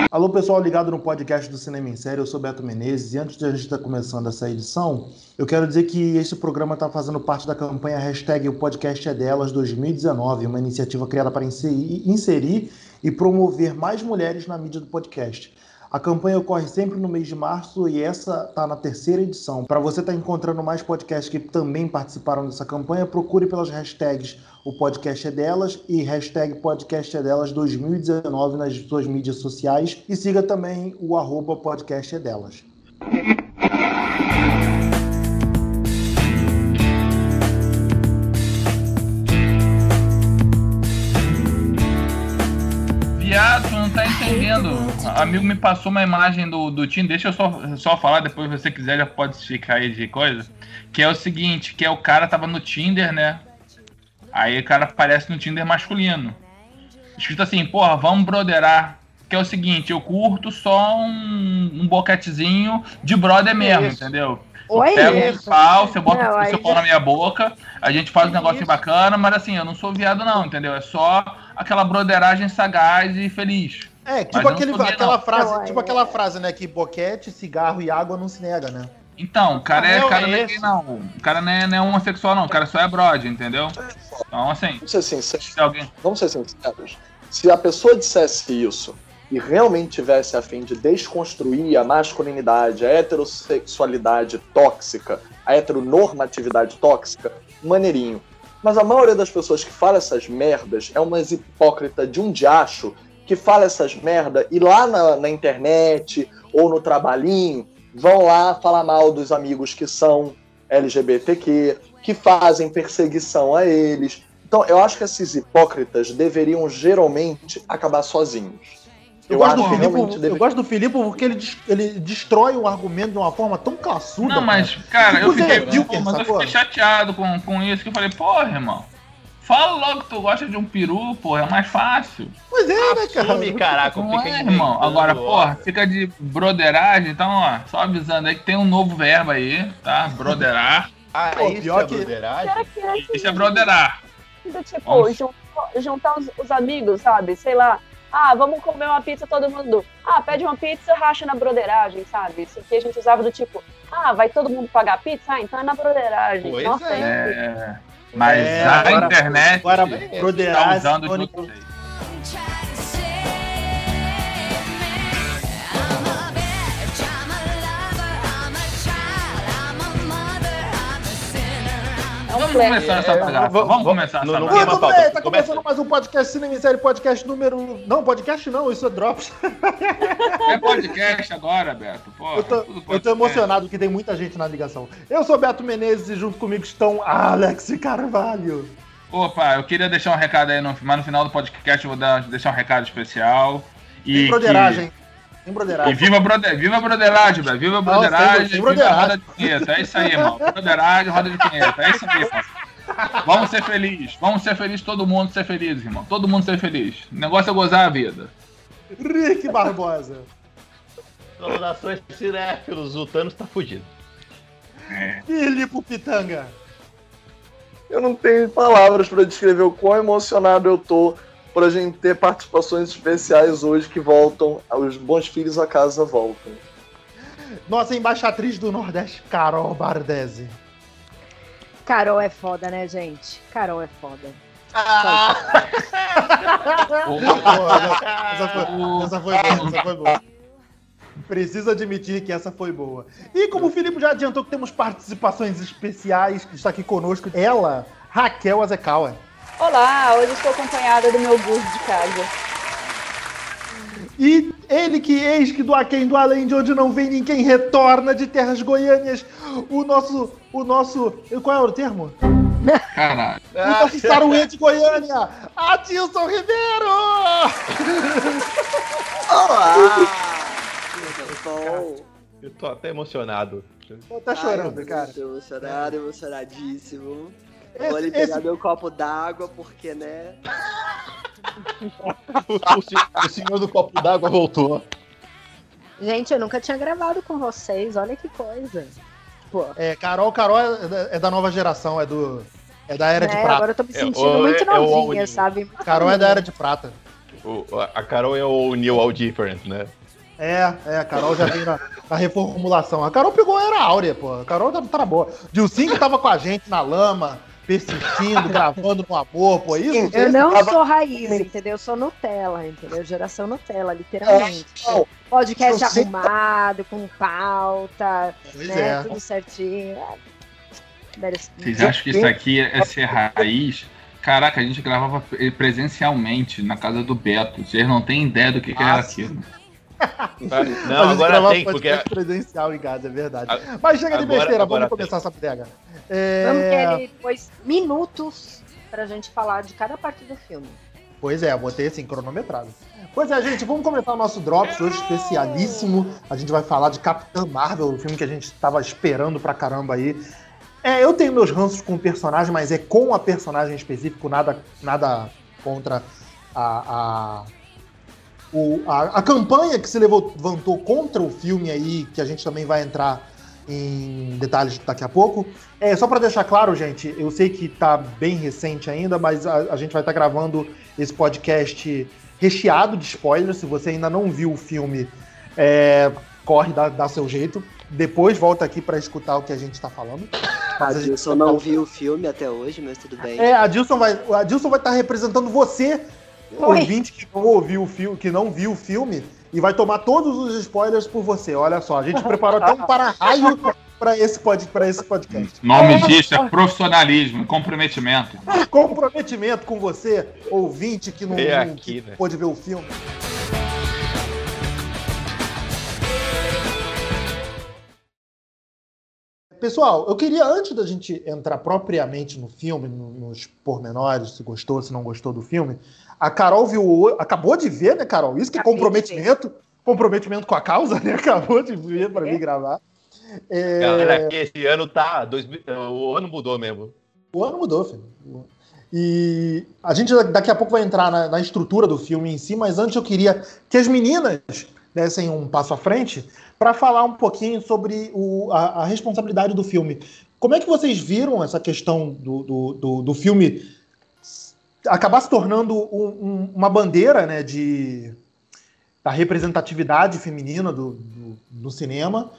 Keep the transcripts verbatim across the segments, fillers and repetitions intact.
Alô, pessoal ligado no podcast do Cinema em Série, eu sou Beto Menezes e antes de a gente estar começando essa edição, eu quero dizer que esse programa está fazendo parte da campanha hashtag O Podcast é Delas dois mil e dezenove, uma iniciativa criada para inserir, inserir e promover mais mulheres na mídia do podcast. A campanha ocorre sempre no mês de março e essa está na terceira edição. Para você estar encontrando mais podcasts que também participaram dessa campanha, procure pelas hashtags O Podcast é Delas e hashtag Podcast é Delas dois mil e dezenove nas suas mídias sociais e siga também o arroba Podcast é Delas. Viado, não tá entendendo. O amigo me passou uma imagem do, do Tinder. Deixa eu só, só falar, depois se você quiser já pode ficar aí de coisa. Que é o seguinte, que é o cara tava no Tinder, né? Aí o cara aparece no Tinder masculino. Escrito assim, porra, vamos broderar. Que é o seguinte, eu curto só um, um boquetezinho de brother mesmo, isso. Entendeu? Oi, Pega um pau, você bota não, o seu pau na minha boca, a gente faz um negócio bacana, mas assim, eu não sou viado não, entendeu? É só aquela broderagem sagaz e feliz. É, tipo aquele, gay, aquela não. frase, não, tipo é, aquela frase, né, que boquete, cigarro e água não se nega, né? Então, o cara, é, Não, cara é não é esse. gay não, o cara não é, não é homossexual não, o cara só é brother, entendeu? Então assim, Vamos ser sinceros. se alguém... Vamos ser sinceros. Se a pessoa dissesse isso e realmente tivesse a fim de desconstruir a masculinidade, a heterossexualidade tóxica, a heteronormatividade tóxica, maneirinho. Mas a maioria das pessoas que fala essas merdas é umas hipócritas de um diacho que fala essas merda e lá na, na internet ou no trabalhinho vão lá falar mal dos amigos que são L G B T Q, que fazem perseguição a eles. Então eu acho que esses hipócritas deveriam geralmente acabar sozinhos. Eu, Eu gosto, acho do que Filipe, realmente eu deve- gosto do Filipe porque ele, des- ele destrói o argumento de uma forma tão classuda. Não, mas, cara, eu Tipo fiquei, Zé Dilker, pô, mas eu sacou? fiquei chateado com, com isso, que eu falei, porra, irmão, fala logo que tu gosta de um peru, porra, é mais fácil. Pois é, né, cara? Assume, caraca, Não fica é, irmão. inventando, Agora, ó. porra, fica de broderagem, então, ó, só avisando aí que tem um novo verbo aí, tá? Broderar. Ah, Pô, isso pior é que- broderagem? Será que é Isso é broderar. do tipo, Vamos. jun- juntar os, os amigos, sabe? Sei lá. Ah, vamos comer uma pizza todo mundo. Ah, pede uma pizza, racha na broderagem, sabe? Isso aqui a gente usava do tipo, ah, vai todo mundo pagar pizza? Ah, então é na broderagem. Pois Nossa, é. hein? É, mas É, a agora- internet Agora, tá broderagem, usando de sinônimo- outro jeito. É um Vamos flex. começar essa É, bagaça. vamos- Vamos começar não- essa não Ah, queima bagaça. a tudo pauta. bem, tá Começa. começando mais um podcast Cinema em Série, podcast número... Não, podcast não, isso é Drops. É podcast agora, Beto. Porra, Eu tô, tudo eu tô podcast. emocionado que tem muita gente na ligação. Eu sou Beto Menezes e junto comigo estão Alex Carvalho. Opa, eu queria deixar um recado aí, no, mas no final do podcast eu vou dar, deixar um recado especial. E Tem broderagem. Tem Que, e broderagem. viva, brother, viva a broderagem, velho. Viva a broderagem, tem viva a broderagem. roda de vinheta. É isso aí, irmão. Broderagem, roda de vinheta. É isso aí, irmão. Vamos ser felizes. Vamos ser felizes, todo mundo ser feliz, irmão. Todo mundo ser feliz. O negócio é gozar a vida. Rick Barbosa. Saudações cinéfilos, o Thanos tá fudido. Filipe Pitanga. Eu não tenho palavras para descrever o quão emocionado eu tô por a gente ter participações especiais hoje que voltam, os bons filhos a casa voltam. Nossa embaixatriz do Nordeste, Carol Bardesi. Carol é foda, né, gente? Carol é foda. Essa foi, essa foi boa, essa foi boa. Preciso admitir que essa foi boa. E como o Filipe já adiantou que temos participações especiais, que está aqui conosco, ela, Raquel Azekawa. Olá, hoje estou acompanhada do meu bus de casa. E ele que eis que do aquém do além, de onde não vem ninguém, retorna de terras goiânias, o nosso, o nosso, qual é o termo? Caralho. O nosso Saruê de Goiânia, Adilson Ribeiro! Olá! Eu tô até emocionado. Tô até chorando, cara. Tô emocionado, emocionadíssimo. Esse- Vou ali pegar esse- meu copo d'água, porque, né? O, o se- o senhor do copo d'água voltou. Gente, eu nunca tinha gravado com vocês, olha que coisa. Pô, É, Carol, Carol é da, é da nova geração, é do é da era de é, prata. agora eu tô me É, sentindo o- muito é- é o novinha, All sabe? Carol é da era de prata. O- a Carol é o New All Different, né? É, é, a Carol já veio na, na reformulação. A Carol pegou a era áurea, pô. A Carol tá, tá boa. Dilcinho tava com a gente na lama, persistindo, gravando no amor, pô. Isso, Eu não tava... sou raiz, entendeu? Eu sou Nutella, entendeu? Geração Nutella, literalmente. É, Podcast eu sei- arrumado, com pauta, Pois né? é. Tudo certinho. Vocês acham que isso aqui é ser raiz? Caraca, a gente gravava presencialmente na casa do Beto. Vocês não têm ideia do que, que era Ah, aquilo. Não, agora gravar tem, porque podcast presencial em casa, é verdade. Mas chega de agora- besteira, agora vamos começar essa bodega. Vamos É... ter depois minutos pra gente falar de cada parte do filme. Pois é, eu botei assim, cronometrado. Pois é, gente, vamos começar o nosso Drops hoje especialíssimo. A gente vai falar de Capitã Marvel, o filme que a gente estava esperando pra caramba aí. É, eu tenho meus ranços com o personagem, mas é com a personagem em específico, nada, nada contra a, a, o, a, a campanha que se levantou contra o filme aí, que a gente também vai entrar em detalhes daqui a pouco. É, só para deixar claro, gente, eu sei que tá bem recente ainda, mas a, a gente vai estar gravando esse podcast recheado de spoilers. Se você ainda não viu o filme, é, corre, dá, dá seu jeito. Depois volta aqui para escutar o que a gente está falando. A Mas a gente Dilson não viu o filme até hoje, mas tudo bem. É, a Dilson vai, a Dilson vai estar representando você, Oi. ouvinte que não ouviu o filme, que não viu o filme, e vai tomar todos os spoilers por você. Olha só, a gente preparou até um para-raio para esse, pod, pra esse podcast. Nome disso é profissionalismo, comprometimento. Comprometimento com você, ouvinte que não, É não- aqui, que né? pôde ver o filme. Pessoal, eu queria, antes da gente entrar propriamente no filme, no- nos pormenores, se gostou, se não gostou do filme, a Carol viu, o- acabou de ver, né, Carol? Isso que é Acabei de comprometimento, comprometimento com a causa, né? Acabou de ver para vir gravar. É, Galera, aqui esse ano tá. dois mil, o ano mudou mesmo. O ano mudou, filho. E a gente daqui a pouco vai entrar na, na estrutura do filme em si, mas antes eu queria que as meninas dessem um passo à frente para falar um pouquinho sobre o, a, a responsabilidade do filme. Como é que vocês viram essa questão do, do, do, do filme acabar se tornando um, um, uma bandeira, né, de, da representatividade feminina do, do, do cinema?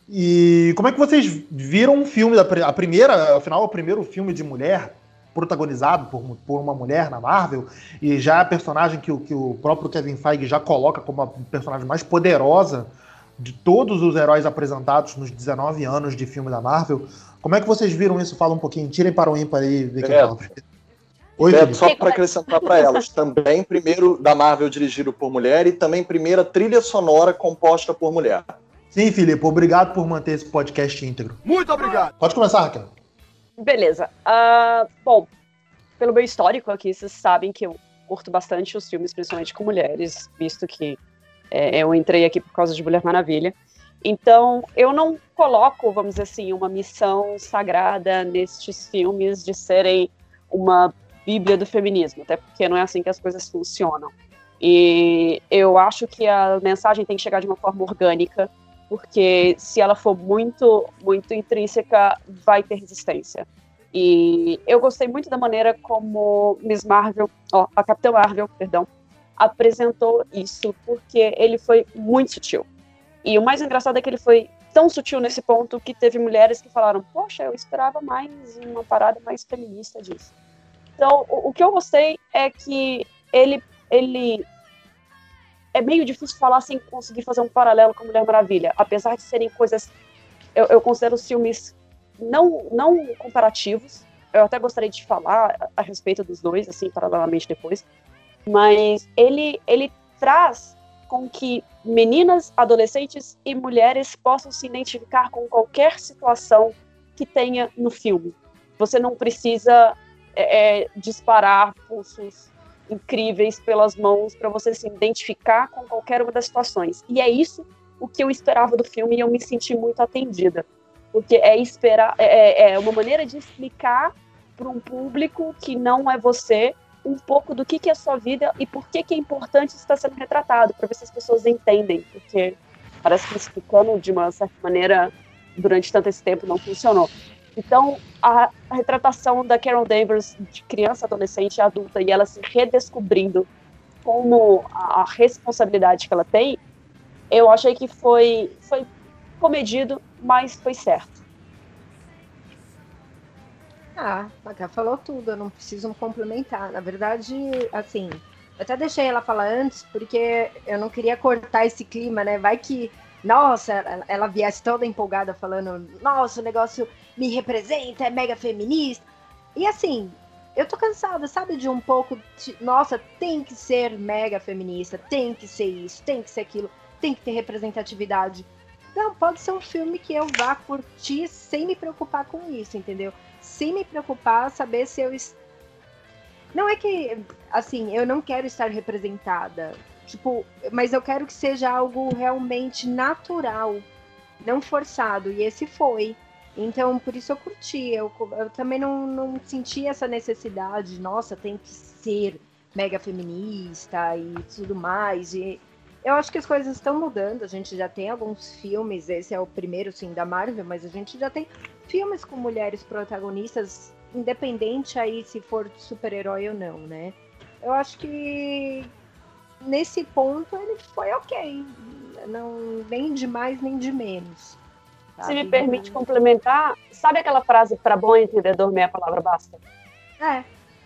E como é que vocês viram um filme, da, a primeira, afinal, o primeiro filme de mulher protagonizado por, por uma mulher na Marvel, e já a personagem que, o- que o próprio Kevin Feige já coloca como a personagem mais poderosa de todos os heróis apresentados nos dezenove anos de filme da Marvel. Como é que vocês viram isso? Fala um pouquinho, tirem para o ímpar aí e vê quem É. fala. Oi, Beto, Felipe. só para acrescentar para elas, também primeiro da Marvel dirigido por mulher e também primeira trilha sonora composta por mulher. Sim, Felipe, obrigado por manter esse podcast íntegro. Muito obrigado. Pode começar, Raquel. Beleza. Ah, bom, pelo meu histórico aqui, vocês sabem que eu curto bastante os filmes, principalmente com mulheres, visto que é, eu entrei aqui por causa de Mulher Maravilha. Então, eu não coloco, vamos dizer assim, uma missão sagrada nestes filmes de serem uma bíblia do feminismo, até porque não é assim que as coisas funcionam. E eu acho que a mensagem tem que chegar de uma forma orgânica, porque se ela for muito, muito intrínseca, vai ter resistência. E eu gostei muito da maneira como Miss Marvel, ó, a Capitã Marvel, perdão, apresentou isso, porque ele foi muito sutil. E o mais engraçado é que ele foi tão sutil nesse ponto que teve mulheres que falaram, poxa, eu esperava mais uma parada mais feminista disso. Então, o, o que eu gostei é que ele, ele é meio difícil falar sem conseguir fazer um paralelo com Mulher Maravilha, apesar de serem coisas, eu, eu considero os filmes não, não comparativos. Eu até gostaria de falar a, a respeito dos dois, assim, paralelamente depois, mas ele, ele traz com que meninas, adolescentes e mulheres possam se identificar com qualquer situação que tenha no filme. Você não precisa é, é, disparar pulsos incríveis pelas mãos para você se identificar com qualquer uma das situações. E é isso o que eu esperava do filme e eu me senti muito atendida. Porque é, esperar, é, é uma maneira de explicar para um público que não é você um pouco do que, que é a sua vida e por que, que é importante isso estar sendo retratado, para ver se as pessoas entendem, porque parece que explicando de uma certa maneira durante tanto esse tempo não funcionou. Então, a, a retratação da Carol Danvers de criança, adolescente e adulta, e ela se redescobrindo como a, a responsabilidade que ela tem, eu achei que foi, foi comedido, mas foi certo. Ah, a Ká falou tudo, eu não preciso complementar. Na verdade, assim, eu até deixei ela falar antes, porque eu não queria cortar esse clima, né? Vai que, nossa, ela, ela viesse toda empolgada falando, nossa, o negócio me representa, é mega feminista. E assim, eu tô cansada, sabe, de um pouco, de, nossa, tem que ser mega feminista, tem que ser isso, tem que ser aquilo, tem que ter representatividade. Não, pode ser um filme que eu vá curtir sem me preocupar com isso, entendeu? Sem me preocupar, saber se eu... Est... Não é que, assim, eu não quero estar representada, tipo, mas eu quero que seja algo realmente natural, não forçado, e esse foi. Então, por isso eu curti, eu, eu também não, não senti essa necessidade, nossa, tem que ser mega feminista e tudo mais, e eu acho que as coisas estão mudando, a gente já tem alguns filmes, esse é o primeiro, sim, da Marvel, mas a gente já tem filmes com mulheres protagonistas, independente aí se for super-herói ou não, né? Eu acho que nesse ponto ele foi ok, não, nem de mais nem de menos. Se me permite complementar, sabe aquela frase para bom entendedor meia palavra basta? É.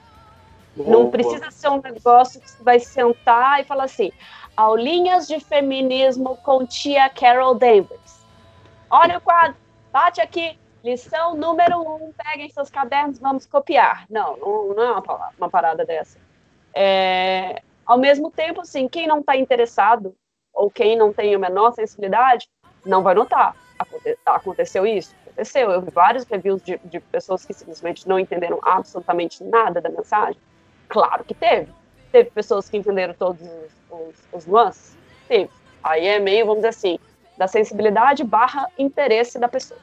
Não precisa ser um negócio que você vai sentar e falar assim, aulinhas de feminismo com tia Carol Danvers. Olha o quadro, bate aqui, lição número um, peguem seus cadernos, vamos copiar. Não, não, não é uma, uma parada dessa. É, ao mesmo tempo, assim, quem não está interessado ou quem não tem a menor sensibilidade, não vai notar. Aconte- aconteceu isso? Aconteceu. Eu vi vários reviews de, de pessoas que simplesmente não entenderam absolutamente nada da mensagem. Claro que teve. Teve pessoas que entenderam todos os, os, os nuances? Teve. Aí é meio, vamos dizer assim, da sensibilidade barra interesse da pessoa.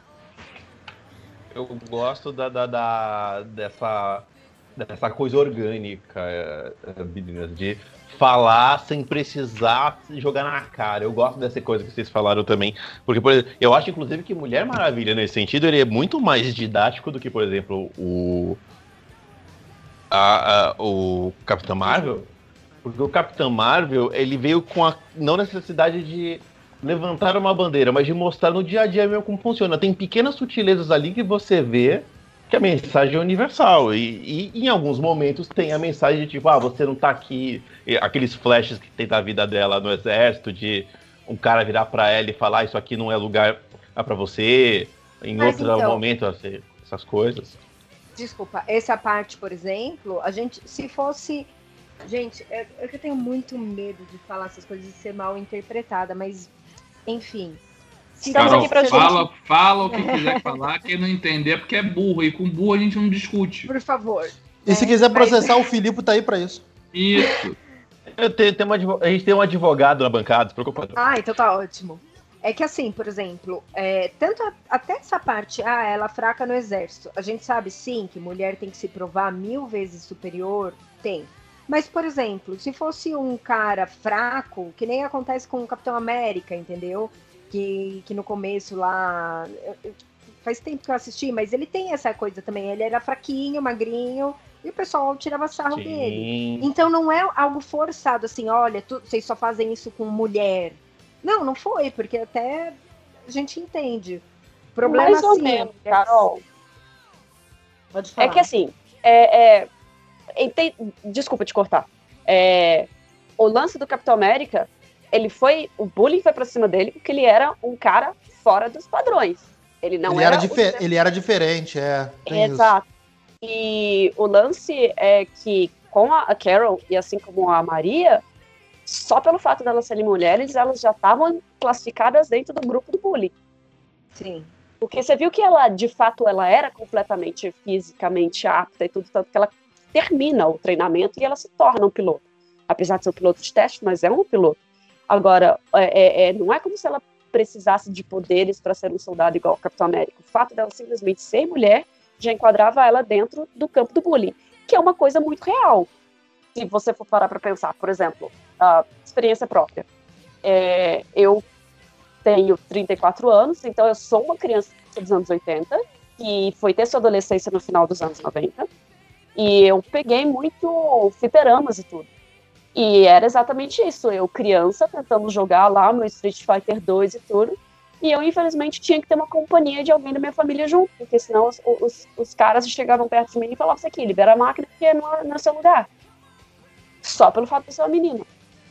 Eu gosto da, da, da- dessa, dessa coisa orgânica, é, é, meninas, de falar sem precisar se jogar na cara. Eu gosto dessa coisa que vocês falaram também. Porque, por exemplo, eu acho, inclusive, que Mulher Maravilha, nesse sentido, ele é muito mais didático do que, por exemplo, o, a, a- o Capitão Marvel. Porque o Capitão Marvel, ele veio com a não necessidade de levantar uma bandeira, mas de mostrar no dia a dia mesmo como funciona. Tem pequenas sutilezas ali que você vê que a mensagem é universal. E, e em alguns momentos tem a mensagem de tipo, ah, você não tá aqui. E aqueles flashes que tem da vida dela no exército, de um cara virar pra ela e falar, ah, isso aqui não é lugar pra você. Em Mas outro então- momento, assim, essas coisas. Desculpa, essa parte, por exemplo, a gente, se fosse... Gente, é, é que eu tenho muito medo de falar essas coisas e ser mal interpretada, mas, enfim. Se Estamos Carol, aqui pra fala, gente. fala o que quiser falar, quem não entender é porque é burro, e com burro a gente não discute. Por favor. E se É, quiser mas- processar, o Filipe tá aí pra isso. Isso. Eu tenho, tenho uma advo- a gente tem um advogado na bancada, não se preocupa. não. Ah, então tá ótimo. É que assim, por exemplo, é, tanto a- até essa parte, ah, ela é fraca no exército. A gente sabe sim que mulher tem que se provar mil vezes superior, tem. Mas, por exemplo, se fosse um cara fraco, que nem acontece com o Capitão América, entendeu? Que, que no começo lá. eu- eu- faz tempo que eu assisti, mas ele tem essa coisa também. Ele era fraquinho, magrinho, e o pessoal tirava sarro dele. Sim. Então não é algo forçado assim, olha, tu- vocês só fazem isso com mulher. Não, não foi, porque até a gente entende. O problema Mais ou assim, menos, é- Carol. Pode falar. É que assim, é, é, ente- desculpa te cortar. É, o lance do Capitão América, ele foi, o bullying foi pra cima dele porque ele era um cara fora dos padrões. Ele não ele, era, era o dife- ele era diferente, é. Tem isso. Exato. E o lance é que com a a Carol, e assim como a Maria, só pelo fato delas serem mulheres, elas já estavam classificadas dentro do grupo do bullying. Sim. Porque você viu que ela, de fato, ela era completamente fisicamente apta e tudo, tanto que ela termina o treinamento e ela se torna um piloto. Apesar de ser um piloto de teste, mas é um piloto. Agora, é, é, não é como se ela precisasse de poderes para ser um soldado igual ao Capitão América. O fato dela simplesmente ser mulher já enquadrava ela dentro do campo do bullying, que é uma coisa muito real. Se você for parar para pensar, por exemplo, a experiência própria. É, eu tenho trinta e quatro anos, então eu sou uma criança dos anos oitenta, que foi ter sua adolescência no final dos anos noventa, e eu peguei muito fliperamas e tudo. E era exatamente isso, eu criança tentando jogar lá no Street Fighter dois e tudo, e eu infelizmente tinha que ter uma companhia de alguém da minha família junto, porque senão os, os, os caras chegavam perto de mim e falavam assim, aqui, libera a máquina porque não é, não é seu lugar. Só pelo fato de ser uma menina.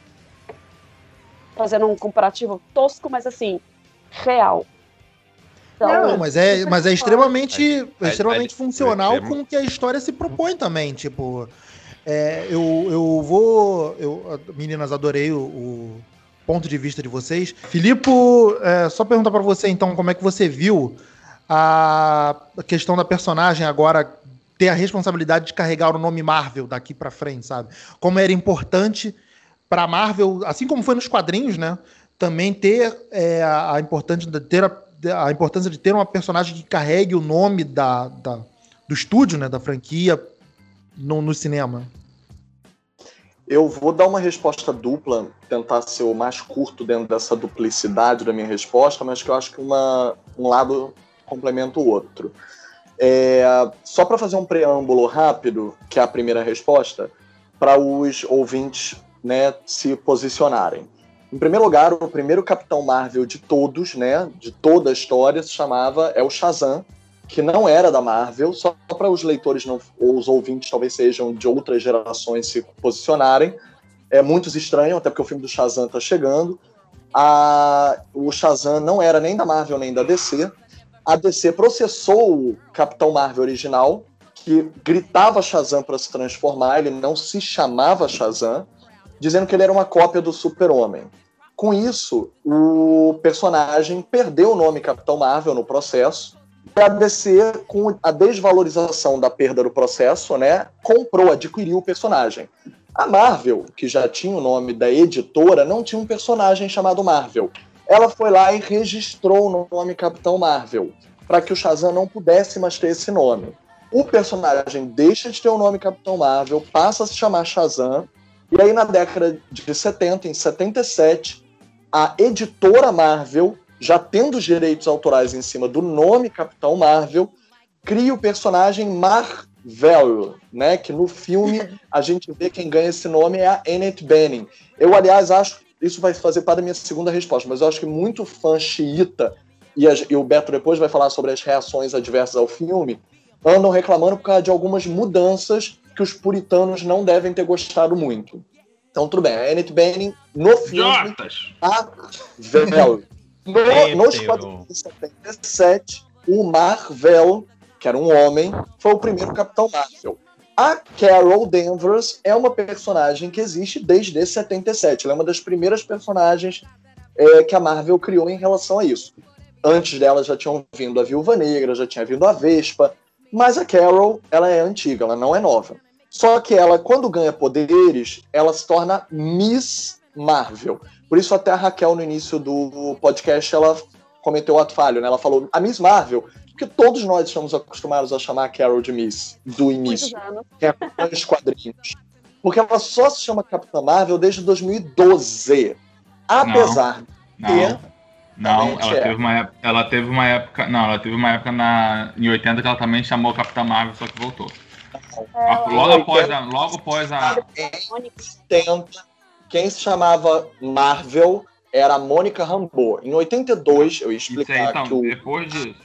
Fazendo um comparativo tosco, mas assim, real. Então, não, mas é, mas é extremamente, é, é, extremamente é, funcional é, é, com o que a história se propõe também, tipo... É, eu, eu vou... Eu, meninas, adorei o, o ponto de vista de vocês. Filipe, é, só perguntar pra você, então, como é que você viu a, a questão da personagem agora ter a responsabilidade de carregar o nome Marvel daqui pra frente, sabe? Como era importante pra Marvel, assim como foi nos quadrinhos, né? Também ter é, a, a, importante de ter a, a importância de ter uma personagem que carregue o nome da, da, do estúdio, né? Da franquia no, no cinema. Eu vou dar uma resposta dupla, tentar ser o mais curto dentro dessa duplicidade da minha resposta, mas que eu acho que uma, um lado complementa o outro. É, só para fazer um preâmbulo rápido, que é a primeira resposta, para os ouvintes, né, se posicionarem. Em primeiro lugar, o primeiro Capitão Marvel de todos, né, de toda a história, se chamava é o Shazam, que não era da Marvel, só para os leitores não, ou os ouvintes talvez sejam de outras gerações se posicionarem. É muito estranho, até porque o filme do Shazam está chegando. A, o Shazam não era nem da Marvel nem da D C. A D C processou o Capitão Marvel original, que gritava Shazam para se transformar, ele não se chamava Shazam, dizendo que ele era uma cópia do Super-Homem. Com isso, o personagem perdeu o nome Capitão Marvel no processo, e a D C, com a desvalorização da perda do processo, né, comprou, adquiriu o personagem. A Marvel, que já tinha o nome da editora, não tinha um personagem chamado Marvel. Ela foi lá e registrou o nome Capitão Marvel, para que o Shazam não pudesse mais ter esse nome. O personagem deixa de ter o nome Capitão Marvel, passa a se chamar Shazam, e aí na década de setenta, em setenta e sete, a editora Marvel, já tendo os direitos autorais em cima do nome Capitão Marvel, cria o personagem Mar-Vell, né? Que no filme a gente vê quem ganha esse nome é a Annette Bening. Eu, aliás, acho que isso vai fazer parte da minha segunda resposta, mas eu acho que muito fã xiita, e, a, e o Beto depois vai falar sobre as reações adversas ao filme, andam reclamando por causa de algumas mudanças que os puritanos não devem ter gostado muito. Então, tudo bem. A Annette Bening, no filme, Mar-Vell. No, nos quadrinhos de setenta e sete, o Mar-Vell, que era um homem, foi o primeiro Capitão Marvel. A Carol Danvers é uma personagem que existe desde setenta e sete. Ela é uma das primeiras personagens é, que a Marvel criou em relação a isso. Antes dela já tinham vindo a Viúva Negra, já tinha vindo a Vespa, mas a Carol, ela é antiga, ela não é nova. Só que ela, quando ganha poderes, ela se torna Miss Marvel. Por isso até a Raquel, no início do podcast, ela cometeu o ato falho, né? Ela falou, a Miss Marvel, porque todos nós estamos acostumados a chamar a Carol de Miss, do início, que é os quadrinhos. Porque ela só se chama Capitã Marvel desde dois mil e doze. Apesar não, de... Não, não ela, é. teve uma época, ela teve uma época... Não, ela teve uma época na, em oitenta que ela também chamou Capitã Marvel, só que voltou. É, logo, após a, logo após a... Em oitenta, quem se chamava Marvel era a Mônica Rambeau. Em oitenta e dois, eu ia explicar aí, então, que o depois disso.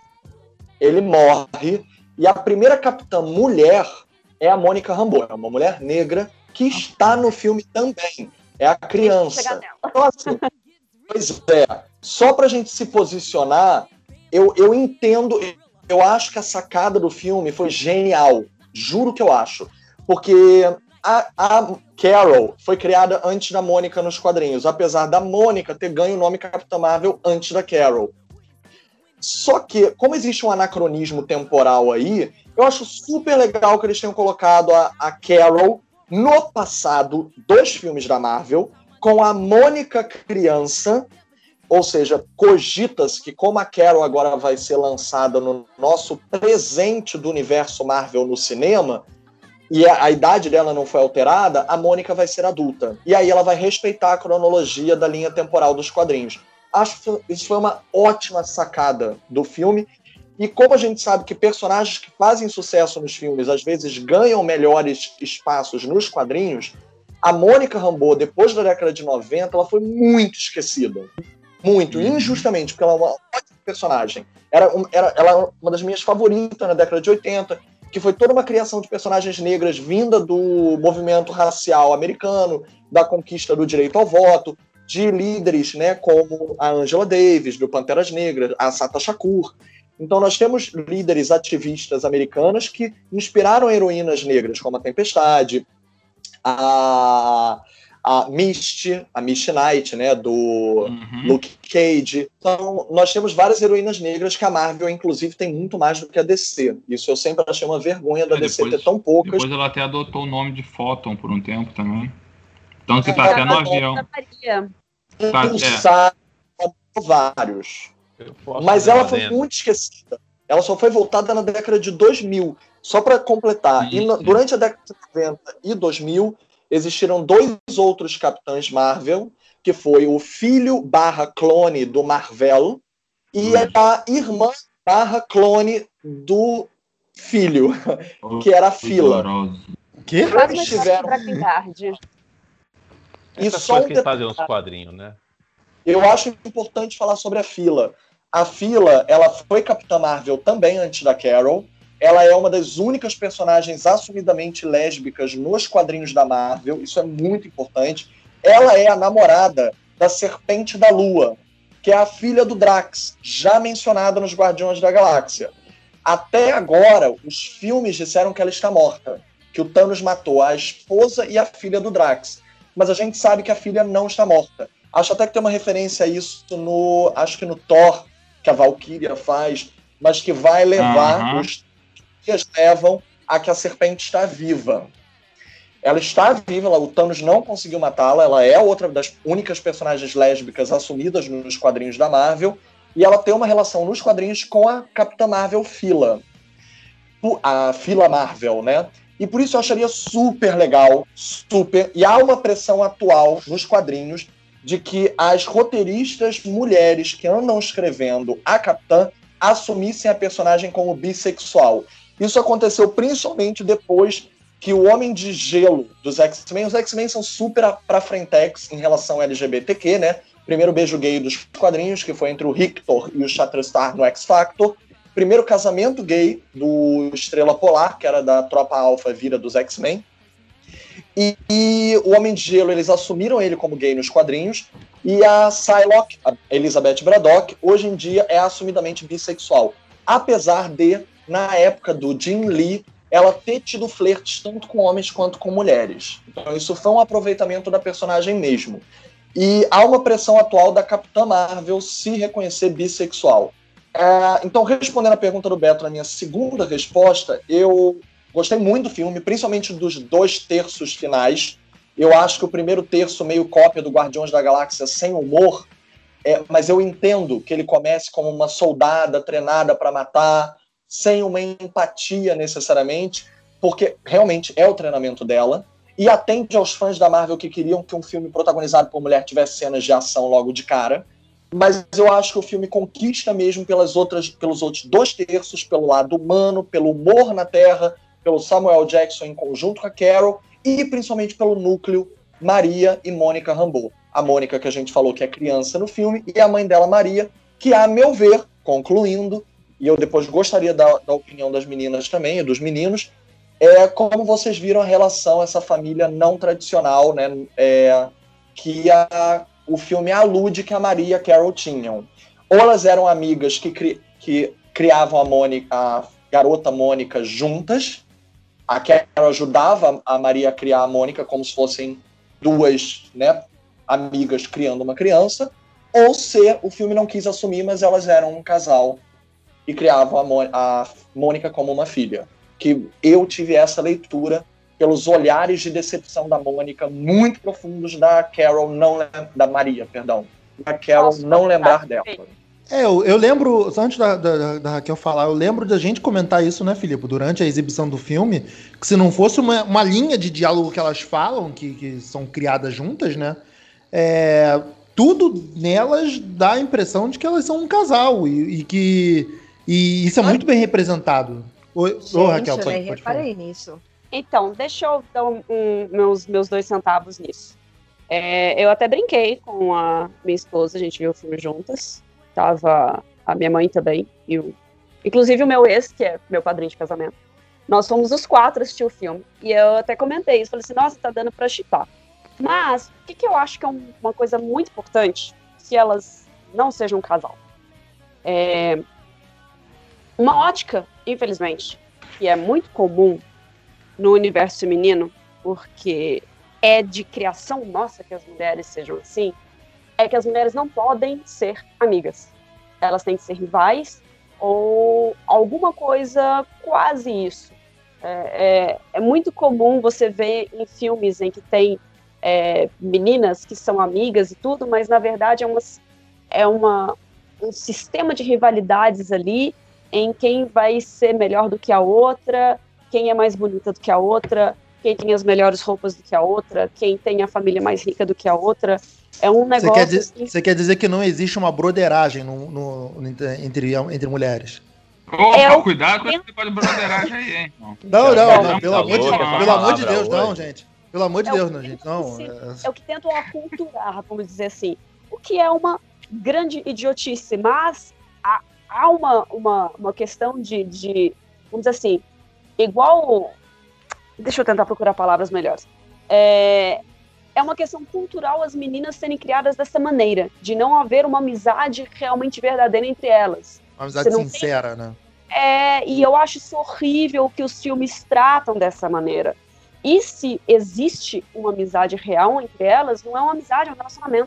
ele morre, e a primeira capitã mulher é a Mônica Rambeau, é uma mulher negra que está no filme também, é a criança. Então, assim, pois é, só pra gente se posicionar, eu, eu entendo, eu acho que a sacada do filme foi genial, juro que eu acho, porque a, a Carol foi criada antes da Mônica nos quadrinhos, apesar da Mônica ter ganho o nome Capitã Marvel antes da Carol. Só que, como existe um anacronismo temporal aí, eu acho super legal que eles tenham colocado a, a Carol no passado dos filmes da Marvel, com a Mônica criança, ou seja, cogita-se que como a Carol agora vai ser lançada no nosso presente do universo Marvel no cinema, e a, a idade dela não foi alterada, a Mônica vai ser adulta. E aí ela vai respeitar a cronologia da linha temporal dos quadrinhos. Acho que isso foi uma ótima sacada do filme. E como a gente sabe que personagens que fazem sucesso nos filmes às vezes ganham melhores espaços nos quadrinhos, A Mônica Rambeau, depois da década de noventa, ela foi muito esquecida. Muito, injustamente, porque ela é uma ótima personagem. Era, um, era, ela é uma das minhas favoritas na década de oitenta, que foi toda uma criação de personagens negras vinda do movimento racial americano, da conquista do direito ao voto, de líderes, né, como a Angela Davis, do Panteras Negras, a Assata Shakur. Então nós temos líderes ativistas americanas que inspiraram heroínas negras, como a Tempestade, a, a Misty, a Misty Knight, né, do uhum. Luke Cage. Então nós temos várias heroínas negras que a Marvel, inclusive, tem muito mais do que a D C. Isso eu sempre achei uma vergonha da é, depois, D C ter tão poucas. Depois ela até adotou o nome de Photon por um tempo também. Então você é, tá até no avião. Tá, é. Vários. Mas ela foi muito esquecida. Ela só foi voltada na década de dois mil. Só para completar, e no, durante a década de noventa e dois mil, existiram dois outros Capitães Marvel, que foi o filho barra clone do Marvel e hum. a irmã barra clone do filho, oh, que era a Fila. Que? Eles tiveram... E só um que fazem os quadrinhos, né? Eu acho importante falar sobre a Fila. A Fila, ela foi Capitã Marvel também antes da Carol. Ela é uma das únicas personagens assumidamente lésbicas nos quadrinhos da Marvel. Isso é muito importante. Ela é a namorada da Serpente da Lua, que é a filha do Drax, já mencionada nos Guardiões da Galáxia. Até agora, os filmes disseram que ela está morta, que o Thanos matou a esposa e a filha do Drax. Mas a gente sabe que a filha não está morta. Acho até que tem uma referência a isso no, acho que no Thor, que a Valkyria faz, mas que vai levar, uhum. os dias levam a que a serpente está viva. Ela está viva, ela, o Thanos não conseguiu matá-la, ela é outra das únicas personagens lésbicas assumidas nos quadrinhos da Marvel, e ela tem uma relação nos quadrinhos com a Capitã Marvel Fila. A Fila Marvel, né? E por isso eu acharia super legal, super, e há uma pressão atual nos quadrinhos de que as roteiristas mulheres que andam escrevendo a Capitã assumissem a personagem como bissexual. Isso aconteceu principalmente depois que o Homem de Gelo dos X-Men, os X-Men são super pra frentex em relação ao L G B T Q, né? Primeiro beijo gay dos quadrinhos, que foi entre o Rictor e o Shatterstar no X-Factor. Primeiro casamento gay do Estrela Polar, que era da Tropa Alpha Vira dos X-Men. E, e o Homem de Gelo, eles assumiram ele como gay nos quadrinhos. E a Psylocke, a Elizabeth Braddock, hoje em dia é assumidamente bissexual. Apesar de, na época do Jim Lee, ela ter tido flertes tanto com homens quanto com mulheres. Então isso foi um aproveitamento da personagem mesmo. E há uma pressão atual da Capitã Marvel se reconhecer bissexual. É, então, respondendo a pergunta do Beto na minha segunda resposta, eu gostei muito do filme, principalmente dos dois terços finais. Eu acho que o primeiro terço, meio cópia do Guardiões da Galáxia, sem humor, é, mas eu entendo que ele comece como uma soldada treinada para matar, sem uma empatia necessariamente, porque realmente é o treinamento dela, e atende aos fãs da Marvel que queriam que um filme protagonizado por mulher tivesse cenas de ação logo de cara. Mas eu acho que o filme conquista mesmo pelas outras, pelos outros dois terços, pelo lado humano, pelo humor na Terra, pelo Samuel Jackson em conjunto com a Carol, e principalmente pelo núcleo Maria e Mônica Rambeau. A Mônica, que a gente falou que é criança no filme, e a mãe dela, Maria, que, a meu ver, concluindo, e eu depois gostaria da, da opinião das meninas também, e dos meninos, é como vocês viram a relação, essa família não tradicional, né, é, que a... o filme alude que a Maria e a Carol tinham. Ou elas eram amigas que, cri, que criavam a, Mônica, a garota Mônica juntas, a Carol ajudava a Maria a criar a Mônica como se fossem duas, né, amigas criando uma criança, ou se o filme não quis assumir, mas elas eram um casal e criavam a, Mô, a Mônica como uma filha. Que eu tive essa leitura pelos olhares de decepção da Mônica muito profundos da Carol, não da Maria, perdão, da Carol Nossa, não lembrar dela. É, eu, eu lembro, antes da, da, da Raquel falar, eu lembro da gente comentar isso, né, Filipe, durante a exibição do filme, que se não fosse uma, uma linha de diálogo que elas falam, que, que são criadas juntas, né, é, tudo nelas dá a impressão de que elas são um casal, e, e que e isso é muito bem representado. Oi, gente, oh, Raquel, pode, eu pode reparei falar. nisso. Então, deixa eu dar um, um, meus, meus dois centavos nisso. É, eu até brinquei com a minha esposa, a gente viu o filme juntas. Tava a minha mãe também, e o, inclusive o meu ex, que é meu padrinho de casamento. Nós fomos os quatro assistir o filme. E eu até comentei isso, falei assim, nossa, tá dando pra chipar. Mas, o que, que eu acho que é um, uma coisa muito importante, se elas não sejam um casal? É uma ótica, infelizmente, que é muito comum no universo feminino, porque é de criação nossa que as mulheres sejam assim, é que as mulheres não podem ser amigas. Elas têm que ser rivais ou alguma coisa quase isso. É, é, é muito comum você ver em filmes em que tem é, meninas que são amigas e tudo, mas na verdade é, uma, é uma, um sistema de rivalidades ali em quem vai ser melhor do que a outra, quem é mais bonita do que a outra, quem tem as melhores roupas do que a outra, quem tem a família mais rica do que a outra. É um negócio... Você quer, dizer, assim... você quer dizer que não existe uma broderagem no, no, entre, entre mulheres? Opa, É o- cuidado com esse negócio de broderagem aí, hein? Não, Não, não, não, não, pelo, tá amor de, louco, pelo essa amor de palavra Deus, não, hoje. gente. Pelo amor de É o Deus, que não, gente. tentam, Não, assim, é- é o que tentam aculturar, vamos dizer assim. O que é uma grande idiotice, mas há, há uma, uma, uma questão de, de, vamos dizer assim, igual... Deixa eu tentar procurar palavras melhores. É, é uma questão cultural as meninas serem criadas dessa maneira, de não haver uma amizade realmente verdadeira entre elas. uma amizade Você não sincera, né? É, e eu acho isso horrível que os filmes tratam dessa maneira. E se existe uma amizade real entre elas, não é uma amizade, é um relacionamento.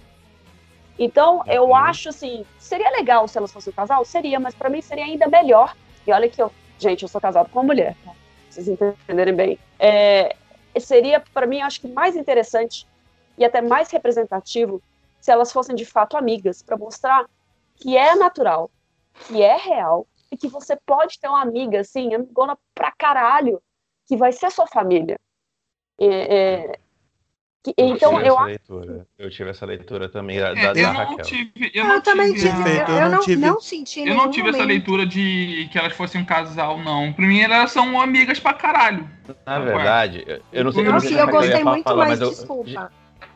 Então, eu Uhum. acho assim, seria legal se elas fossem um casal? Seria, mas pra mim seria ainda melhor. E olha que eu, gente, eu sou casado com uma mulher, tá? Pra vocês entenderem bem. É, seria, pra mim, acho que mais interessante e até mais representativo se elas fossem de fato amigas, pra mostrar que é natural, que é real, e que você pode ter uma amiga, assim, amigona pra caralho, que vai ser sua família. É, é, que- Eu então, tive eu essa acho leitura. Eu tive essa leitura também da, É, da, da eu não Raquel. tive. Eu Eu, não também tive. tive, a- Perfeito, eu, eu eu não não, tive- não senti Eu nenhum não tive essa momento. leitura de que elas fossem um casal, não. Pra mim, elas são amigas pra caralho. Na verdade, eu- eu não sei, eu não Nossa, sei e se a eu Raquel ia gostei muito falar, mais, mas eu, desculpa.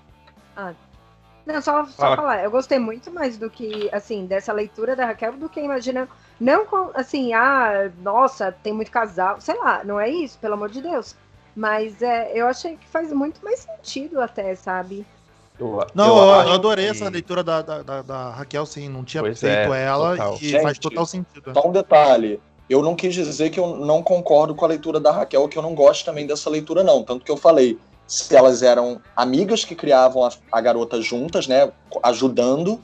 Ah. Não, só, só Fala. falar, eu gostei muito mais do que, assim, dessa leitura da Raquel do que imagina, não com, assim, ah, nossa, tem muito casal, sei lá, não é isso, pelo amor de Deus. Mas é, eu achei que faz muito mais sentido até, sabe? eu- Não, eu, acho eu adorei que- essa leitura da, da, da- da Raquel, sim. Não tinha Pois feito é, ela total. e Gente, faz total sentido. Só um detalhe, eu não quis dizer que eu não concordo com a leitura da Raquel, que eu não gosto também dessa leitura, não. Tanto que eu falei, se elas eram amigas que criavam a, a garota juntas, né, ajudando,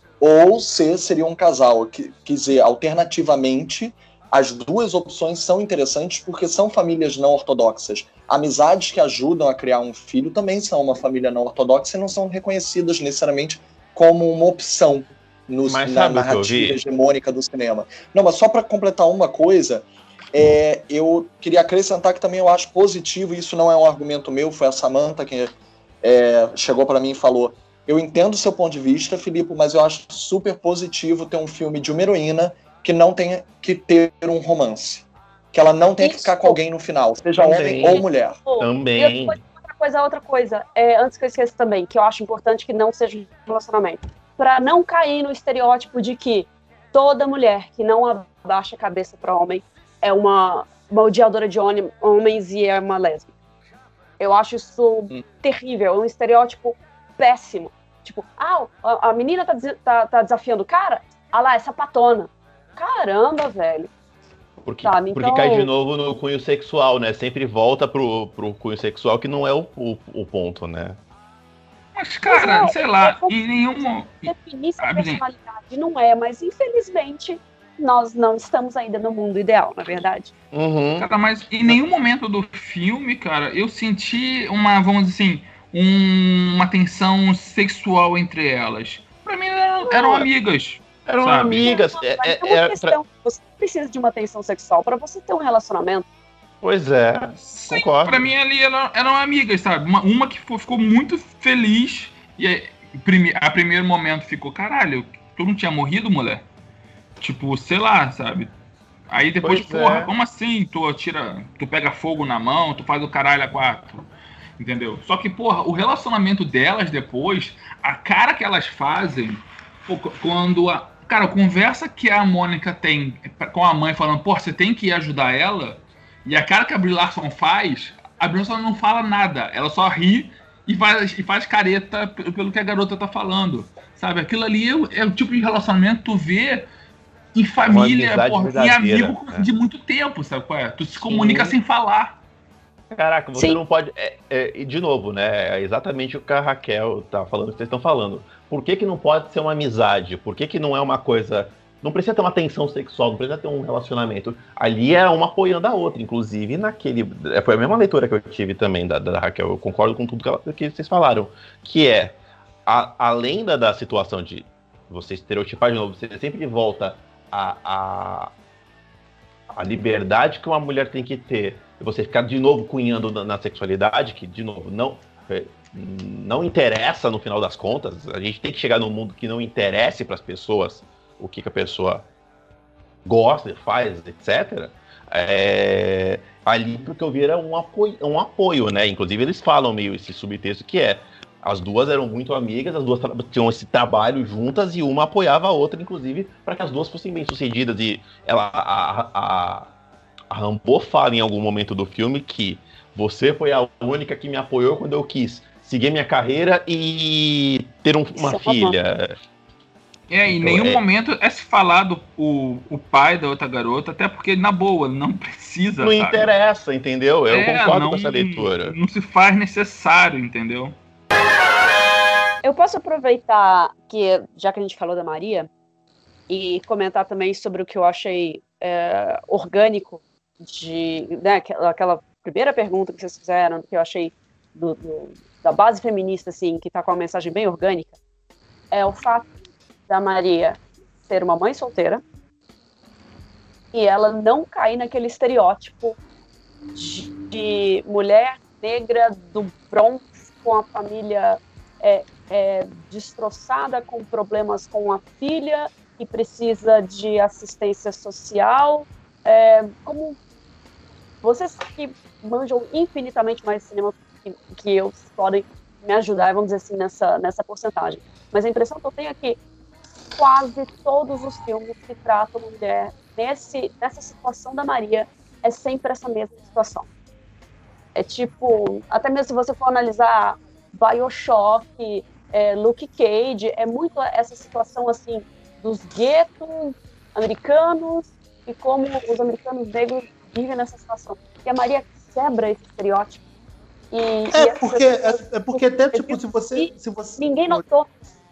ou se seria um casal. Que, quer dizer, alternativamente, as duas opções são interessantes porque são famílias não ortodoxas. Amizades que ajudam a criar um filho também são uma família não ortodoxa e não são reconhecidas necessariamente como uma opção no, Mas na sabe o que eu narrativa vi? hegemônica do cinema. Não, mas só para completar uma coisa, é, eu queria acrescentar que também eu acho positivo, e isso não é um argumento meu, foi a Samantha que é, chegou para mim e falou: eu entendo o seu ponto de vista, Filipe, mas eu acho super positivo ter um filme de uma heroína que não tenha que ter um romance. Que ela não tenha que Isso. ficar com alguém no final, seja Também. homem ou mulher. Pô, Também. E outra coisa, outra coisa, é, antes que eu esqueça também, que eu acho importante que não seja um relacionamento. Pra não cair no estereótipo de que toda mulher que não abaixa a cabeça pra homem é uma, uma odiadora de hom- homens e é uma lésbica. Eu acho isso Hum. terrível, é um estereótipo péssimo. Tipo, ah, a, a menina tá, desi- tá, tá desafiando o cara, ah lá, é sapatona. Caramba, velho. Porque, Sabe, porque então- cai de novo no cunho sexual, né? Sempre volta pro, pro cunho sexual, que não é o, o, o ponto, né? Mas, cara, Mas é, sei lá, eu- em nenhum. Definir sua Sabe, gente? personalidade não é, mas infelizmente nós não estamos ainda no mundo ideal, na verdade. Uhum. Cara, mas em nenhum momento do filme, cara, eu senti uma, vamos dizer assim, um- uma tensão sexual entre elas. Pra mim, eram, eram amigas. Eram Sabe? amigas. Não, É, mas é, é uma é pra- questão. Você não precisa de uma atenção sexual para você ter um relacionamento. Pois é, Sim, concordo. pra mim, ali eram, eram amigas, sabe? Uma, uma que ficou, ficou muito feliz e aí, prime, a primeiro momento ficou, caralho, tu não tinha morrido, mulher? Tipo, sei lá, sabe? Aí depois, Pois porra, é. como assim? Tu tira, tu pega fogo na mão, tu faz o caralho a quatro. Entendeu? Só que, porra, o relacionamento delas depois, a cara que elas fazem, pô, quando a. Cara, a conversa que a Mônica tem com a mãe falando, pô, você tem que ir ajudar ela, e a cara que a Brie Larson faz, a Brie Larson não fala nada, ela só ri e faz, e faz careta pelo que a garota tá falando. Sabe? Aquilo ali é, é o tipo de relacionamento que tu vê em família, amizade porra, em verdadeira, amigo né? de muito tempo, sabe qual é? Tu se comunica Sim. sem falar. Caraca, você Sim. não pode. É, é, e de novo, né? É exatamente o que a Raquel tá falando, que vocês estão falando. Por que, que não pode ser uma amizade? Por que, que não é uma coisa. Não precisa ter uma tensão sexual, não precisa ter um relacionamento. Ali é uma apoiando a outra, inclusive naquele. Foi a mesma leitura que eu tive também da, da Raquel. Eu concordo com tudo que, ela, que vocês falaram. Que é, a, além da, da situação de você estereotipar de novo, você sempre volta a. a a liberdade que uma mulher tem que ter, e você ficar de novo cunhando na, na sexualidade, que de novo não, é, não interessa no final das contas. A gente tem que chegar num mundo que não interesse para as pessoas o que, que a pessoa gosta, faz, etcétera. É, ali porque eu vi era um apoio, um apoio, né? Inclusive eles falam meio esse subtexto que é as duas eram muito amigas, as duas tinham esse trabalho juntas e uma apoiava a outra, inclusive, para que as duas fossem bem-sucedidas. E ela, a, a, a Rambo fala em algum momento do filme que você foi a única que me apoiou quando eu quis seguir minha carreira e ter um, uma Isso é filha. É, em Então, nenhum é- momento é se falar do o, o pai da outra garota, até porque, na boa, não precisa, Não sabe? interessa, entendeu? Eu É, concordo não, com essa leitura. Não se faz necessário, entendeu? Eu posso aproveitar que, já que a gente falou da Maria, e comentar também sobre o que eu achei é, orgânico de, né, aquela, aquela primeira pergunta que vocês fizeram, que eu achei do, do, da base feminista, assim, que está com uma mensagem bem orgânica, é o fato da Maria ser uma mãe solteira e ela não cair naquele estereótipo de, de mulher negra do Bronx com a família é, é, destroçada, com problemas com a filha que precisa de assistência social. É, como vocês que manjam infinitamente mais cinema que, que eu, podem me ajudar, vamos dizer assim, nessa, nessa porcentagem. Mas a impressão que eu tenho é que quase todos os filmes que tratam mulher nesse, nessa situação da Maria é sempre essa mesma situação. É tipo, até mesmo se você for analisar BioShock, é, Luke Cage, é muito essa situação assim dos guetos americanos e como os americanos negros vivem nessa situação. E a Maria quebra esse estereótipo. E, e É essas porque, é, pessoas- é porque até, tipo, se você... E Se você ninguém notou.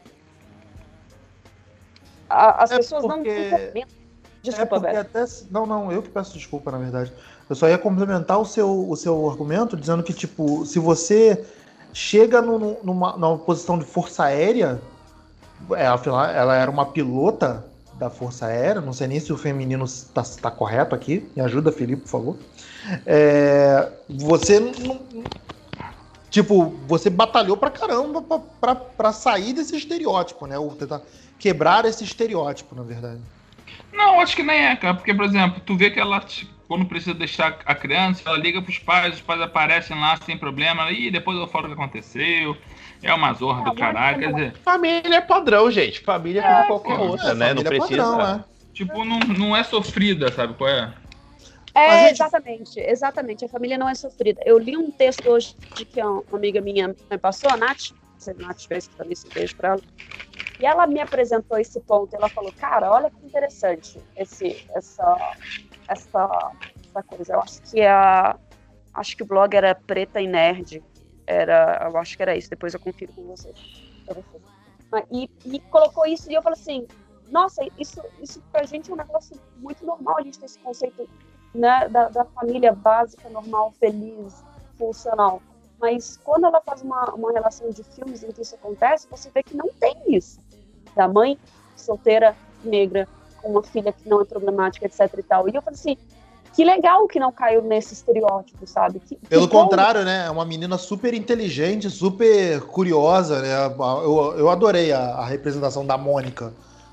A- As É pessoas não porque- se comentam. É Desculpa, porque velho. até... Não, não, eu que peço desculpa, na verdade. Eu só ia complementar o seu, o seu argumento, dizendo que, tipo, se você chega no, numa, numa posição de força aérea, é, afinal, ela era uma pilota da Força Aérea, não sei nem se o feminino está tá correto aqui, me ajuda, Felipe, por favor. É, você não... Tipo, você batalhou pra caramba pra, pra, pra sair desse estereótipo, né? Ou tentar quebrar esse estereótipo, na verdade. Não, acho que nem é, cara. Porque, por exemplo, tu vê que ela, quando precisa deixar a criança, ela liga pros pais, os pais aparecem lá sem problema. E depois eu falo o que aconteceu. É uma zorra do caralho. Quer dizer, Família é padrão, gente. Família é como qualquer pô, outra, É, né? Não família precisa. padrão, é. tipo, não, não é sofrida, sabe qual é? Mas, É, gente- exatamente, exatamente. A família não é sofrida. Eu li um texto hoje de que uma amiga minha me passou, a Nath, se a Nath estiver escutando isso, um beijo pra ela. E ela me apresentou esse ponto. Ela falou, cara, olha que interessante esse, essa, essa, essa coisa. Eu acho que a, acho que o blog era Preta e Nerd. Era, eu acho que era isso. Depois eu confiro com vocês. pra vocês. Mas, E, e colocou isso e eu falei assim, nossa, isso, isso pra gente é um negócio muito normal, a gente ter esse conceito, né, da, da família básica, normal, feliz, funcional. Mas quando ela faz uma, uma relação de filmes em que isso acontece, você vê que não tem isso. Da mãe solteira, negra, com uma filha que não é problemática, etc e tal. E eu falei assim, que legal que não caiu nesse estereótipo, sabe? Que, Pelo que bom. contrário, né? É uma menina super inteligente, super curiosa, né? Eu, eu adorei a, a representação da Mônica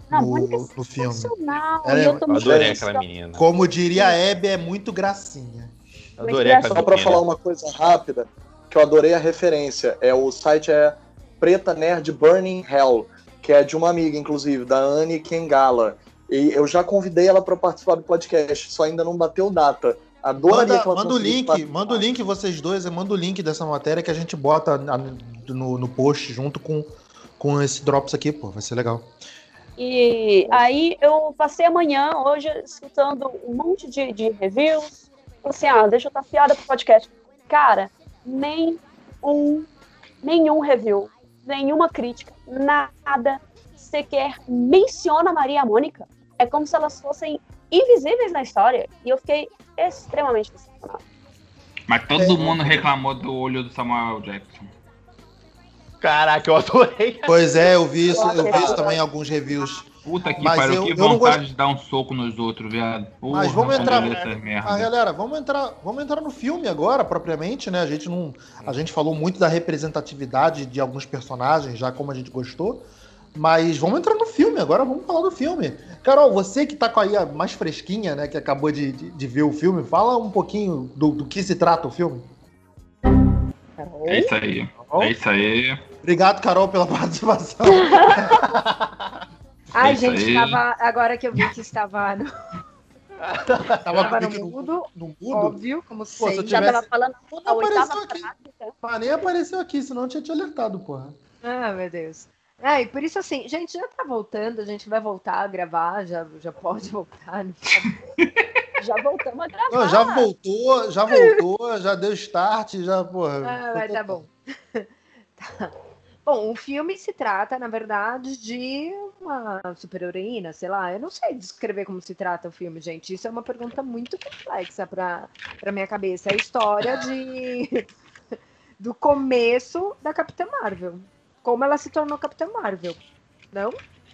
Não, a no, Mônica é no filme. sensacional. Ela e é- eu tô Eu muito adorei feliz. aquela menina. Como diria a Hebe, é muito gracinha. Adorei aquela Só pra menina. falar uma coisa rápida, que eu adorei a referência. É, o site é Preta Nerd Burning Hell, que é de uma amiga, inclusive, da Anne Kengala. E eu já convidei ela para participar do podcast, só ainda não bateu data. Adoraria Manda, que ela manda o conseguisse link, participar. manda o link vocês dois, manda o link dessa matéria que a gente bota na- no, no post junto com, com esse Drops aqui, pô, vai ser legal. E aí eu passei a manhã hoje escutando um monte de, de reviews. Falei assim, ah, deixa eu estar fiada pro podcast. Cara, nem um, nenhum review, nenhuma crítica, nada sequer menciona a Maria e a Mônica. É como se elas fossem invisíveis na história. E eu fiquei extremamente decepcionada. Mas todo mundo reclamou do olho do Samuel Jackson. Caraca, eu adorei. Pois é, eu vi isso, eu vi isso também em alguns reviews. Puta que Mas pariu, eu- que eu não vontade gosto- de dar um soco nos outros, viado. Porra, Mas vamos entrar- olha essas merda. Ah, galera, vamos entrar, vamos entrar no filme agora, propriamente, né? A gente não, a gente falou muito da representatividade de alguns personagens, já como a gente gostou, mas vamos entrar no filme agora, vamos falar do filme. Carol, você que tá com aí a mais fresquinha, né, que acabou de, de, de ver o filme, fala um pouquinho do, do que se trata o filme. É isso aí. É isso aí. Obrigado, Carol, pela participação. Ai, Isso gente, aí. tava, agora que eu vi que estava no, Tava tava comigo no no, mudo, no mudo, óbvio, como Pô, se eu sempre. Já tivesse- tava falando Não a oitava apareceu aqui. frase, então. mas nem apareceu aqui, senão eu tinha te alertado, porra. Ah, meu Deus. É, e por isso assim, gente, já tá voltando, a gente vai voltar a gravar, já, já pode voltar. Né? Já voltamos a gravar. Não, já voltou, já voltou, já deu start, já, porra. Ah, vai, tá bom. Tá. Bom, o filme se trata, na verdade, de uma super-heroína, sei lá. Eu não sei descrever como se trata o filme, gente. Isso é uma pergunta muito complexa pra, pra minha cabeça. É a história de do começo da Capitã Marvel. Como ela se tornou Capitã Marvel. Não?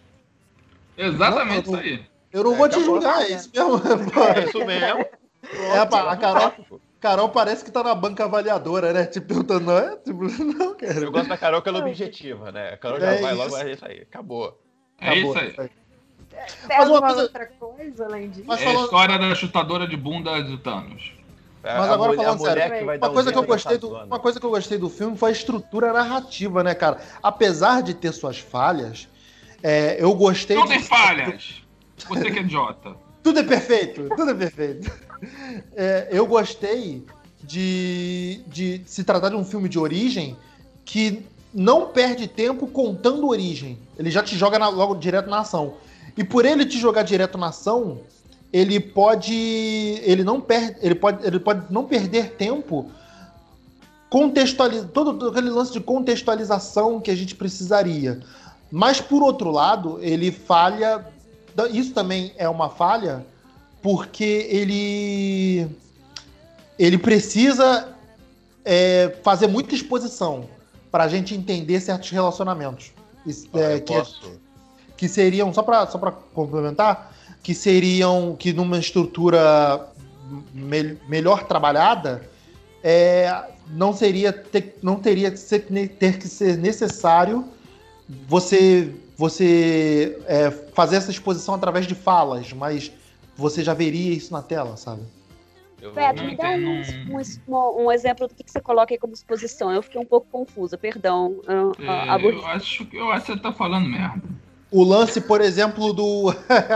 Exatamente Não, isso aí. Eu não É, vou te acabou. julgar, é isso mesmo. É isso mesmo. É, pá, a Carol, Carol parece que tá na banca avaliadora, né? Tipo, perguntando, não é? Tipo, não, cara. Eu gosto da Carol que ela é objetiva, né? A Carol já É vai isso. logo, é isso aí. Acabou. É Acabou, isso aí. Tem Mas uma alguma coisa- outra coisa além disso? Mas É a falando- história da chutadora de bunda do Thanos. Mas A agora mulher- falando a mulher sério, que vai Uma dar um coisa, que eu jeito na gostei do, Tazona. uma coisa que eu gostei do filme foi a estrutura narrativa, né, cara? Apesar de ter suas falhas, é, eu gostei. Não de- tem falhas. Você que é idiota. Tudo é perfeito, tudo é perfeito. É, eu gostei de, de se tratar de um filme de origem que não perde tempo contando origem. Ele já te joga na- logo direto na ação. E por ele te jogar direto na ação, ele pode. Ele não perde. Ele pode, ele pode não perder tempo contextualizando todo, todo aquele lance de contextualização que a gente precisaria. Mas, por outro lado, ele falha. Isso também é uma falha, porque ele. Ele precisa é, fazer muita exposição para a gente entender certos relacionamentos. Isso, Ah, é, eu que, posso. que seriam, só para só para complementar, que seriam que numa estrutura me- melhor trabalhada, é, não seria ter, não teria que ser, ter que ser necessário você você é, fazer essa exposição através de falas, mas você já veria isso na tela, sabe? Eu Beto, não me dá um, entendo. um, um, um exemplo do que, que você coloca aí como exposição. Eu fiquei um pouco confusa, perdão. Eu, É, a, a, eu, acho, eu acho que você tá falando merda. O lance, por exemplo, do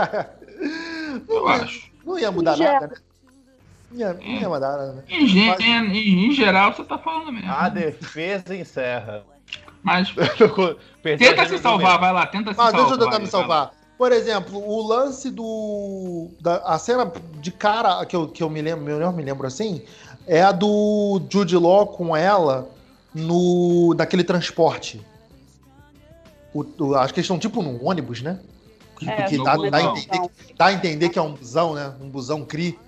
Eu acho. não ia mudar Já. nada, né? Não ia, não ia mudar nada, né? Em, gen- em, em geral, você tá falando merda. A defesa encerra. Mas Perdeu tenta a se gente salvar, no vai lá, tenta se Ah, salvar. deixa eu tentar vai, me vai salvar. Por exemplo, o lance do. Da, a cena de cara que eu, que eu me lembro, melhor me lembro assim, é a do Jude Law com ela no daquele transporte. O, o- acho que eles estão tipo num ônibus, né? Que, É, que no dá, busão. dá, a entender, dá a entender que é um busão, né? Um busão Cri.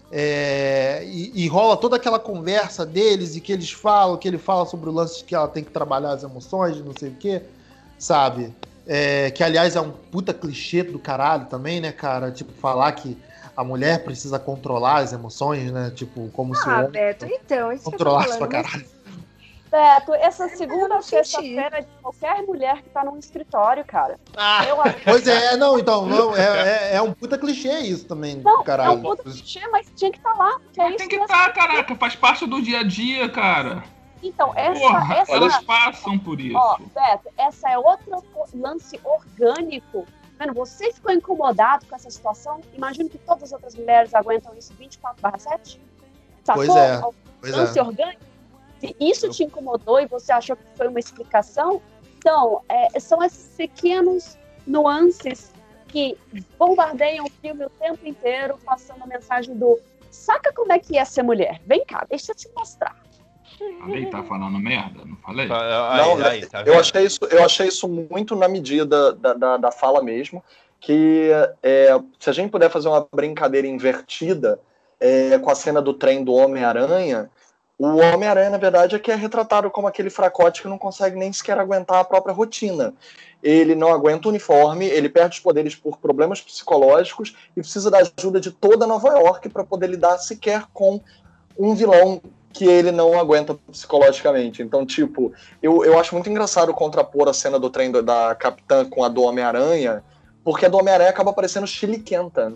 É, e, e rola toda aquela conversa deles e que eles falam, que ele fala sobre o lance de que ela tem que trabalhar as emoções, não sei o quê, sabe? É, que, aliás, é um puta clichê do caralho também, né, cara? Tipo, falar que a mulher precisa controlar as emoções, né? Tipo, como se o Ah, homem Beto, então, isso que eu tô controlasse pra falando. Mas, caralho. Beto, essa segunda ou sexta-feira é de qualquer mulher que tá num escritório, cara. Ah, Eu acho. Pois é, não, então, não, é, é, é um puta clichê isso também, Não, caralho. é um puta clichê, mas tinha que estar lá. Que é Mas isso tem que que estar, caraca, faz parte do dia a dia, cara. Então, essa, Porra, essa elas passam por isso. Ó, Beto, essa é outro lance orgânico. Mano, você ficou incomodado com essa situação? Imagino que todas as outras mulheres aguentam isso vinte e quatro barra sete. Sacou? Pois é, pois lance é. orgânico. Se isso te incomodou e você achou que foi uma explicação, então, é, são esses pequenos nuances que bombardeiam o filme o tempo inteiro, passando a mensagem do saca como é que é ser mulher? Vem cá, deixa eu te mostrar. Falei, tá falando merda, não falei? Não, Aí, aí, tá eu, vendo? achei isso, eu achei isso muito na medida da, da, da fala mesmo, que é, se a gente puder fazer uma brincadeira invertida é, com a cena do trem do Homem-Aranha, o Homem-Aranha, na verdade, é que é retratado como aquele fracote que não consegue nem sequer aguentar a própria rotina. Ele não aguenta o uniforme, ele perde os poderes por problemas psicológicos e precisa da ajuda de toda Nova York para poder lidar sequer com um vilão que ele não aguenta psicologicamente. Então, tipo, eu, eu acho muito engraçado contrapor a cena do trem do, da Capitã com a do Homem-Aranha, porque a do Homem-Aranha acaba parecendo chiliquenta.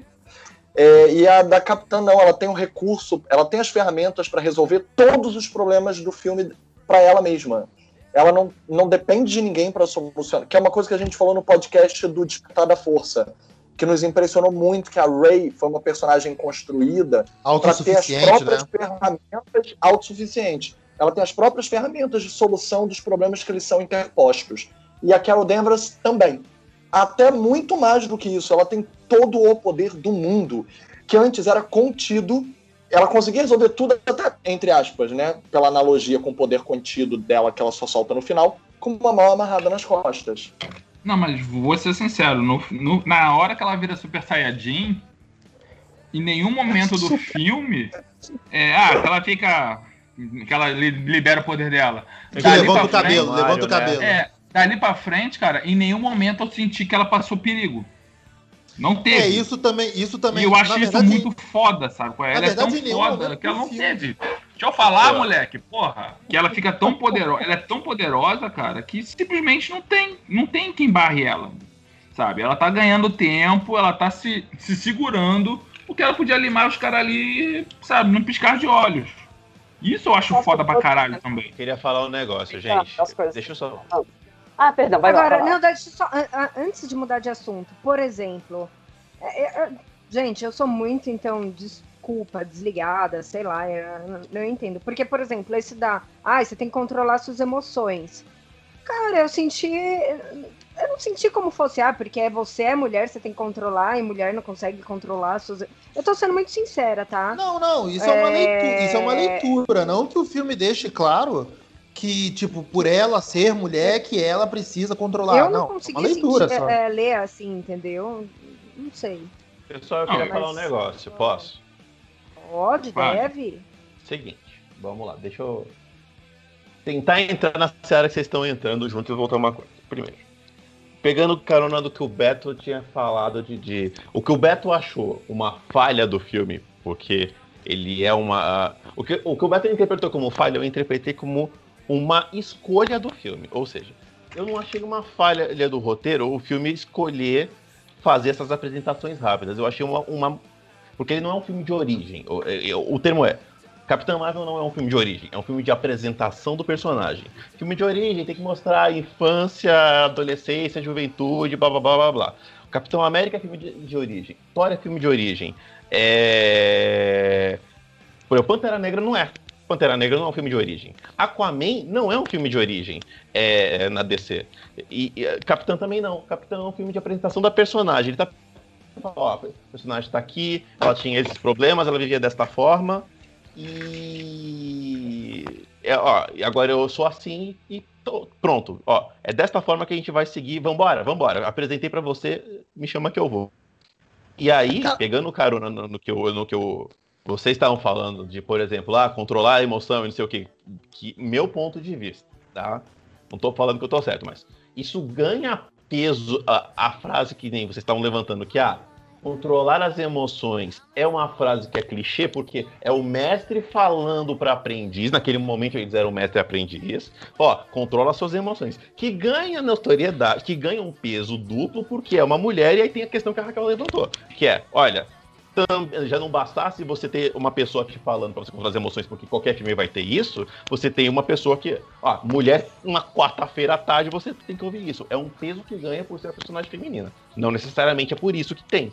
É, e a da Capitã não, ela tem um recurso, ela tem as ferramentas para resolver todos os problemas do filme para ela mesma. Ela não, não depende de ninguém para solucionar, que é uma coisa que a gente falou no podcast do Despertar da Força, que nos impressionou muito, que a Rey foi uma personagem construída para ter as próprias né? ferramentas autossuficientes. Ela tem as próprias ferramentas de solução dos problemas que eles são interpostos. E a Carol Danvers também. Até muito mais do que isso, ela tem todo o poder do mundo, que antes era contido, ela conseguia resolver tudo, até, entre aspas, né, pela analogia com o poder contido dela, que ela só solta no final, com uma mão amarrada nas costas. Não, mas vou ser sincero, no, no, na hora que ela vira Super Saiyajin, em nenhum momento do filme, é, ah, que ela fica, que ela li, libera o poder dela. Levanta o cabelo, frente, levanta o cabelo. É, dali pra frente, cara, em nenhum momento eu senti que ela passou perigo. Não teve. É, isso também, isso também. E eu acho isso verdade, muito foda, sabe? Ela verdade, é tão foda que ela não teve. Deixa eu falar, Pô. moleque, porra, que ela fica tão poderosa, ela é tão poderosa, cara, que simplesmente não tem, não tem quem barre ela, sabe? Ela tá ganhando tempo, ela tá se, se segurando, porque ela podia limar os caras ali, sabe, num piscar de olhos. Isso eu acho foda pra caralho também. Queria falar um negócio, gente. Deixa eu só... Ah, perdão, vai Agora, lá. Vai lá. Não, deixa eu só, antes de mudar de assunto, por exemplo, é, é, gente, eu sou muito, então, desculpa, desligada, sei lá, eu não entendo. Porque, por exemplo, esse da, ah, você tem que controlar suas emoções. Cara, eu senti, eu não senti como fosse, ah, porque você é mulher, você tem que controlar, e mulher não consegue controlar suas... Eu tô sendo muito sincera, tá? Não, não, isso é, é uma leitura, isso é uma leitura, não que o filme deixe claro... que, tipo, por ela ser mulher, que ela precisa controlar. Eu não, não consegui uma leitura sentir, só. É, ler assim, entendeu? Não sei. Pessoal, eu queria não, falar mas... um negócio, posso? Pode, Vai. deve. Seguinte, vamos lá, deixa eu tentar entrar na seara que vocês estão entrando juntos e voltar uma coisa. Primeiro, pegando carona do que o Beto tinha falado de, de... O que o Beto achou uma falha do filme, porque ele é uma... O que o, que o Beto interpretou como falha, eu interpretei como uma escolha do filme, ou seja, eu não achei uma falha do roteiro o filme escolher fazer essas apresentações rápidas, eu achei uma, uma... porque ele não é um filme de origem, o, o, o termo é, Capitã Marvel não é um filme de origem, é um filme de apresentação do personagem. Filme de origem tem que mostrar a infância, a adolescência, a juventude, blá blá blá blá blá. Capitão América é filme de, de origem, Thor é filme de origem, é... Por exemplo, Pantera Negra não é. Pantera Negra não é um filme de origem. Aquaman não é um filme de origem é, na D C. E, e Capitã também não. Capitã é um filme de apresentação da personagem. Ele tá... Ó, o personagem tá aqui, ela tinha esses problemas, ela vivia desta forma. E... É, ó, agora eu sou assim e tô... pronto. Ó, é desta forma que a gente vai seguir. Vambora, vambora. Apresentei pra você, me chama que eu vou. E aí, pegando carona no, no que eu... No que eu vocês estavam falando de, por exemplo, ah, controlar a emoção e não sei o quê. Que, meu ponto de vista, tá? Não tô falando que eu tô certo, mas isso ganha peso, a, a frase que nem vocês estavam levantando, que ah, controlar as emoções é uma frase que é clichê, porque é o mestre falando para aprendiz, naquele momento eles eram mestre e aprendiz, ó, controla as suas emoções, que ganha notoriedade, que ganha um peso duplo, porque é uma mulher, e aí tem a questão que a Raquel levantou, que é, olha, já não bastasse você ter uma pessoa te falando para você controlar as emoções, porque qualquer filme vai ter isso, você tem uma pessoa que, ó, mulher, uma quarta-feira à tarde, você tem que ouvir isso. É um peso que ganha por ser a personagem feminina. Não necessariamente é por isso que tem.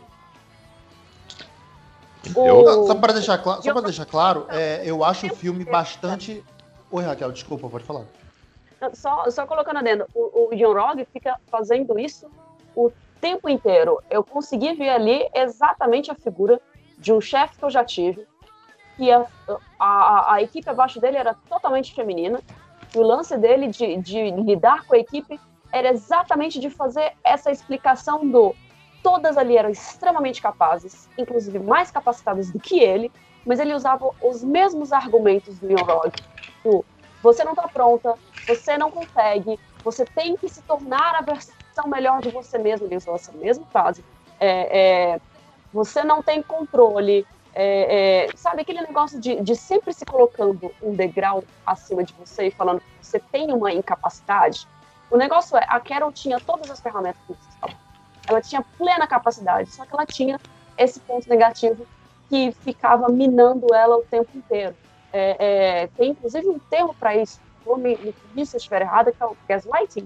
O... Só para deixar, cl- só pra deixar claro, é, eu acho o filme bastante... Oi, Raquel, desculpa, pode falar. Só, só colocando adendo, o, o John Rogge fica fazendo isso o tempo inteiro. Eu consegui ver ali exatamente a figura de um chefe que eu já tive, que a, a, a equipe abaixo dele era totalmente feminina, e o lance dele de, de lidar com a equipe era exatamente de fazer essa explicação do todas ali eram extremamente capazes, inclusive mais capacitadas do que ele, mas ele usava os mesmos argumentos do John Rogge, do você não está pronta, você não consegue, você tem que se tornar a versão melhor de você mesmo, ele usou essa mesma frase, é, é, você não tem controle, é, é, sabe aquele negócio de, de sempre se colocando um degrau acima de você e falando que você tem uma incapacidade? O negócio é, a Carol tinha todas as ferramentas que precisava, ela tinha plena capacidade, só que ela tinha esse ponto negativo que ficava minando ela o tempo inteiro. É, é, tem inclusive um termo para isso, vou me corrigir se eu estiver errada, que é o gaslighting.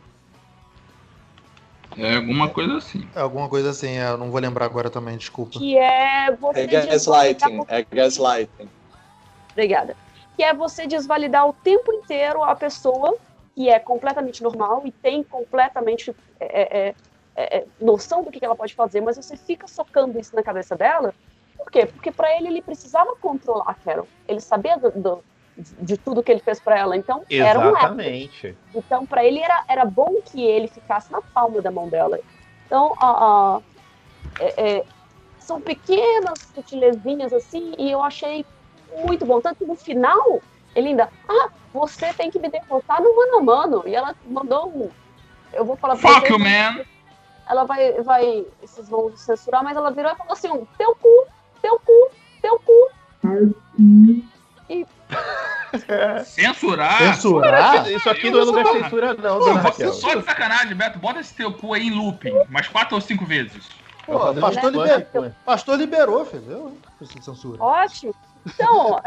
É alguma coisa assim. É alguma coisa assim, eu não vou lembrar agora também, desculpa. Que é você É gaslighting, é gaslighting. Obrigada. Que é você desvalidar o tempo inteiro a pessoa que é completamente normal e tem completamente é, é, é, é, noção do que ela pode fazer, mas você fica socando isso na cabeça dela. Por quê? Porque para ele, ele precisava controlar a Carol. Ele sabia do, do, de tudo que ele fez para ela, então era um Exatamente. Época. Então, para ele, era, era bom que ele ficasse na palma da mão dela. Então, uh, uh, é, é, são pequenas sutilezinhas assim, e eu achei muito bom. Tanto que no final, ele ainda, ah, você tem que me derrotar no mano a mano. E ela mandou um, eu vou falar pra Fuck você, you, man! Ela vai, vai, vocês vão censurar, mas ela virou e falou assim, um, teu cu, teu cu, teu cu. E... Censurar? Censurar? Isso aqui não é lugar de censura, não, Pô, dona você Raquel. só de sacanagem, Beto. Bota esse teu cu aí em looping, umas quatro ou cinco vezes. Pô, o pastor, liber... pastor liberou, filho. Eu não preciso de censura. Ótimo. Então,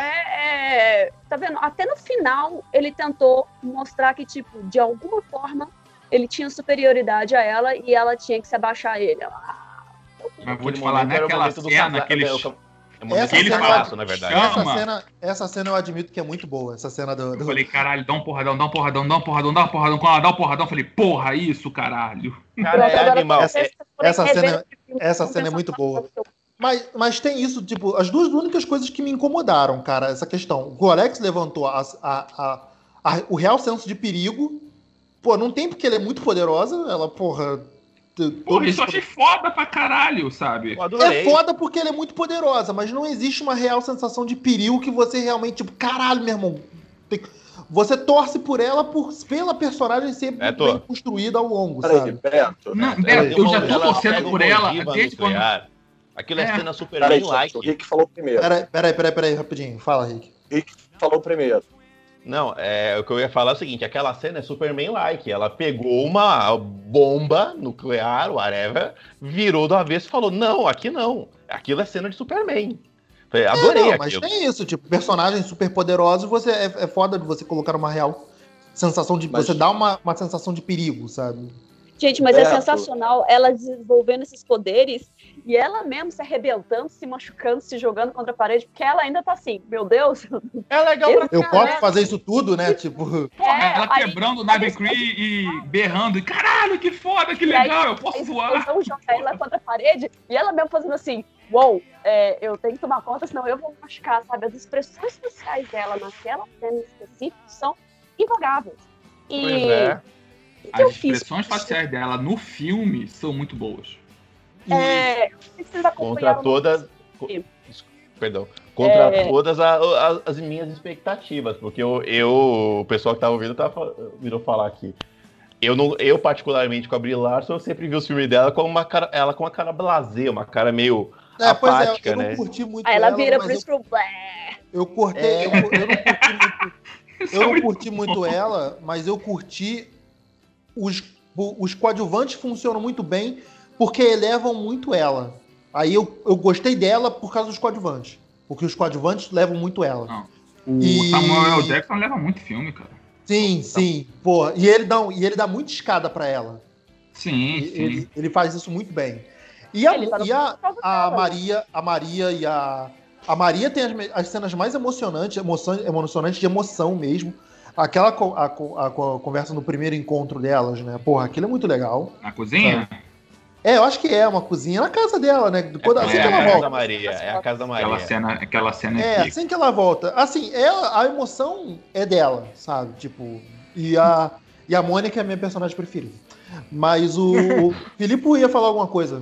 é, é, tá vendo? Até no final, ele tentou mostrar que, tipo, de alguma forma, ele tinha superioridade a ela e ela tinha que se abaixar a ele. Ela, Mas vou te falar, naquela cena, aqueles... Essa ele cena, fala, na verdade. Essa cena, essa cena eu admito que é muito boa. Essa cena do. do... Eu falei, caralho, dá um porradão, dá um porradão, dá um porradão, dá um porradão. Quando ela dá um porradão, eu falei, porra, isso, caralho. Cara, é animal. Essa, essa cena, essa cena é muito boa. Mas, mas tem isso, tipo, as duas únicas coisas que me incomodaram, cara, essa questão. O Alex levantou a, a, a, a, o real senso de perigo. Pô, não tem porque ela é muito poderosa, ela, porra. Porra, isso eu achei foda pra caralho, sabe? É foda porque ela é muito poderosa, mas não existe uma real sensação de perigo que você realmente, tipo, caralho, meu irmão. Tem... Você torce por ela por, pela personagem ser é, bem construída ao longo, Peraí, sabe? Beto, não, Beto, eu já tô torcendo por ela desde quando... Aquilo é, é cena super peraí, like. O Rick falou primeiro. Peraí, peraí, peraí, peraí, rapidinho. Fala, Rick. Rick falou primeiro. Não, é, o que eu ia falar é o seguinte, aquela cena é Superman-like, ela pegou uma bomba nuclear, whatever, virou do avesso e falou, não, aqui não, aquilo é cena de Superman. Falei, adorei é, não, aquilo. Mas tem isso, tipo, personagens super poderosos, você, é, é foda de você colocar uma real sensação de, mas... você dá uma, uma sensação de perigo, sabe? Gente, mas é, é sensacional ela desenvolvendo esses poderes e ela mesmo se arrebentando, se machucando, se jogando contra a parede, porque ela ainda tá assim, meu Deus. É legal pra Eu posso fazer isso tudo, né? Tipo... É, ela quebrando o Nave Cree e berrando, e caralho, que foda, que legal, aí, eu posso voar. Então joga ela contra a parede e ela mesmo fazendo assim, uou, wow, é, eu tenho que tomar conta, senão eu vou machucar, sabe? As expressões faciais dela naquela cena específica são impagáveis. E... Pois é. As expressões faciais dela no filme são muito boas. É, contra todas, perdão, contra é... todas a, a, as minhas expectativas, porque eu, eu o pessoal que tava ouvindo tava, virou falar aqui. Eu, não, eu, particularmente, com a Brie Larson, eu sempre vi os filmes dela com uma cara, ela com uma cara blasé, uma cara meio É, pois é, apática, eu não né? curti muito Aí ela ela, vira mas pro eu, Scrooge. eu cortei, É. eu, eu não curti muito, eu não curti muito ela, mas eu curti os, os coadjuvantes funcionam muito bem porque elevam muito ela. Aí eu, eu gostei dela por causa dos coadjuvantes, porque os coadjuvantes levam muito ela. Não. O E- Samuel L. Jackson leva muito filme, cara. Sim, sim, pô, e ele dá, um- e ele dá muita escada pra ela. Sim, E- sim. Ele, ele faz isso muito bem. E a, Ele tá no e a, por causa a dela, né? Maria, a Maria e a. A Maria tem as, me- as cenas mais emocionantes, emoção, emocionantes de emoção mesmo. Aquela co- a, co- a co- conversa no primeiro encontro delas, né? Porra, aquilo é muito legal. Na cozinha? É, eu acho que é uma cozinha na casa dela, né? Quando, assim é, que É ela a casa da volta. Maria, é a casa da Maria. Aquela cena, aquela cena É, é, assim que ela volta. Assim, ela, a emoção é dela, sabe? Tipo, e a, e a Mônica é a minha personagem preferida. Mas o, o Filipe ia falar alguma coisa.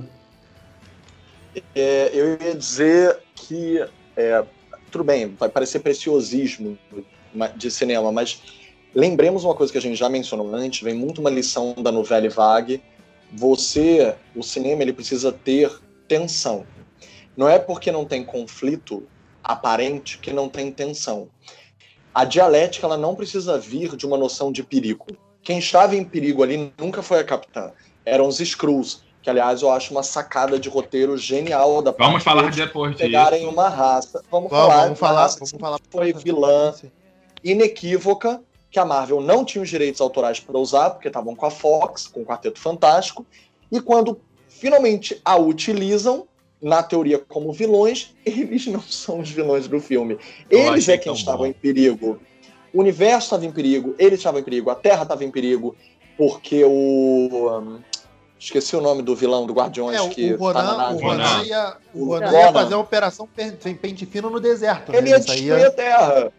É, eu ia dizer que, é, tudo bem, vai parecer preciosismo de cinema, mas lembremos uma coisa que a gente já mencionou antes, vem muito uma lição da novela Vague. Você, o cinema, ele precisa ter tensão. Não é porque não tem conflito aparente que não tem tensão. A dialética, ela não precisa vir de uma noção de perigo. Quem estava em perigo ali nunca foi a capitã, eram os Skrulls, que aliás eu acho uma sacada de roteiro genial da parte Vamos falar deles depois disso. pegarem uma raça. Vamos, Vamos, falar, vamos de uma falar, raça vamos que falar. foi vilã, inequívoca, que a Marvel não tinha os direitos autorais para usar, porque estavam com a Fox, com o Quarteto Fantástico, e quando finalmente a utilizam, na teoria como vilões, eles não são os vilões do filme. Eu Eles achei é quem tão estavam bom. em perigo. O universo estava em perigo, eles estavam em perigo, a Terra estava em perigo, porque o... um, esqueci o nome do vilão do Guardiões É, o, que o Ronan, tá na o nave. Ronan Ronan. ia, o O Ronan Ronan. ia fazer a operação per- sem pente fino no deserto. Ele né? ia Isso aí destruir a Terra.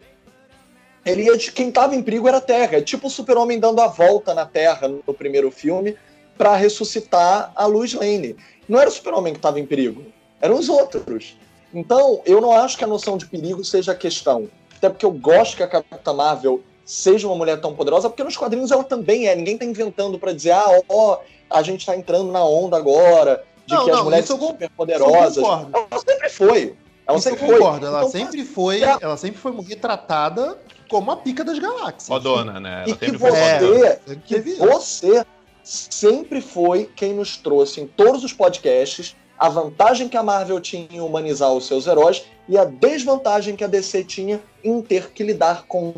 Ele ia de... Quem estava em perigo era a Terra. É tipo o Super-Homem dando a volta na Terra no primeiro filme para ressuscitar a Lois Lane. Não era o Super-Homem que estava em perigo, eram os outros. Então, eu não acho que a noção de perigo seja a questão. Até porque eu gosto que a Capitã Marvel seja uma mulher tão poderosa, porque nos quadrinhos ela também é. Ninguém está inventando para dizer, ah, ó, a gente está entrando na onda agora de Não, que as não, mulheres isso eu são con- super poderosas. isso eu concordo. Ela sempre foi. Ela Isso eu sempre foi. concordo. Ela Então, sempre foi, é- ela sempre foi retratada como a pica das galáxias. Fodona, né? E Ela que sempre foi É, fodona. você, sempre que teve isso. você sempre foi quem nos trouxe em todos os podcasts a vantagem que a Marvel tinha em humanizar os seus heróis e a desvantagem que a D C tinha em ter que lidar com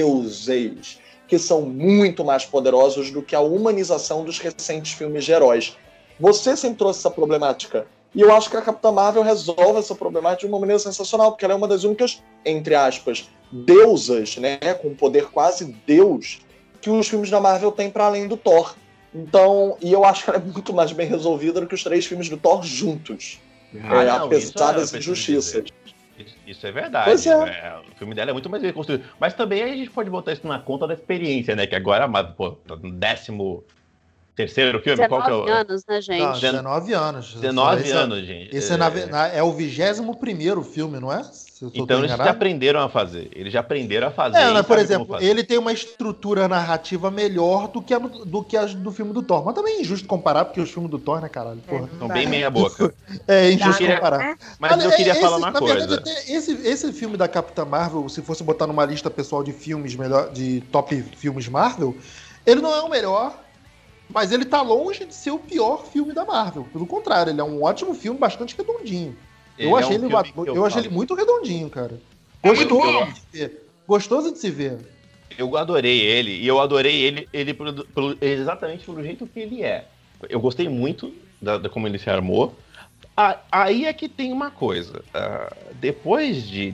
deuses, que são muito mais poderosos do que a humanização dos recentes filmes de heróis. Você sempre trouxe essa problemática. E eu acho que a Capitã Marvel resolve essa problemática de uma maneira sensacional, porque ela é uma das únicas, entre aspas, deusas, né, com poder quase deus, que os filmes da Marvel têm para além do Thor. Então, e eu acho que ela é muito mais bem resolvida do que os três filmes do Thor juntos. Ah, É, não, isso apesar é, eu das preciso injustiças. dizer. Isso- Isso é verdade. Pois é. né? O filme dela é muito mais bem construído. Mas também a gente pode botar isso na conta da experiência, né? Que agora, mas, pô, tá no décimo terceiro filme, qual que é dezenove o... anos, né, gente? Não, dezenove anos. dezenove Esse é- anos, gente. Esse é, na ve- na- é o vigésimo primeiro filme, não é? Se eu tô Então eles já enganado. aprenderam a fazer. Eles já aprenderam a fazer. É, e né, por sabem exemplo, como fazer. ele tem uma estrutura narrativa melhor do que a do, do que a do filme do Thor. Mas também é injusto comparar, porque os filmes do Thor, né, caralho? Porra. São bem meia boca. É injusto queria- comparar. Mas Olha, eu queria esse- falar uma na coisa. verdade, até esse, esse filme da Capitã Marvel, se fosse botar numa lista pessoal de filmes melhor, de top filmes Marvel, ele não é o melhor, mas ele tá longe de ser o pior filme da Marvel. Pelo contrário, ele é um ótimo filme, bastante redondinho. Ele eu é achei, um ele, filme que eu eu achei falo. ele muito redondinho, cara. É muito Gostoso bom. de se ver. Gostoso de se ver. Eu adorei ele, e eu adorei ele, ele pelo- pelo- exatamente pelo jeito que ele é. Eu gostei muito da, da como ele se armou. Ah, aí é que tem uma coisa. ah, depois de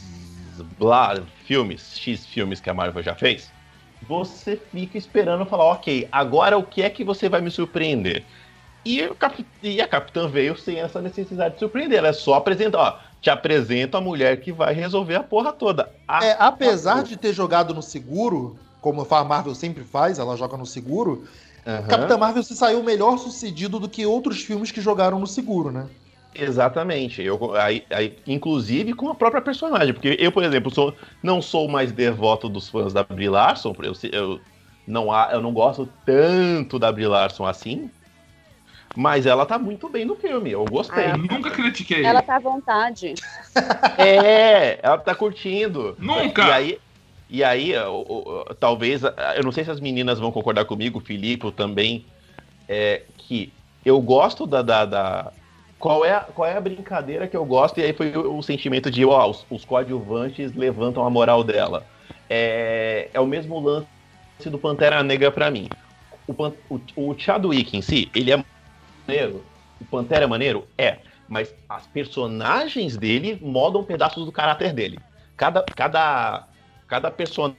desblar filmes, X filmes que a Marvel já fez, você fica esperando falar, ok, agora o que é que você vai me surpreender? E, o cap- e a Capitã veio sem essa necessidade de surpreender. Ela é só apresentar, ó, te apresento a mulher que vai resolver a porra toda. A- É, apesar de ter jogado no seguro, como a Marvel sempre faz, ela joga no seguro, Aham. Capitã Marvel se saiu melhor sucedido do que outros filmes que jogaram no seguro, né? Exatamente. Eu, aí, aí, inclusive com a própria personagem. Porque eu, por exemplo, sou, não sou mais devoto dos fãs da Brie Larson. Eu, eu Não há, eu não gosto tanto da Brie Larson assim, mas ela tá muito bem no filme, eu gostei. Eu nunca critiquei. Ela tá à vontade. É, ela tá curtindo. Nunca! E aí, e aí eu, eu, talvez, eu não sei se as meninas vão concordar comigo, o Filipe também, é, que eu gosto da... da, da qual, é, qual é a brincadeira que eu gosto, e aí foi o, o sentimento de, ó, os, os coadjuvantes levantam a moral dela. É, é o mesmo lance do Pantera Negra pra mim. O, o, o Chadwick em si, ele é maneiro, o Pantera é maneiro? É, mas as personagens dele modam pedaços do caráter dele. Cada, cada, cada personagem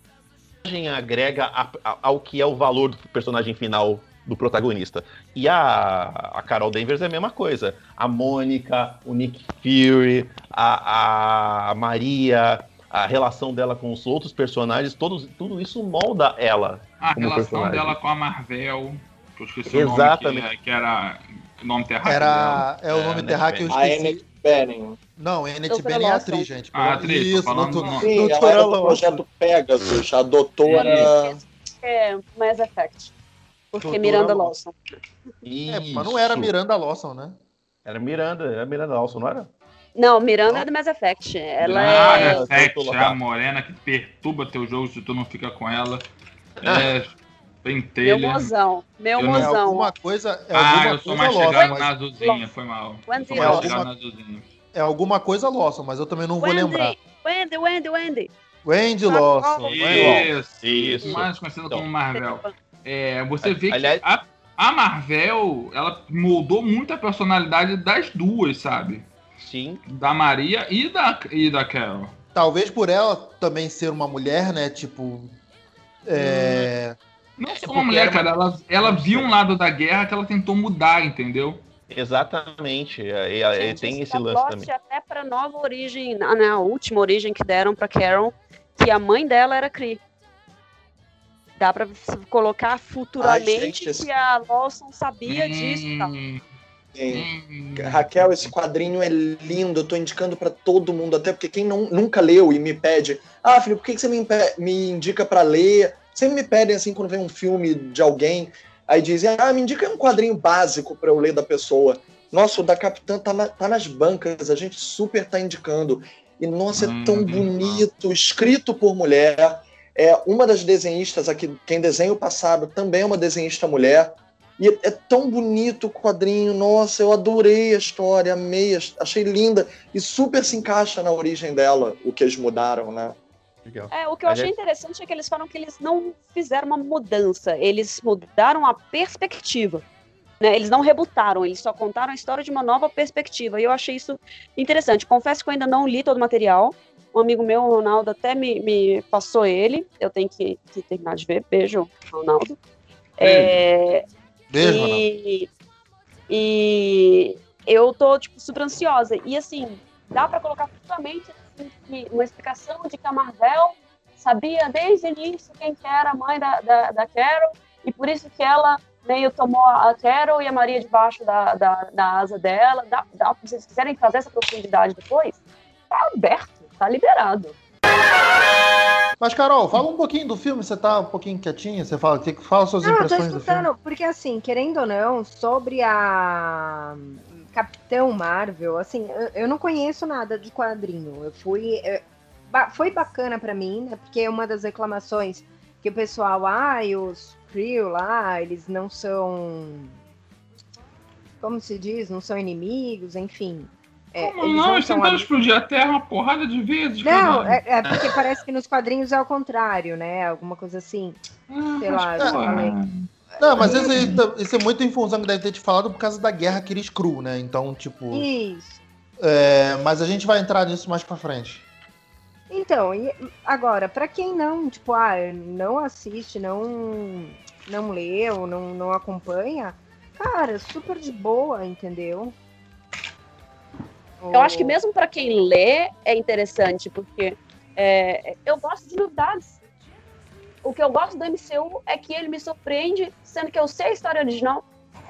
agrega a, a, ao que é o valor do personagem final do protagonista. E a, a Carol Danvers é a mesma coisa. A Mônica, o Nick Fury, a, a Maria, a relação dela com os outros personagens, todos, tudo isso molda ela. A como relação personagem. dela com a Marvel, que eu esqueci Exatamente. o nome, que, que era o nome terráqueo Era, dela. é o nome É, terráqueo que eu A esqueci. Annette Bening. Não, Annette Doutora Bening é Lawson. atriz, gente. Ah, atriz, tô Isso, falando doutor- não. Sim, ela doutora era do Lawson. projeto Pegasus, a doutora... É Mass Effect. Porque Doutora Miranda Lawson. Lawson. É, mas não era Isso. Miranda Lawson, né? Era Miranda, era Miranda Lawson, não era? Não, Miranda é do Mass Effect. Ela Ah, é. é- Effect, a morena que perturba teu jogo se tu não fica com ela. É, Meu pentelha. mozão. Meu Eu não- É mozão. alguma coisa, é Ah, alguma eu sou coisa mais Lawson. chegado mas- na azulzinha, foi mal. Eu Wendy sou mais Lawson. chegado na azulzinha. É alguma coisa Lawson, mas eu também não vou lembrar. Wendy, Wendy, Wendy. Wendy Sabe Lawson. qual? Wendy Lawson. Isso, Isso. mais conhecida Então. como Marvel. É, você vê Aliás- que a, a Marvel, ela moldou muito a personalidade das duas, sabe? Sim. Da Maria e da, e da Carol. Talvez por ela também ser uma mulher, né? Tipo. É. Não só porque uma mulher, era uma- cara, ela, ela viu um lado da guerra que ela tentou mudar, entendeu? Exatamente. E, e- e Gente, tem isso esse dá lance plot também. até pra nova origem, na, na última origem que deram pra Carol, que a mãe dela era Kree. Dá pra s- colocar futuramente Ai, gente, esse- que a Lawson sabia disso e tal. Hum, Sim. hum. Raquel, esse quadrinho é lindo, eu tô indicando pra todo mundo, até porque quem não, nunca leu e me pede, ah, Felipe, por que que você me, impe- me indica pra ler? Sempre me pedem assim quando vem um filme de alguém, aí dizem, ah, me indica um quadrinho básico pra eu ler da pessoa. Nossa, o da Capitã tá, na- tá nas bancas, a gente super tá indicando. E, nossa, é Hum, tão entendi. bonito, escrito por mulher. É uma das desenhistas aqui, quem desenha o passado, também é uma desenhista mulher. E é tão bonito o quadrinho, nossa, eu adorei a história, amei, achei linda. E super se encaixa na origem dela, o que eles mudaram, né? Legal. É, o que eu A achei gente- interessante é que eles falam que eles não fizeram uma mudança, eles mudaram a perspectiva. Né? Eles não rebutaram, eles só contaram a história de uma nova perspectiva. E eu achei isso interessante. Confesso que eu ainda não li todo o material. Um amigo meu, o Ronaldo, até me, me passou ele. Eu tenho que, que terminar de ver. Beijo, Ronaldo. É, Beijo, Ronaldo. e, e eu tô, tipo, super ansiosa. E, assim, dá pra colocar futuramente assim, que uma explicação de que a Marvel sabia desde o início quem que era a mãe da, da, da Carol, e por isso que ela meio tomou a Carol e a Maria debaixo da, da, da asa dela. Dá, dá, se vocês quiserem fazer essa profundidade depois, tá aberto, tá liberado. Mas, Carol, fala um pouquinho do filme, você tá um pouquinho quietinha, você fala, que- fala suas Não, eu tô impressões do filme. escutando, porque assim, querendo ou não, sobre a Capitão Marvel, assim, eu, eu não conheço nada de quadrinho. Eu fui. é, ba- foi bacana pra mim, né? Porque uma das reclamações que o pessoal, ah, e os Kree lá, eles não são. Como se diz? Não são inimigos, enfim. É, Como eles não? Eles são tentaram amigos. explodir a Terra uma porrada de vezes. Não, cara. é, é porque parece que nos quadrinhos é o contrário, né? Alguma coisa assim. Ah, sei mas, lá, eu pô, falei. Não, mas isso, aí tá- isso é muito em função que deve ter te falado por causa da guerra Kree Skrull, né? Então, tipo. Isso. é, mas a gente vai entrar nisso mais pra frente. Então, e agora, pra quem não, tipo, ah, não assiste, não, não leu, não, não acompanha, cara, super de boa, entendeu? Eu acho que mesmo para quem lê é interessante, porque é, eu gosto de novidades. O que eu gosto do M C U é que ele me surpreende, sendo que eu sei a história original.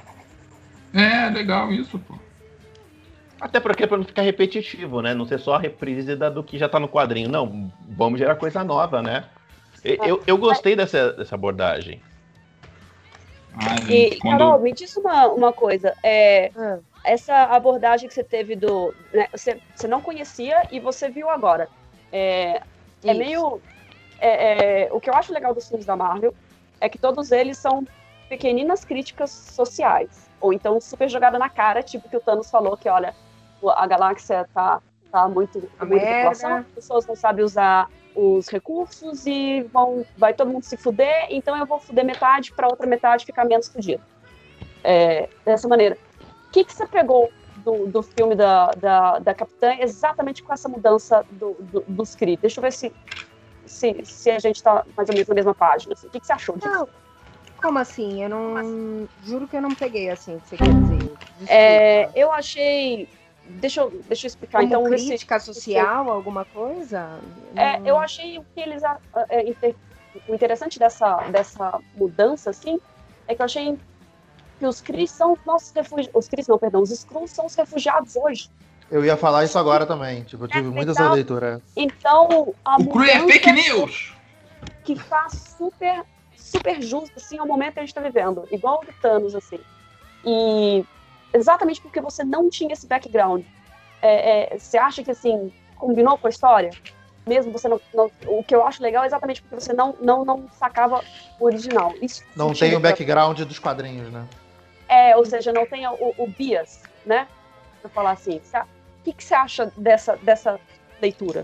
É, legal isso, pô. Até porque pra não ficar repetitivo, né? Não ser só a reprise da- do que já tá no quadrinho. Não, vamos gerar coisa nova, né? Eu, eu gostei dessa, dessa abordagem. Ah, E, gente, quando... Carol, me diz uma, uma coisa. É, Ah. Essa abordagem que você teve do... né, você, você não conhecia e você viu agora. É, é Isso. meio... é, é, o que eu acho legal dos filmes da Marvel é que todos eles são pequeninas críticas sociais. Ou então super jogada na cara, tipo que o Thanos falou que, olha, a galáxia tá, tá muito... A muita merda. população, as pessoas não sabem usar os recursos e vão, vai todo mundo se fuder, então eu vou fuder metade para outra metade ficar menos fudido. É, dessa maneira. O que, que você pegou do, do filme da, da, da Capitã exatamente com essa mudança do, do, dos Kree? Deixa eu ver se, se, se a gente tá mais ou menos na mesma página. Assim. O que, que você achou disso? Não, como assim? Eu não. Juro que eu não peguei assim o que você quer dizer. Desculpa. É, eu achei. Deixa eu, deixa eu explicar. Como então, crítica esse, social, alguma coisa? É, Não- eu achei que eles. É, inter- o interessante dessa, dessa mudança, assim, é que eu achei que os Kree são os nossos refugiados. Os Kree, não, perdão, os Skrulls são os refugiados hoje. Eu ia falar isso agora também. Tipo, eu tive muita essa então- leitura. Então, a O Kree é mudança fake news! que faz super, super justo, assim, ao momento que a gente tá vivendo. Igual o do Thanos, assim. E exatamente porque você não tinha esse background. É, é, você acha que, assim, combinou com a história? Mesmo você não, não... O que eu acho legal é exatamente porque você não, não, não sacava o original. Isso Não tinha tem o pra- background dos quadrinhos, né? É, ou seja, não tem o, o bias, né? Pra falar assim. Cê- O que, que você acha dessa, dessa leitura?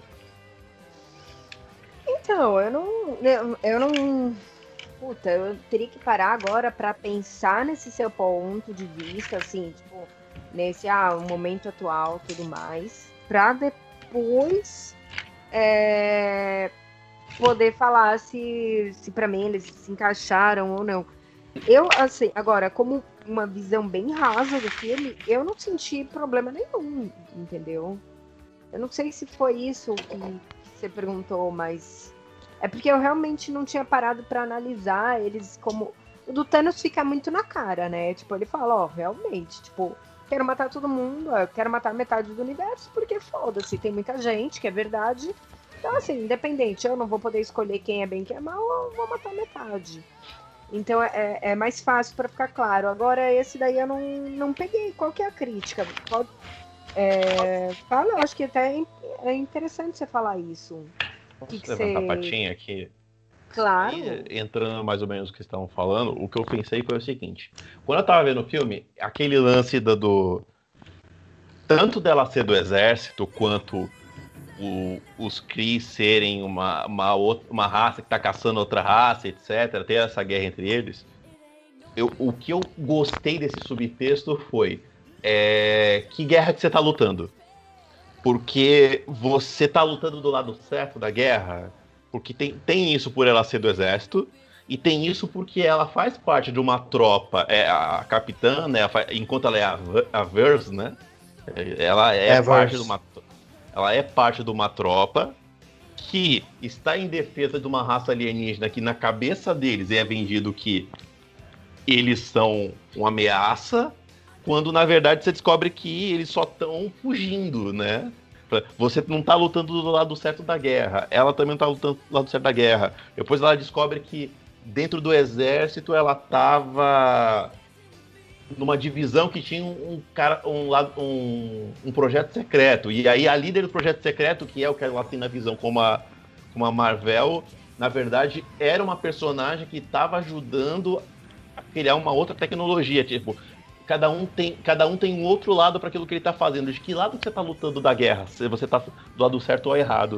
Então, eu não. Eu, eu não. Puta, eu teria que parar agora pra pensar nesse seu ponto de vista, assim, tipo, nesse ah, o momento atual tudo mais, pra depois é, poder falar se, se pra mim eles se encaixaram ou não. Eu, assim, agora, como uma visão bem rasa do filme, eu não senti problema nenhum, entendeu? Eu não sei se foi isso que você perguntou, mas é porque eu realmente não tinha parado pra analisar eles como... O do Thanos fica muito na cara, né? Tipo, ele fala, ó, realmente, tipo, quero matar todo mundo, ó, eu quero matar metade do universo, porque foda-se, tem muita gente, que é verdade. Então, assim, independente, eu não vou poder escolher quem é bem e quem é mal, eu vou matar metade. Então é, é mais fácil pra ficar claro. Agora, esse daí eu não, não peguei. Qual que é a crítica? Qual, é, fala, eu acho que até é interessante você falar isso. Posso Que que levantar você- a patinha aqui? Claro. E, entrando mais ou menos no que estavam falando, o que eu pensei foi o seguinte: quando eu tava vendo o filme, aquele lance do, do tanto dela ser do exército quanto o, os Kree serem uma, uma, outra, uma raça que tá caçando outra raça, etcétera, ter essa guerra entre eles. Eu, o que eu gostei desse subtexto foi é, que guerra que você tá lutando? Porque você tá lutando do lado certo da guerra? Porque tem, tem isso por ela ser do exército, e tem isso porque ela faz parte de uma tropa, é a capitã, né? Enquanto ela é a, a Verse, né? Ela é, É, parte Verse. de uma ela é parte de uma tropa que está em defesa de uma raça alienígena que na cabeça deles é vendido que eles são uma ameaça, quando na verdade você descobre que eles só estão fugindo, né? Você não tá lutando do lado certo da guerra, ela também não tá lutando do lado certo da guerra. Depois ela descobre que dentro do exército ela tava numa divisão que tinha um cara, um, lado, um, um projeto secreto. E aí a líder do projeto secreto, que é o que ela tem na visão como a, como a Marvel, na verdade era uma personagem que estava ajudando a criar uma outra tecnologia. Tipo, cada um tem, cada um tem um outro lado para aquilo que ele tá fazendo. De que lado você tá lutando da guerra? Se você tá do lado certo ou errado.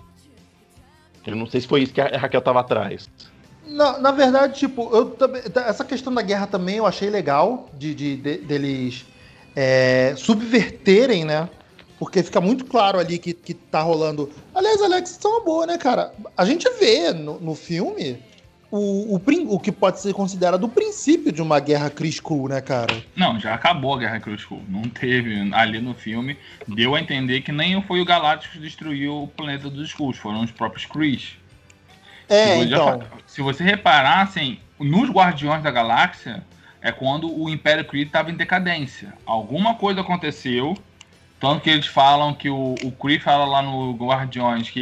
Eu não sei se foi isso que a Raquel tava atrás. Na, na verdade, tipo, eu também, essa questão da guerra também eu achei legal de, de, de- deles é, subverterem, né? Porque fica muito claro ali que, que tá rolando. Aliás, Alex, isso é uma boa, né, cara? A gente vê no, no filme o, o, prin- o que pode ser considerado o princípio de uma guerra Kree-Skrull, né, cara? Não, já acabou a Guerra Kree-Skrull. Não teve ali no filme. Deu a entender que nem foi o Galactus que destruiu o planeta dos Skrulls, foram os próprios Krees. É, se, você, então. se você reparar, assim, nos Guardiões da Galáxia é quando o Império Kree estava em decadência. Alguma coisa aconteceu, tanto que eles falam que o, o Kree fala lá no Guardiões que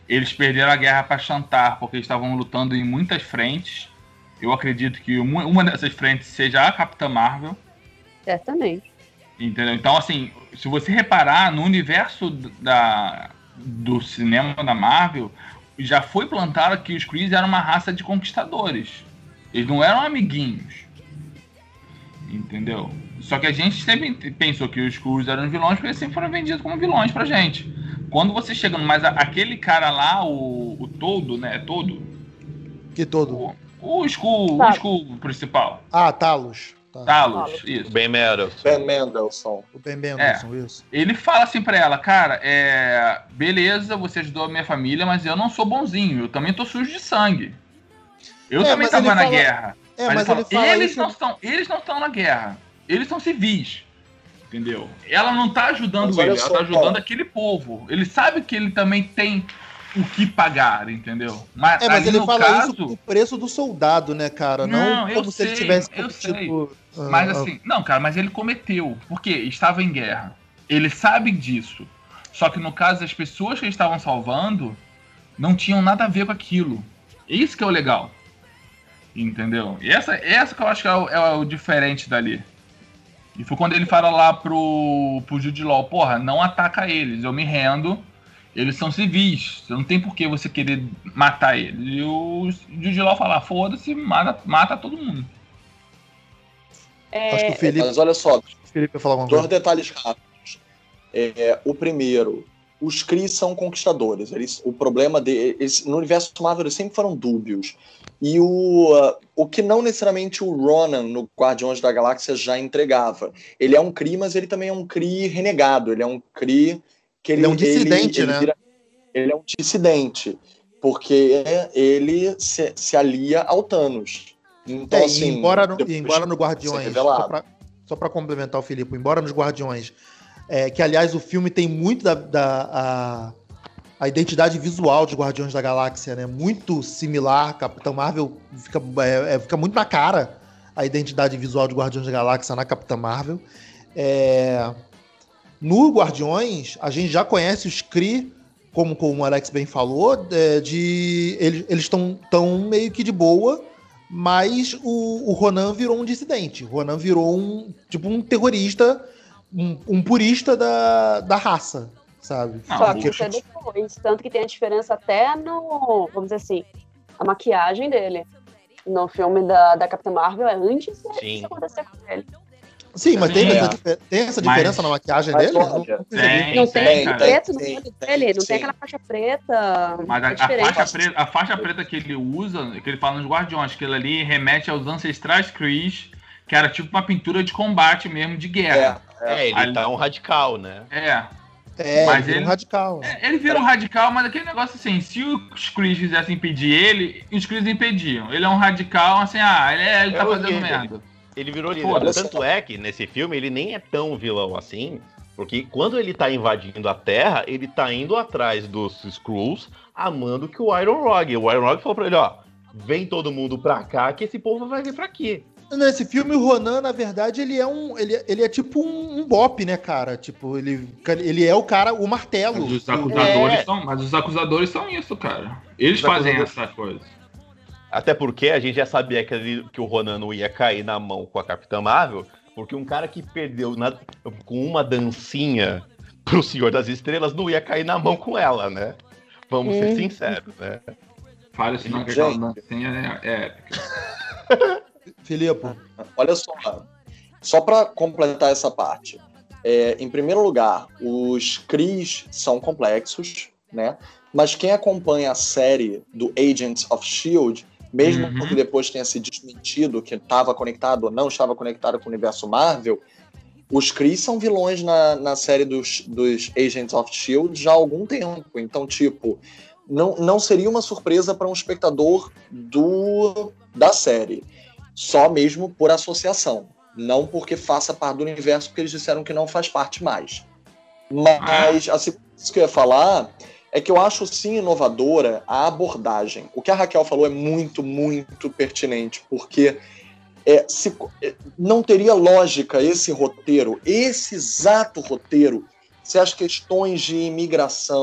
Eles perderam a guerra para Shantar, porque eles estavam lutando em muitas frentes. Eu acredito que uma, uma dessas frentes seja a Capitã Marvel. Certamente. Entendeu? Então, assim, se você reparar no universo da, do cinema da Marvel, já foi plantado que os Krees eram uma raça de conquistadores. Eles não eram amiguinhos. Entendeu? Só que a gente sempre pensou que os Skrulls eram vilões porque eles sempre foram vendidos como vilões pra gente. Quando você chega no... Mas a, aquele cara lá, o, o Todo, né? Todo? Que todo? O, o Skrull, o Skrull principal. Ah, Talos. Tá. Talos, isso. Ben Mendelsohn. Ben Mendelsohn. O Ben Mendelsohn, É. isso. Ele fala assim pra ela, cara, é... beleza, você ajudou a minha família, mas eu não sou bonzinho. Eu também tô sujo de sangue. Eu É, também mas tava ele na fala- guerra. É, Mas mas ele ele fala, fala eles, isso... não estão, eles não estão na guerra. Eles são civis. Entendeu? Ela não tá ajudando Mas olha ele, ela só, tá ajudando Paulo. aquele povo. Ele sabe que ele também tem o que pagar, entendeu? Mas, É, mas ali ele no fala caso, isso pro preço do soldado, né, cara? Não, Não, eu como se ele sei, tivesse eu cometido... ah, Mas ah, assim, não, cara, mas ele cometeu. Porque estava em guerra. Ele sabe disso. Só que no caso, as pessoas que eles estavam salvando não tinham nada a ver com aquilo. Isso que é o legal. Entendeu? E essa, essa que eu acho que é o, é o diferente dali. E foi quando ele fala lá pro, pro Jude Law, porra, não ataca eles, eu me rendo. Eles são civis, você não tem por que você querer matar eles. E o Jude Law fala, foda-se, mata, mata todo mundo. É, Acho que o Felipe, Mas olha só, o Felipe vai falar alguma dois coisa. detalhes rápidos. É, o primeiro, os Kree são conquistadores. Eles, o problema deles, no universo Marvel, eles sempre foram dúbios. E o, uh, o que não necessariamente o Ronan no Guardiões da Galáxia já entregava. Ele é um Kree, mas ele também é um Kree renegado. Ele é um Kree que ele, Ele é um dissidente, ele, né? Ele, vira, ele é um dissidente, porque ele se, se alia ao Thanos. Então, É, assim, e embora no, depois e embora no de ser Guardiões, revelado. só pra, só pra complementar o Felipe, embora nos Guardiões, é, que aliás o filme tem muito da, da a, a identidade visual de Guardiões da Galáxia, né? Muito similar, Capitão Marvel fica, é, é, fica muito na cara a identidade visual de Guardiões da Galáxia na Capitã Marvel. É, no Guardiões, a gente já conhece os Kree, como, como o Alex bem falou, é, de, eles estão tão meio que de boa, mas o, o Ronan virou um dissidente. O Ronan virou um tipo um terrorista, um, um purista da, da raça, sabe? Não, Só o- que isso é depois. Tanto que tem a diferença até no, vamos dizer assim, a maquiagem dele. No filme da, da Capitã Marvel é antes Sim. disso acontecer com ele. Sim, mas tem, Sim. essa, difer- tem essa Mas- diferença na maquiagem Mas, dele? olha, Não- não percebi. Tem, Não tem, tem, cara. preto no Tem, olho tem, dele, não sim. tem aquela faixa preta. Mas a, é a diferente. faixa preta, a faixa preta que ele usa, que ele fala nos Guardiões, que ele ali remete aos ancestrais Krees, que era tipo uma pintura de combate mesmo, de guerra. É, ele Ali- tá um radical, né? É. É, Mas ele vira um ele- radical. É, Ele vira um radical, mas aquele negócio assim, se os Krees quisessem impedir ele, os Krees impediam. Ele é um radical, assim, ah, ele, é- ele tá É o fazendo líder. merda. Ele virou líder. Olha Tanto é que nesse filme ele nem é tão vilão assim, porque quando ele tá invadindo a Terra, ele tá indo atrás dos Skrulls, amando que o Iron Rog. O Iron Rog falou pra ele, ó, vem todo mundo pra cá que esse povo vai vir pra aqui. Nesse filme, o Ronan, na verdade, ele é um. Ele, ele é tipo um, um bop, né, cara? Tipo, ele, ele é o cara, o martelo. Mas os O- acusadores É. são, mas os acusadores são isso, cara. Eles Os fazem acusadores- essa coisa. Até porque a gente já sabia que, ele- que o Ronan não ia cair na mão com a Capitã Marvel, porque um cara que perdeu na- com uma dancinha pro Senhor das Estrelas não ia cair na mão com ela, né? Vamos ser Hum. sinceros, né? Fala isso não, que Gente. aquela dancinha é, é épica. Filipe, Olha só, só para completar essa parte. É, em primeiro lugar, os Krees são complexos, né? Mas quem acompanha a série do Agents of S H I E L D, mesmo Uhum. que depois tenha se desmentido que estava conectado ou não estava conectado com o universo Marvel, os Krees são vilões na, na série dos, dos Agents of S H I E L D já há algum tempo. Então, tipo, não, não seria uma surpresa para um espectador do, da série. Só mesmo por associação. Não porque faça parte do universo, porque eles disseram que não faz parte mais. Mas, assim, isso que eu ia falar é que eu acho, sim, inovadora a abordagem. O que a Raquel falou é muito, muito pertinente, porque é, se, é, não teria lógica esse roteiro, esse exato roteiro, se as questões de imigração,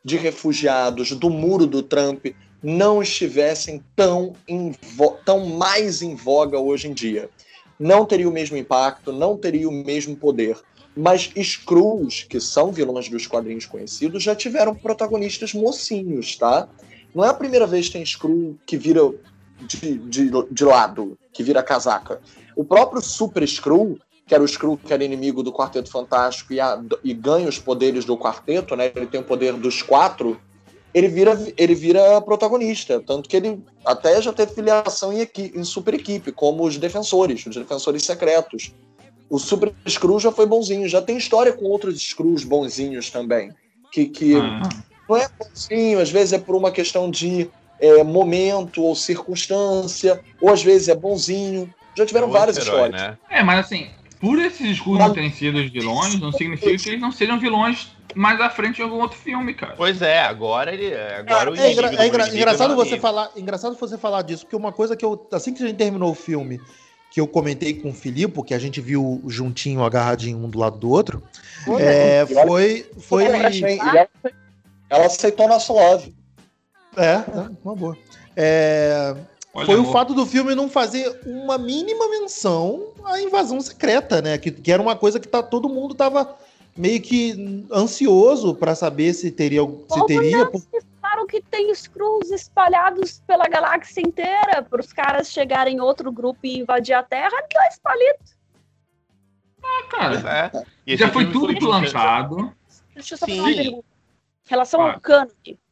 de refugiados, do muro do Trump, não estivessem tão, em vo- tão mais em voga hoje em dia. Não teria o mesmo impacto, não teria o mesmo poder. Mas Skrulls, que são vilões dos quadrinhos conhecidos, já tiveram protagonistas mocinhos, tá? Não é a primeira vez que tem Skrull que vira de, de, de lado, que vira casaca. O próprio Super Skrull, que era o Skrull que era inimigo do Quarteto Fantástico e, a, e ganha os poderes do quarteto, né? Ele tem o poder dos quatro, ele vira, ele vira protagonista. Tanto que ele até já teve filiação em, equi, em super equipe, como os defensores, os defensores secretos. O Super Skrull já foi bonzinho, já tem história com outros Skrulls bonzinhos também. Que, que ah. não é bonzinho, às vezes é por uma questão de é, momento ou circunstância, ou às vezes é bonzinho. Já tiveram é várias herói, histórias. Né? É, mas assim, por esses Skrulls não terem sido os vilões, não significa que eles não sejam vilões mais à frente de algum outro filme, cara. Pois é, agora ele. Agora é, o é, engra, é engra, engraçado você falar, engraçado você falar disso, porque uma coisa que eu, assim que a gente terminou o filme, que eu comentei com o Filipe, que a gente viu juntinho, agarradinho um do lado do outro, Pô, é, foi... foi... Ela, ela aceitou nosso love. É, uma boa. É, foi amor. O fato do filme não fazer uma mínima menção à invasão secreta, né? Que, que era uma coisa que tá, todo mundo tava meio que ansioso para saber se teria... Se teria não, claro que tem Skrulls espalhados pela galáxia inteira, para os caras chegarem em outro grupo e invadir a Terra, dois palitos. Ah, cara, é. Já foi tudo plantado. Deixa eu só fazer uma pergunta. Em relação ah. ao canon,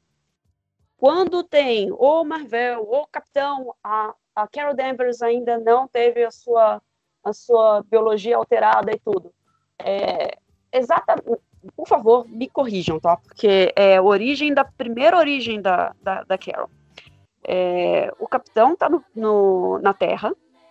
quando tem o Marvel, o Capitão, a, a Carol Danvers ainda não teve a sua, a sua biologia alterada e tudo. É, exatamente. Por favor, me corrijam, tá? Porque é a origem da primeira origem da, da, da Carol. É, o Capitão tá no, no, na Terra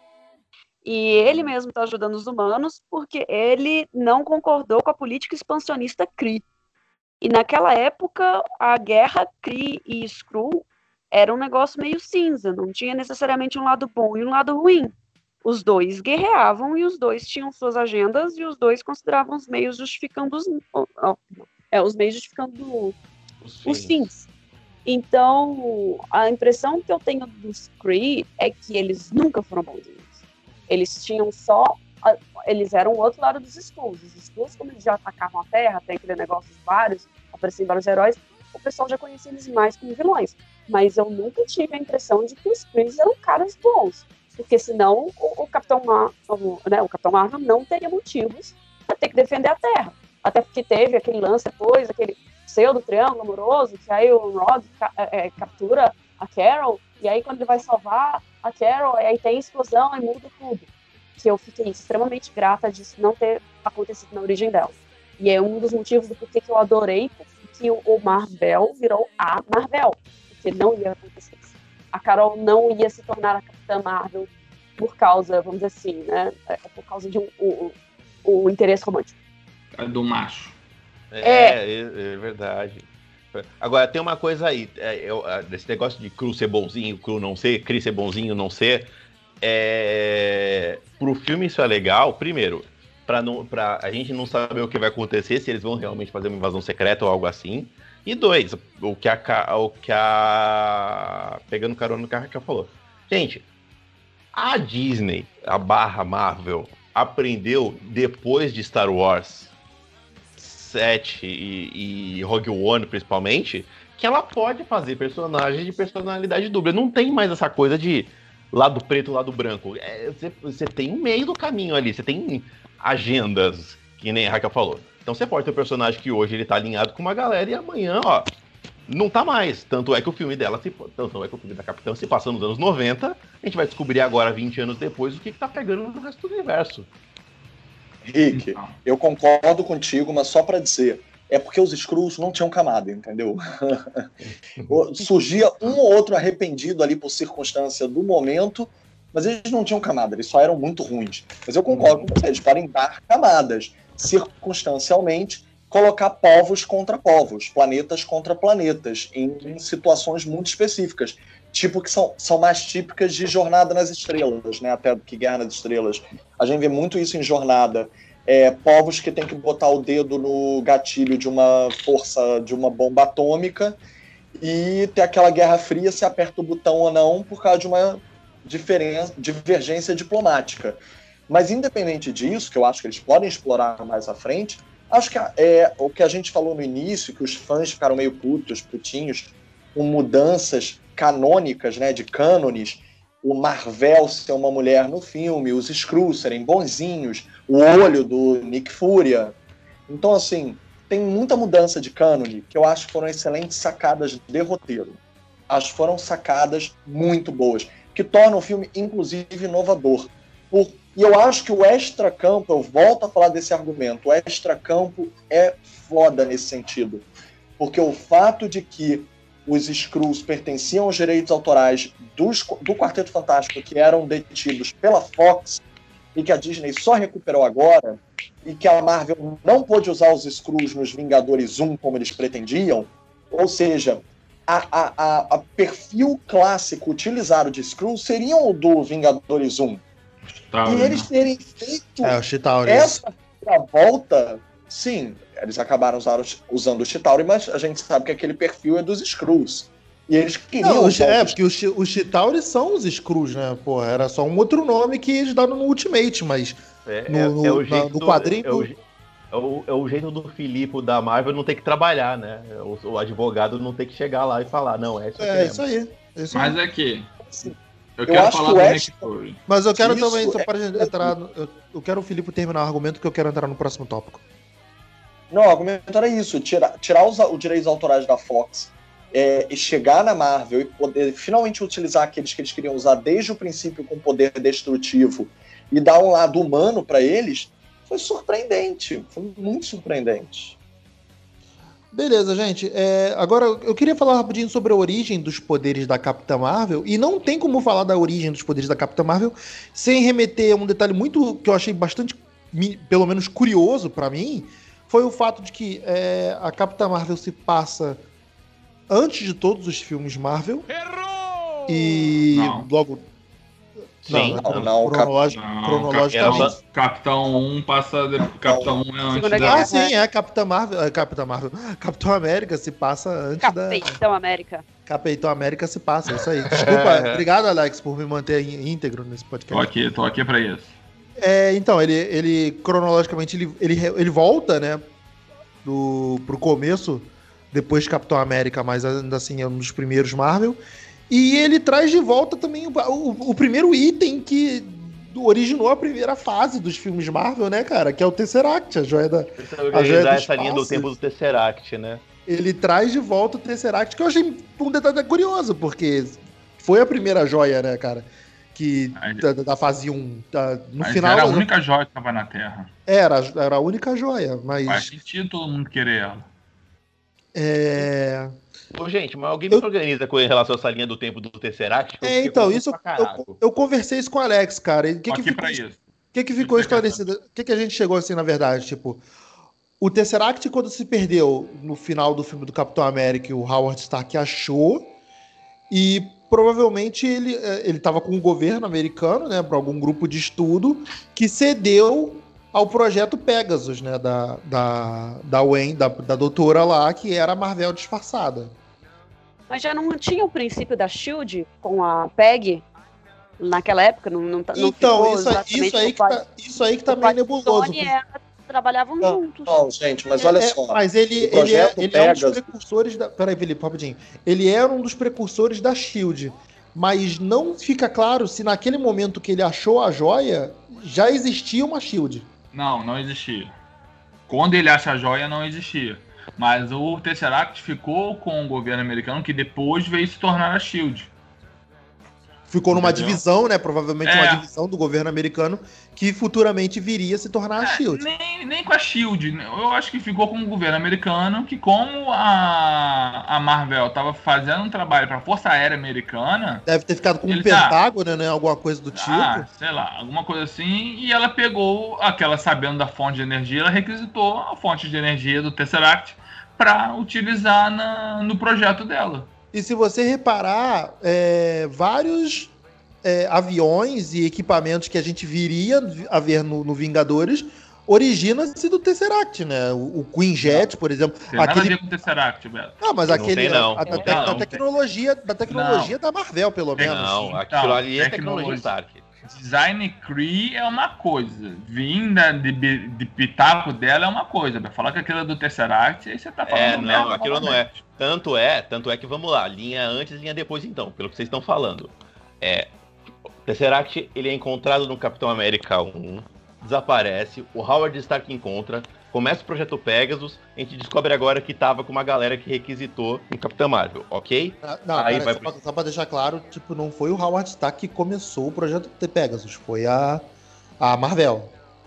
e ele mesmo tá ajudando os humanos porque ele não concordou com a política expansionista Kree. E naquela época, a guerra Kree e Skrull era um negócio meio cinza, não tinha necessariamente um lado bom e um lado ruim. Os dois guerreavam e os dois tinham suas agendas e os dois consideravam os meios justificando os, oh, oh, é, os meios justificando os fins. os fins. Então, a impressão que eu tenho dos Kree é que eles nunca foram bonzinhos. Eles tinham só... Eles eram o outro lado dos Skrulls. Os Skrulls, como eles já atacavam a Terra, tem aquele negócio de vários, apareciam vários heróis, o pessoal já conhecia eles mais como vilões. Mas eu nunca tive a impressão de que os Kree eram caras bons. Porque senão o, o, Capitão Marvel, né, o Capitão Marvel não teria motivos para ter que defender a Terra. Até porque teve aquele lance depois, aquele pseudo-triângulo amoroso, que aí o Rod é, é, captura a Carol, e aí quando ele vai salvar a Carol, aí tem explosão e muda tudo. Que eu fiquei extremamente grata disso não ter acontecido na origem dela. E é um dos motivos do porquê que eu adorei que o, o Marvel virou a Marvel. Porque não ia acontecer isso. A Carol não ia se tornar a Capitã Marvel por causa, vamos dizer assim, né? É por causa de um, um, um interesse romântico. Do macho. É, é, é verdade. Agora, tem uma coisa aí. É, eu, desse negócio de Cru ser bonzinho, Cru não ser, Kree ser bonzinho, não ser. É, pro filme isso é legal, primeiro, pra, não, pra a gente não saber o que vai acontecer, se eles vão realmente fazer uma invasão secreta ou algo assim. E dois, o que a, o que a pegando carona no que a Raquel falou. Gente, a Disney, a barra Marvel, aprendeu depois de Star Wars sete e, e Rogue One, principalmente, que ela pode fazer personagens de personalidade dupla. Não tem mais essa coisa de lado preto, lado branco. É, você, você tem um meio do caminho ali, você tem agendas, que nem a Raquel falou. Então você pode ter um personagem que hoje ele tá alinhado com uma galera e amanhã, ó, não tá mais. Tanto é que o filme dela, se, tanto é que o filme da Capitã se passa nos anos noventa, a gente vai descobrir agora, vinte anos depois, o que, que tá pegando no resto do universo. Rick, eu concordo contigo, mas só pra dizer, é porque os Skrulls não tinham camada, entendeu? Surgia um ou outro arrependido ali por circunstância do momento, mas eles não tinham camada, eles só eram muito ruins. Mas eu concordo com vocês, para dar camadas, circunstancialmente, colocar povos contra povos, planetas contra planetas, em, em situações muito específicas, tipo que são, são mais típicas de Jornada nas Estrelas, né, até do que Guerra nas Estrelas. A gente vê muito isso em Jornada. é, povos que têm que botar o dedo no gatilho de uma força, de uma bomba atômica, e ter aquela guerra fria se aperta o botão ou não por causa de uma diferença, divergência diplomática. Mas independente disso, que eu acho que eles podem explorar mais à frente, acho que é o que a gente falou no início, que os fãs ficaram meio putos, putinhos, com mudanças canônicas, né, de cânones, o Marvel ser uma mulher no filme, os Skrulls serem bonzinhos, o olho do Nick Furia. Então, assim, tem muita mudança de cânone que eu acho que foram excelentes sacadas de roteiro. Acho que foram sacadas muito boas, que tornam o filme, inclusive, inovador. Por... E eu acho que o extracampo, eu volto a falar desse argumento, o extracampo é foda nesse sentido. Porque o fato de que os Skrulls pertenciam aos direitos autorais dos, do Quarteto Fantástico, que eram detidos pela Fox, e que a Disney só recuperou agora, e que a Marvel não pôde usar os Skrulls nos Vingadores um como eles pretendiam, ou seja, a, a, a, a perfil clássico utilizado de Skrulls seriam o do Vingadores um. Chitauri, e eles né? terem feito É, o Chitauri. essa volta, sim, eles acabaram usando, usando o Chitauri, mas a gente sabe que aquele perfil é dos Skrulls. E eles queriam... Não, usar é, os- porque os, Chi- os Chitauri são os Skrulls, né? Pô, era só um outro nome que eles deram no Ultimate, mas É, No- é- no- é o na- jeito no do- quadrinho- É o, je- é o- é o jeito do Filipe da Marvel não ter que trabalhar, né? O, o advogado não ter que chegar lá e falar, não, é isso aqui é mesmo. isso aí. É isso aí. Mas aqui, Assim, eu Eu quero acho falar que do o Nick extra- Fury. Mas eu quero Isso também, só é- para entrar. no- Eu, eu quero o Filipe terminar o argumento, que eu quero entrar no próximo tópico. Não, o argumento era isso, tirar, tirar os, os direitos autorais da Fox é, e chegar na Marvel e poder finalmente utilizar aqueles que eles queriam usar desde o princípio com poder destrutivo e dar um lado humano para eles, foi surpreendente, foi muito surpreendente. Beleza, gente. É, agora, eu queria falar rapidinho sobre a origem dos poderes da Capitã Marvel. E não tem como falar da origem dos poderes da Capitã Marvel sem remeter a um detalhe muito que eu achei bastante, mi- pelo menos, curioso pra mim. Foi o fato de que é, a Capitã Marvel se passa antes de todos os filmes Marvel. Errou! E Não. logo. Sim, não, não, cronológico, Não, cronologicamente. Cap- Capitão um passa. De... Capitão um é antes Segunda da. Ah, Guerra. sim, é Capitã Marvel. É, Capitã Marvel. Capitão América se passa antes da. Capitão América. Capitão América se passa, é isso aí. Desculpa, obrigado, Alex, por me manter í- íntegro nesse Tô podcast. aqui, tô aqui pra isso. É, então, ele, ele cronologicamente, ele, ele, re- ele volta, né, do, pro começo, depois de Capitão América, mas ainda assim é um dos primeiros Marvel. E ele traz de volta também o, o, o primeiro item que originou a primeira fase dos filmes Marvel, né, cara? Que é o Tesseract, a joia da... Precisa A joia organizar do essa linha do espaço. tempo do Tesseract, né? Ele traz de volta o Tesseract, que eu achei um detalhe curioso, porque foi a primeira joia, né, cara? Que Mas- da, da fase um, da- no Mas final era a única joia que tava na Terra. era, era a única joia, Faz mas sentido todo mundo querer ela. é, Ô, gente, mas alguém Eu- me organiza com relação a essa linha do tempo do Tesseract? Eu é, fiquei então, confuso isso pra eu, caralho. eu conversei isso com o Alex, cara. E o que, Tô que aqui ficou, pra isso. que, que ficou Explicação. esclarecido? O que, que a gente chegou assim, na verdade? Tipo, o Tesseract, quando se perdeu no final do filme do Capitão América, o Howard Stark achou, e provavelmente ele eh, ele estava com o governo americano, né, para algum grupo de estudo, que cedeu ao projeto Pegasus, né, da, da, da Wayne, da, da doutora lá, que era a Marvel disfarçada. Mas já não tinha o princípio da SHIELD com a PEG naquela época? Não, não, tá- não Então, ficou isso, aí- exatamente isso, aí o que pai- tá, isso aí que tá o meio pai nebuloso. Sony e ela trabalhavam Não, juntos. não, gente, mas olha É, só. Mas ele, o ele, é, projeto ele é um dos Pegasus- precursores da. Peraí, Felipe, rapidinho. Ele era um dos precursores da SHIELD. Mas não fica claro se naquele momento que ele achou a joia já existia uma SHIELD. Não, não existia. Quando ele acha a joia, não existia. Mas o Tesseract ficou com o governo americano, que depois veio se tornar a SHIELD. Ficou numa Entendeu? divisão, né? Provavelmente É. uma divisão do governo americano que futuramente viria a se tornar a É, SHIELD. nem, nem com a SHIELD. Eu acho que ficou com o governo americano, que como a, a Marvel estava fazendo um trabalho para a Força Aérea Americana, Deve ter ficado com um Ele tá- pentágono, né? Alguma coisa do tipo. ah, sei lá, alguma coisa assim, e ela pegou aquela, sabendo da fonte de energia, ela requisitou a fonte de energia do Tesseract para utilizar na, no projeto dela. E se você reparar, é, vários é, aviões e equipamentos que a gente viria a ver no, no Vingadores origina-se do Tesseract, né? O, o Queen Jet, por exemplo. Tem nada aquele... a ver com o Tesseract, Beto. Não, mas Não aquele. tem, não. A, a, Não da, tem, da não. tecnologia, da tecnologia da Marvel, pelo menos. Não, aquilo Então, ali é tecnologia. tecnologia Stark. Design Cree é uma coisa. Vinda de, de pitaco dela é uma coisa. Pra falar que aquilo é do Tesseract, aí você tá falando. É, não, merda, aquilo não é. novamente. Tanto é, tanto é que vamos lá, linha antes, linha depois então, pelo que vocês estão falando. É, o Tesseract, ele é encontrado no Capitão América um, desaparece, o Howard Stark encontra, começa o Projeto Pegasus, a gente descobre agora que tava com uma galera que requisitou no Capitão Marvel, ok? Ah, Não, Aí pera, vai só, pro- pra, só pra deixar claro, tipo, não foi o Howard Stark que começou o projeto T Pegasus, foi a, a Marvel.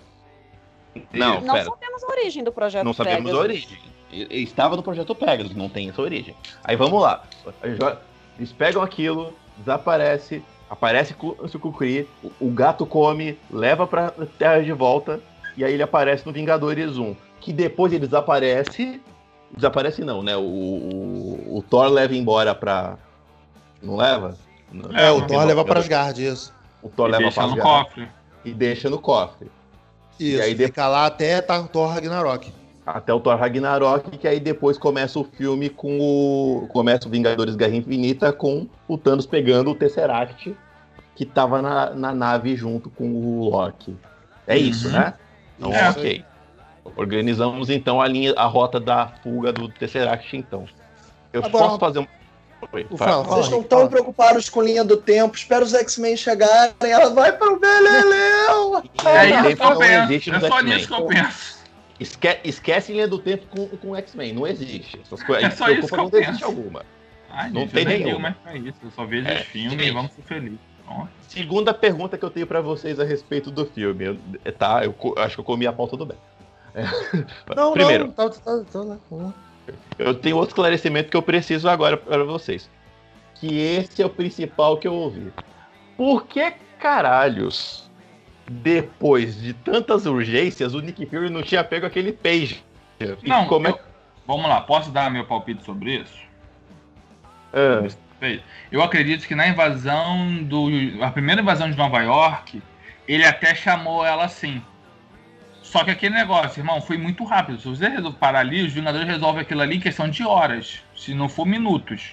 Não, Não pera, sabemos a origem do projeto não sabemos Pegasus. a origem. Ele estava no Projeto Pegasus, não tem essa origem. Aí vamos lá, eles pegam aquilo, desaparece, aparece com o Kukri, o gato come, leva pra Terra de volta, e aí ele aparece no Vingadores um, que depois ele desaparece, desaparece não, né, o, o, o Thor leva embora pra... não leva? Não, É, o não, Thor leva pra Asgard, isso. O Thor E leva deixa pra no Asgard cofre. e deixa no cofre. Isso, E aí fica lá até tá o Thor Ragnarok. Até o Thor Ragnarok, que aí depois começa o filme com o... começa o Vingadores Guerra Infinita com o Thanos pegando o Tesseract, que tava na, na nave junto com o Loki. É isso, Uhum. né? Então, É. ok. Organizamos então a linha, a rota da fuga do Tesseract, então. Eu Agora, posso fazer um... Oi, o fala. Fala, Vocês estão Rick, tão fala. preocupados com linha do tempo. Espera os X-Men chegarem. Ela vai pro Beleléu. É Linha do isso que tempo eu não penso. existe É nos só X-Men. nisso que eu penso. Esque- esquece linha do tempo com, com o X-Men, não existe. Essas coisas, É a gente só se isso preocupa, que eu não existe penso. alguma. Ai, Não gente, tem eu nem ligo nenhuma. mais pra isso. Eu só vejo É, os filmes seguinte. e vamos ser felizes. Ó. Segunda pergunta que eu tenho pra vocês a respeito do filme. Eu- tá, eu co- acho que eu comi a pauta do bem. Não, Primeiro, não, tá, tá, tá, lá, vamos lá. eu tenho outro esclarecimento que eu preciso agora para vocês. Que esse é o principal que eu ouvi. Por que caralhos, depois de tantas urgências, o Nick Fury não tinha pego aquele page? E Não, como é- eu- vamos lá. Posso dar meu palpite sobre isso? Ah, Eu acredito que na invasão do... A primeira invasão de Nova York, ele até chamou ela assim. Só que aquele negócio, irmão, foi muito rápido. Se você resolve parar ali, os Vingadores resolvem aquilo ali em questão de horas. Se não for minutos.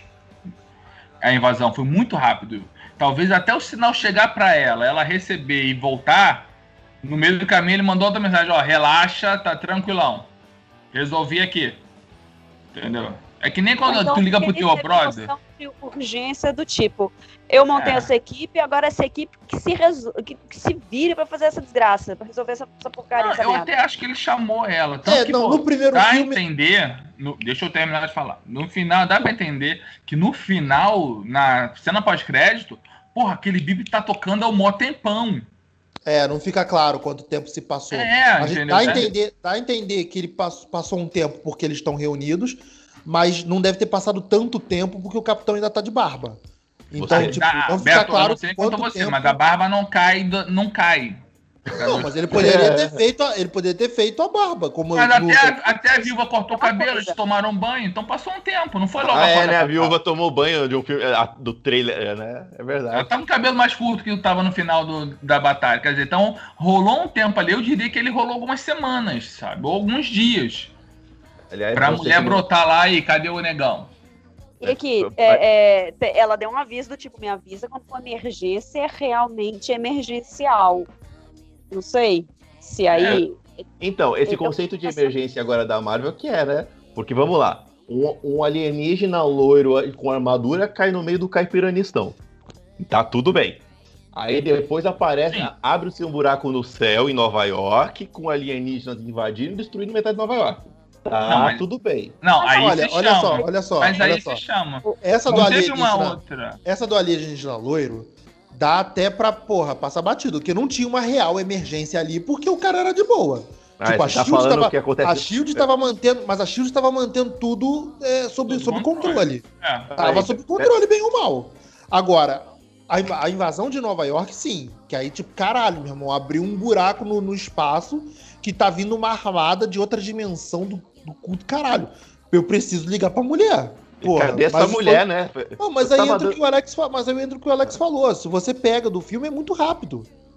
A invasão foi muito rápido. Talvez até o sinal chegar pra ela, ela receber e voltar, no meio do caminho ele mandou outra mensagem, ó, relaxa, tá tranquilão. Resolvi aqui. Entendeu? É que nem quando Então, tu liga pro ele teu teve brother. noção de urgência do tipo, eu montei É. essa equipe, agora essa equipe que se, resol... que, que se vire pra fazer essa desgraça, pra resolver essa, essa porcaria, Não, essa eu merda. até acho que ele chamou ela. Tanto É, que, não, pô, no primeiro dá filme- a entender. no- deixa eu terminar de falar. No final, dá pra entender que no final, na cena pós-crédito, porra, aquele bip tá tocando há um mó tempão. É, não fica claro quanto tempo se passou. É, a gente entendeu? dá a entender, dá a entender que ele passou, passou um tempo porque eles estão reunidos, mas não deve ter passado tanto tempo porque o capitão ainda tá de barba. Então, Você- tipo, Dá- não fica Beto, eu claro não sei quanto quanto você, tempo... mas a barba não cai, do- não cai. Não, mas ele poderia ter feito, a, ele poderia ter feito a barba, como Mas no- até, a- até a viúva cortou o Uma cabelo, coisa. eles tomaram um banho, então passou um tempo, não foi logo Ah, é, após né? A passar. viúva tomou banho de um filme, ah, do trailer, né? É Ela verdade. tá com o cabelo mais curto que tava no final do- da batalha. Quer dizer, então rolou um tempo ali. Eu diria que ele rolou algumas semanas, sabe? Ou alguns dias. Aliás, Pra você mulher que não- brotar lá e cadê o negão? E aqui, É, é, é, te- ela deu um aviso do tipo, me avisa quando for emergência é realmente emergencial. Não sei se aí... Então, esse Então, conceito de essa- emergência agora da Marvel que é, né? Porque vamos lá, um, um alienígena loiro com armadura cai no meio do caipiranistão. Tá tudo bem. Aí depois aparece, Sim. abre-se um buraco no céu em Nova York, com alienígenas invadindo e destruindo metade de Nova York. Tá, Não, mas- tudo bem. Não, aí olha, se olha chama. só, olha só, Mas olha aí só. se chama. Essa do Não teve alienígena, uma outra. essa do alienígena loiro dá até pra, porra, passar batido, porque não tinha uma real emergência ali, porque o cara era de boa. Ah, Tipo, a você tá Shield falando tava- o que acontece. A Shield estava mantendo, mas a Shield estava mantendo tudo é, sob, Sob sob controle. controle. É. Tava Aí, sob controle, bem ou mal. Agora, a, inva- a invasão de Nova York, sim. Que aí, tipo, caralho, meu irmão, abriu um buraco no, no espaço que tá vindo uma armada de outra dimensão do, do cu do caralho. Eu preciso ligar pra mulher. Porra, Cadê essa mas mulher, né? Não, mas Eu aí tava entra o dando- que o Alex, fa- mas aí entra o que o Alex falou. Se você pega do filme, é muito rápido.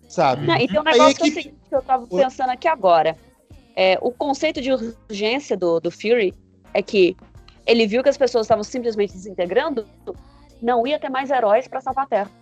sabe? Não, e tem um Aí negócio a equipe- que, é o seguinte, que eu tava pensando aqui agora. É, o conceito de urgência do, do Fury é que ele viu que as pessoas estavam simplesmente desintegrando, não ia ter mais heróis pra salvar a Terra.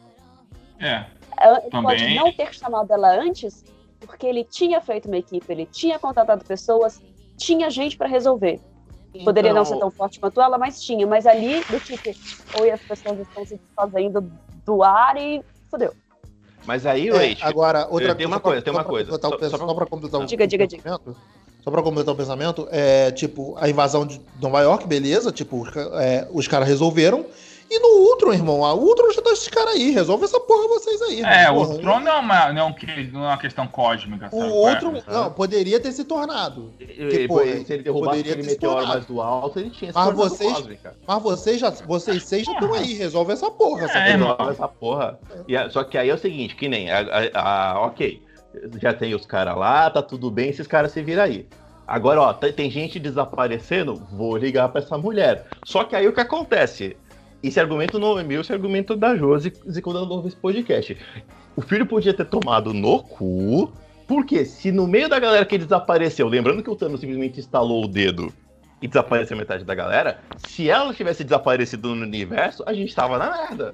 É. Ele Também. pode não ter chamado ela antes, porque ele tinha feito uma equipe, ele tinha contratado pessoas, tinha gente pra resolver. Poderia não Então- ser tão forte quanto ela, mas tinha. Mas ali, do tipo, oi, as pessoas estão se desfazendo do ar e fodeu. Mas aí, É, Wait, agora, outra tem uma só pra- coisa, tem só uma pra coisa. completar o Só- pe- só pra- Só para completar o Diga, diga, diga. pensamento, só para completar o pensamento, é tipo, a invasão de Nova York, beleza, tipo, os ca- é, os caras resolveram. E no Ultron, irmão, a Ultron já tá esses caras aí, resolve essa porra vocês aí. É, irmão. o Porra, Tron não é uma, não é um que- não é uma questão cósmica, O sabe? outro, É. não, poderia ter se tornado. ele, pô, se ele derrubasse poderia aquele ter se meteoro tornado. mais do alto, ele tinha se Mas tornado vocês- cósmica. Mas vocês já, vocês seis já estão aí, resolve essa porra. É, sabe? irmão. Resolve essa porra. E a- só que aí é o seguinte, que nem, a, a- a- ok, já tem os caras lá, tá tudo bem, esses caras se viram aí. Agora, ó, tem, tem gente desaparecendo, vou ligar pra essa mulher. Só que aí o que acontece? Esse argumento não é meu, esse argumento da Josi, quando ela ouve esse podcast. O filho podia ter tomado no cu, porque se no meio da galera que desapareceu, lembrando que o Thanos simplesmente instalou o dedo e desapareceu metade da galera, se ela tivesse desaparecido no universo, a gente tava na merda.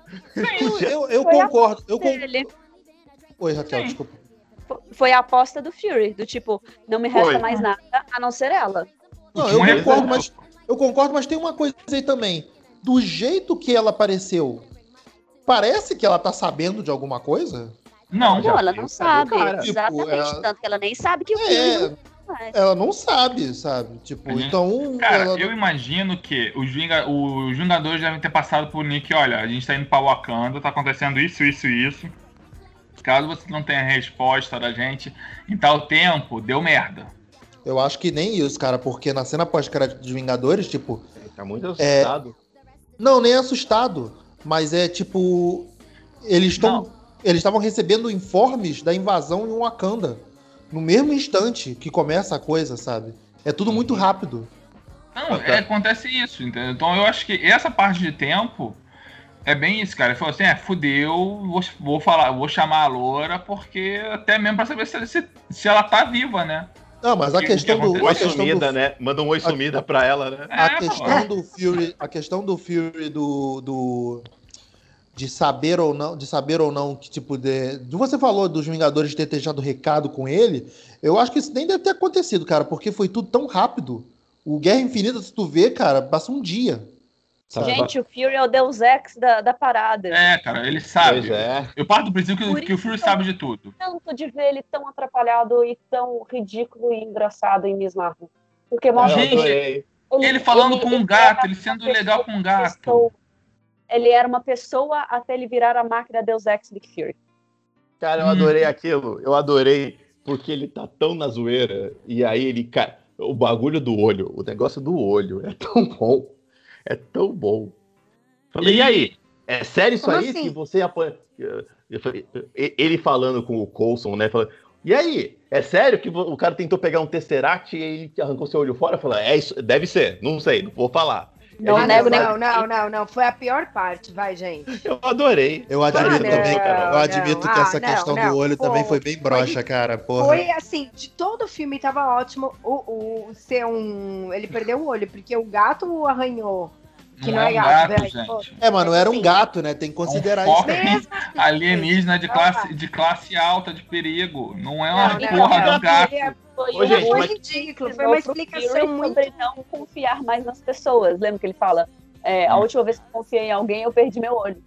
Eu, eu, eu Foi a concordo. Eu con... Ele Oi, Raquel, Sim. desculpa. foi a aposta do Fury, do tipo, não me resta Foi. mais nada a não ser ela. Não, eu Um concordo, exemplo. mas eu concordo, mas tem uma coisa aí também. Do jeito que ela apareceu, parece que ela tá sabendo de alguma coisa? Não, Não, ela viu, não cara? sabe. Tipo, Exatamente. ela- Tanto que ela nem sabe que o É. Fury não faz. Ela não sabe, sabe? Tipo, Uhum. então. Cara, ela... eu imagino que os, Vinga- os Vingadores devem ter passado por Nick, olha, a gente tá indo pra Wakanda, tá acontecendo isso, isso e isso. Caso você não tenha resposta da gente em tal tempo, deu merda. eu acho que nem isso, cara, porque na cena pós-crédito dos Vingadores, tipo. Tá muito É. assustado. Não, nem assustado. Mas é tipo. Eles estão. Eles estavam recebendo informes da invasão em Wakanda. No mesmo instante que começa a coisa, sabe? É tudo muito rápido. Não, é, acontece isso, entendeu? Então eu acho que essa parte de tempo é bem isso, cara. Ele falou assim, é, fudeu, vou, vou falar, vou chamar a Loura, porque até mesmo pra saber se, se, se ela tá viva, né? Não, mas a Que- questão que do. aconteceu? A Oi questão sumida, do, né? Manda um oi sumida pra ela, né? a É, questão pô. do Fury. A questão do Fury do. do de saber ou não, de saber ou não que tipo de, de você falou dos Vingadores ter deixado recado com ele, eu acho que isso nem deve ter acontecido, cara, porque foi tudo tão rápido. O Guerra Infinita, se tu vê, cara, passa um dia. Sabe? Gente, o Fury é o Deus Ex da, da parada. É, cara, ele sabe. Pois é. Eu parto do princípio Por que, que o isso Fury que eu- sabe de tudo. Tanto de ver ele tão atrapalhado e tão ridículo e engraçado em Miss Marvel. Porque mostra Gente, Eu adorei. Ele falando com um gato, era ele sendo uma legal com um gato. pessoa- Ele era uma pessoa até ele virar a máquina Deus Ex Nick Fury. Cara, eu Hum. adorei aquilo. Eu adorei porque ele tá tão na zoeira. E aí ele, cara, o bagulho do olho, o negócio do olho é tão bom. É tão bom. Falei, e aí? É sério isso Como aí assim? que você apoia? Eu falei, ele falando com o Coulson, né? Falando, e aí? É sério que o cara tentou pegar um Tesseract e ele arrancou seu olho fora? Eu falei, é isso, deve ser, não sei, não vou falar. Não gente nego não nem- Não, não, não, não. Foi a pior parte, vai, gente. Eu adorei. Eu admito Ah, também, não, cara. Eu não. admito que Ah, essa não, questão não. do olho Pô, também foi bem broxa, foi- cara. Porra. Foi assim, de todo o filme tava ótimo o, o ser um. Ele perdeu o olho, porque o gato o arranhou. Que Não não, é é um gato, gato, velho. gente. Pô, É, mano, era um assim, gato, né? Tem que considerar um isso. foco também. mesmo assim, Alienígena de não, classe, de classe alta, de perigo. Não é uma Não, não, porra não, de um gato. ele é- Foi Ô, gente, uma mas- Foi ridículo, foi ensinou uma pro explicação Fury muito. sobre não confiar mais nas pessoas. Lembra que ele fala? É, a Hum. última vez que eu confiei em alguém, eu perdi meu olho.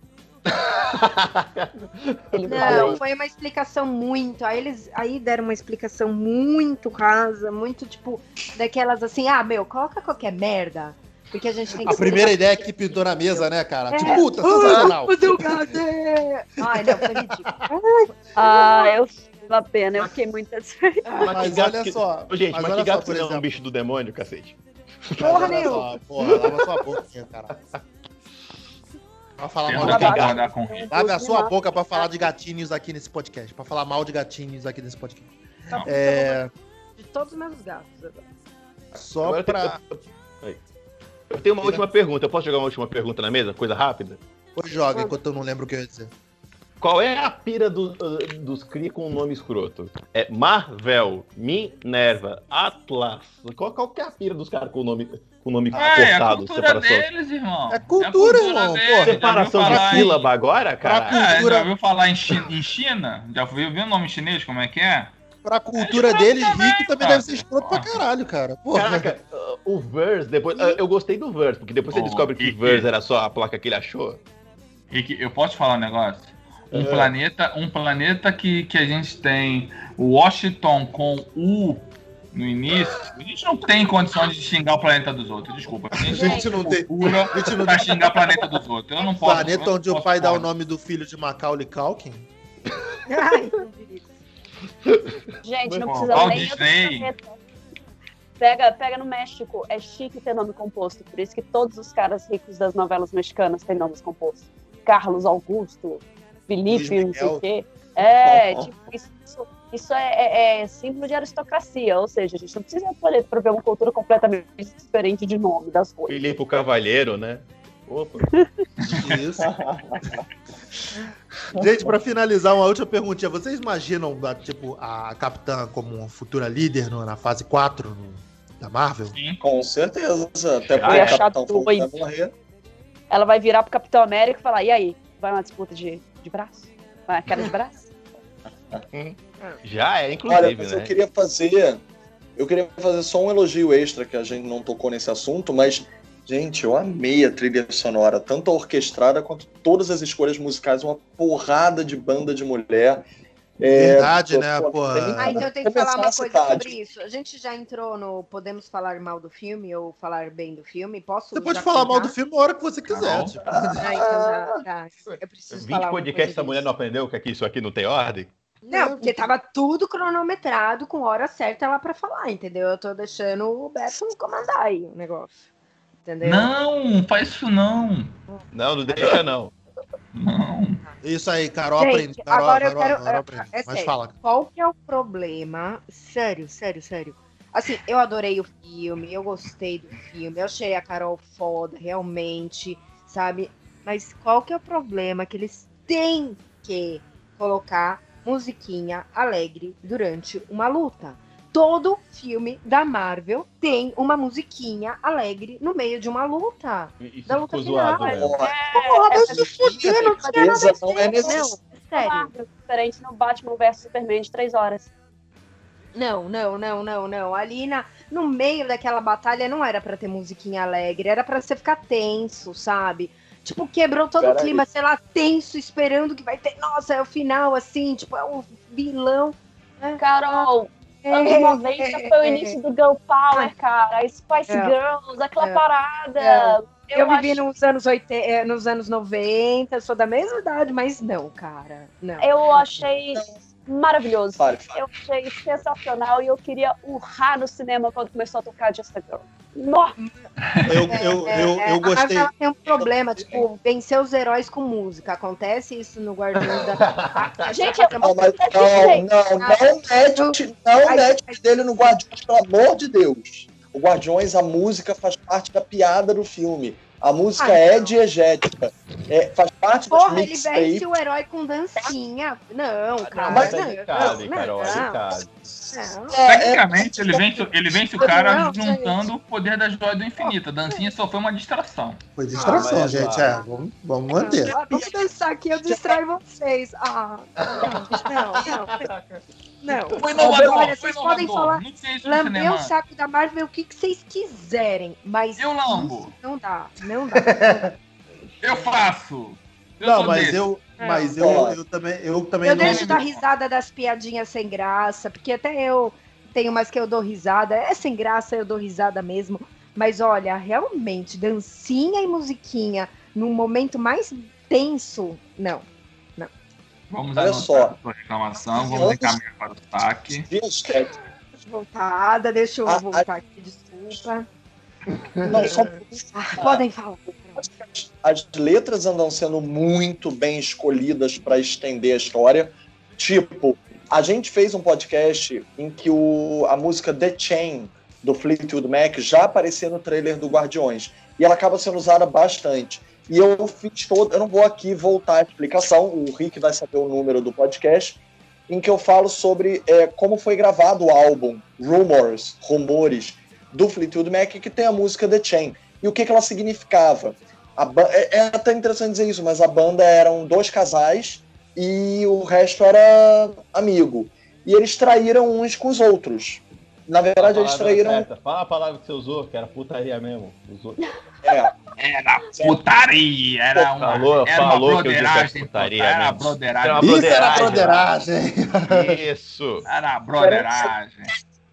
Ele fala Não, isso. foi uma explicação muito. Aí eles aí deram uma explicação muito rasa, muito tipo, daquelas assim, ah, meu, coloca qualquer merda. Porque a gente tem que. A primeira ideia que pintou na mesa, né, cara? É. Tipo, puta, sensacional. Mas o gato é- Ai, não, foi ridículo. Ah, eu uma pena, eu fiquei muito satisfeita. Mas que gato olha que- só. Ô, gente, mas mas, olha que só, gato por que não é um exemplo. bicho do demônio, cacete? Mas Porra olha nenhuma. só, porra, lava sua boquinha, cara. Pra falar mal de Tenta gatinhos. concordar com ele. Lave a sua boca pra falar de gatinhos aqui nesse podcast. Pra falar mal de gatinhos aqui nesse podcast. Não. É. De todos os meus gatos. agora. Só Agora tem- pra. Aí. Eu tenho uma última pergunta. Eu posso jogar uma última pergunta na mesa? Coisa rápida? Pois joga, enquanto eu não lembro o que eu ia dizer. qual é a pira do, uh, dos Kree com o nome escroto? É Marvel, Minerva, Atlas. Qual, qual que é a pira dos caras com o nome, com o nome Ah, é a cortado? cultura Separação, deles, irmão. É cultura, irmão, deles. porra. Já separação ouviu de falar sílaba em- agora, cara? Pra- Ah, cultura- já ouviu falar em, Chi- em China? Já ouviu ver o nome chinês, como é que é? Pra cultura É, deles, também, Rick também cara. deve ser escroto pra caralho, cara. Porra. Caraca, uh, o Verse, depois. uh, eu gostei do Verse, porque depois você Oh, descobre que e- Verse era só a placa que ele achou. Rick, eu posso falar um negócio? Um É. planeta, um planeta que, que a gente tem o Washington com U no início, a gente não tem condições de xingar o planeta dos outros, desculpa. A gente, A gente não tem- cultura a gente não pra tem- xingar o planeta dos outros. Eu não posso. Planeta eu não onde o posso pai dá o falar. nome do filho de Macaulay Culkin. Ai, não vi isso. Gente, não Bom, precisa Walt nem Disney. outro planeta. Pega, pega no México, é chique ter nome composto, por isso que todos os caras ricos das novelas mexicanas têm nomes compostos. Carlos Augusto, Luiz Felipe, não sei Miguel. o quê. É, tipo, isso, isso é, é- é símbolo de aristocracia, ou seja, a gente não precisa poder prover uma cultura completamente diferente de nome das coisas. Filipe o Cavalheiro, né? Opa. Isso. Gente, pra finalizar, uma última perguntinha. Vocês imaginam, a, tipo, a Capitã como uma futura líder no- na fase quatro no- da Marvel? Sim. Com certeza. Até Ah, porque é? o Capitão Falcão vai Doido. morrer. Ela vai virar pro Capitão América e falar, e aí, vai uma disputa de, de braço? Vai uma queda de braço? Já é, Olha, inclusive, mas né? eu queria fazer. Eu queria fazer só um elogio extra, que a gente não tocou nesse assunto, mas, gente, eu amei a trilha sonora, tanto a orquestrada quanto todas as escolhas musicais, uma porrada de banda de mulher. É, Verdade, pô, né, pô, porra? tem- Ah, então eu tenho que começar falar uma a coisa citar, sobre tipo, isso. A gente já entrou no Podemos Falar Mal do Filme ou Falar Bem do Filme? Posso Você pode já falar mal contar? do filme a hora que você quiser. Carol. Tipo. Ah, então tá, tá. Eu preciso vinte falar uma podcasts, coisa essa mulher disso. não aprendeu que aqui, isso aqui não tem ordem? Não, porque tava tudo cronometrado com hora certa lá pra falar, entendeu? Eu tô deixando o Beto comandar aí o negócio. Entendeu? Não, faz isso não. Não, não deixa não. Não. Isso aí, Carol Gente, aprende. Carol, agora eu Carol, quero- Carol é- aprende. é Mas sério. fala. Qual que é o problema? Sério, sério, sério. Assim, eu adorei o filme, eu gostei do filme, eu achei a Carol foda, realmente, sabe? Mas qual que é o problema? Que eles têm que colocar musiquinha alegre durante uma luta. Todo filme da Marvel tem uma musiquinha alegre no meio de uma luta. Isso Da luta ficou zoado, final, velho. Porra, Porra, vai se fuder, não tinha nada a defesa não é ver. necessária. Não, sério. Marvel, diferente no Batman versus Superman de três horas. Não, não, não, não, não. Ali na, no meio daquela batalha não era pra ter musiquinha alegre, era pra você ficar tenso, sabe? Tipo, quebrou todo Pera o aí. clima, sei lá, tenso, esperando que vai ter. Nossa, é o final, assim, tipo, é o vilão. Carol, anos É, noventa foi o início do Girl Power, cara. Spice É. Girls, aquela É. parada. É. Eu, Eu, vivi ach- nos anos oitenta, eh, nos anos noventa, sou da mesma idade, mas não, cara. Não. eu achei maravilhoso. Fale, fale. Eu achei sensacional e eu queria urrar no cinema quando começou a tocar Just a Girl. Nossa, Eu, eu, É, eu, é, eu a gostei. Marvel ela tem um problema, tipo, vencer os heróis com música. Acontece isso no Guardiões da... Gente, Essa- Não, mas Mas, não, gente, não, não mete, não Aí- mete dele no Guardiões, pelo amor de Deus. O Guardiões, a música faz parte da piada do filme. A música Ah, é não. diegética. É, faz parte das Porra, ele vence mixtapes. o herói com dancinha. Não, cara. Não, mas não, é delicado, hein, não, Carol, é não, delicado. não. Tecnicamente, ele vence, ele vence o cara Não, juntando o poder da joia do infinito. A dancinha só foi uma distração. Foi distração, Ah, mas é gente. claro. É, vamos, vamos manter. Ah, vamos dançar aqui, eu distraio vocês. Ah, não, não, não. Não. Foi inovador, Olha, foi vocês podem inovador. falar, Não tinha isso no lamber cinema. o saco da Marvel o que, que vocês quiserem, mas Eu lambo. isso não dá, não dá. Eu faço. Eu Não, sou mas desse. eu, Não. mas eu, eu também, eu também Eu não. deixo dar risada das piadinhas sem graça, porque até eu tenho mais que eu dou risada. É sem graça, eu dou risada mesmo. Mas olha, realmente, dancinha e musiquinha num momento mais tenso, não. Vamos Olha anotar só. a sua reclamação, vamos encaminhar para o saque. Diegética. Voltada, deixa eu Ah, voltar aqui, desculpa. Não, só Ah, podem falar. as letras andam sendo muito bem escolhidas para estender a história. Tipo, a gente fez um podcast em que o, a música The Chain, do Fleetwood Mac, já aparecia no trailer do Guardiões. E ela acaba sendo usada bastante. E eu fiz todo. Eu não vou aqui voltar à explicação, o Rick vai saber o número do podcast, em que eu falo sobre é, como foi gravado o álbum Rumors, Rumores, do Fleetwood Mac, que tem a música The Chain. E o que, que ela significava. A ba- é, é até interessante dizer isso, mas a banda eram dois casais e o resto era amigo. E eles traíram uns com os outros. Na verdade, eles traíram... Certa. Fala a palavra que você usou, que era putaria mesmo. Usou. É. Era putaria, era uma, falou, era uma falou que eu disse broderagem. putaria Era mesmo. broderagem. Era Isso era broderagem. broderagem. Isso. Era broderagem.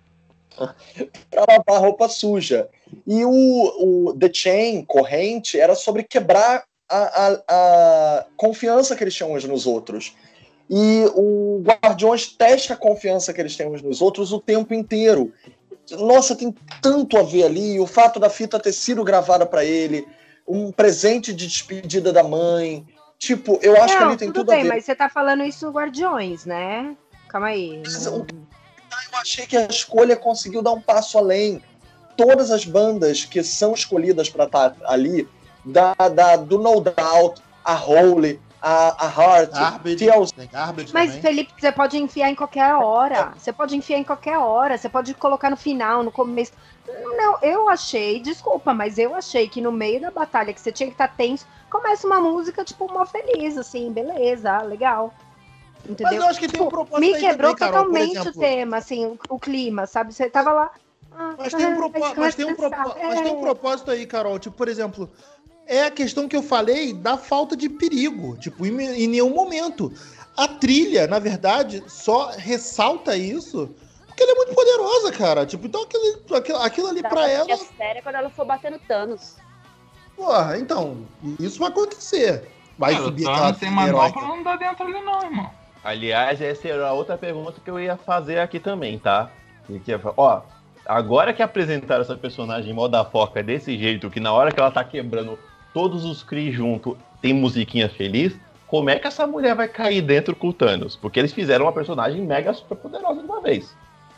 Para lavar roupa suja. E o, o The Chain, corrente, era sobre quebrar a, a, a confiança que eles tinham uns nos outros. E o Guardiões testa a confiança que eles têm uns nos outros o tempo inteiro. Nossa, tem tanto a ver ali. O fato da fita ter sido gravada para ele, um presente de despedida da mãe. Tipo, eu acho Não, que ali tem tudo tudo bem, a ver. mas você tá falando isso Guardiões, né? Calma aí. Mas não- o- Eu achei que a escolha conseguiu dar um passo além. Todas as bandas que são escolhidas para estar ali, da, da, do No Doubt, a Holy, a, a Heart, Garbage, T L C, tem Garbage Mas, também. Felipe, você pode enfiar em qualquer hora. Você pode enfiar em qualquer hora. Você pode colocar no final, no começo. Não, eu achei, desculpa, mas eu achei que no meio da batalha, que você tinha que estar tenso, começa uma música, tipo, mó feliz, assim, beleza, ah, legal. Entendeu? Mas eu acho que tem um propósito Me aí quebrou também, Carol, por totalmente o exemplo. tema, assim, o, o clima, sabe? Você tava lá. ah, Mas tem um, ah, propó- mas tem um, propó- começa a mas tem um pensar, propósito aí, Carol. Tipo, por exemplo, é a questão que eu falei da falta de perigo. Tipo, em, em nenhum momento. A trilha, na verdade, só ressalta isso porque ela é muito poderosa, cara. Tipo, então aquilo, aquilo, aquilo ali pra ela. É séria quando ela for bater no Thanos. Porra, então, isso vai acontecer. Vai Cara, subir o aquela Thanos tem trilha manopla, heróica. não dá dentro ali não, irmão. Aliás, essa era a outra pergunta que eu ia fazer aqui também, tá? Que, ó, agora que apresentaram essa personagem moda foca desse jeito, que na hora que ela tá quebrando todos os Kree junto, tem musiquinha feliz, como é que essa mulher vai cair dentro com o Thanos? Porque eles fizeram uma personagem mega super poderosa de uma vez.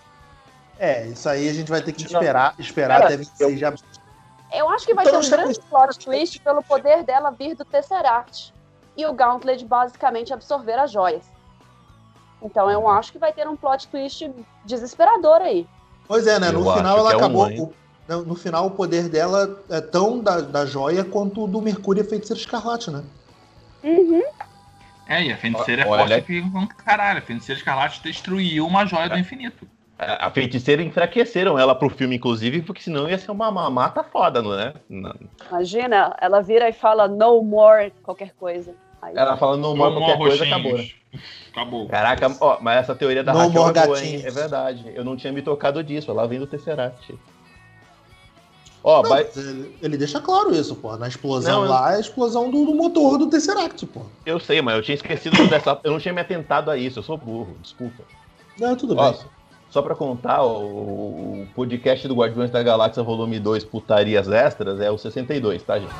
É, isso aí a gente vai ter que Não. esperar, esperar Cara, até vinte e seis de abril. Eu acho que vai Então, ter um já- grande plot twist pelo poder dela vir do Tesseract. E o Gauntlet basicamente absorver as joias. Então eu acho que vai ter um plot twist desesperador aí. Pois é, né? Eu No final acho ela que é um acabou. hein? o- no, no final, o poder dela é tão da, da joia quanto o do Mercúrio e Feiticeiro Escarlate, né? Uhum. É, e a feiticeira é Olha- forte que um caralho. A feiticeira escarlate destruiu uma joia do infinito. A a feiticeira enfraqueceram ela pro filme, inclusive, porque senão ia ser uma mamata foda, não é? Não. Imagina, ela vira e fala no more qualquer coisa. Aí, Ela fala no more qualquer coisa, roxinhos. acabou, né? Acabou. Caraca, ó, mas essa teoria da No Raquel more é boa, hein? gatinhos. É verdade. Eu não tinha me tocado disso. Ela vem do Tesseract. Ó, Não, vai- mas ele, ele deixa claro isso, pô. Na explosão Não, eu- lá, é a explosão do, do motor do Tesseract, pô. eu sei, mas eu tinha esquecido dessa. Eu não tinha me atentado a isso. Eu sou burro, desculpa. Não, tudo Ó, bem. só pra contar, o, o podcast do Guardiões da Galáxia Volume dois, Putarias Extras, é o sessenta e dois, tá, gente?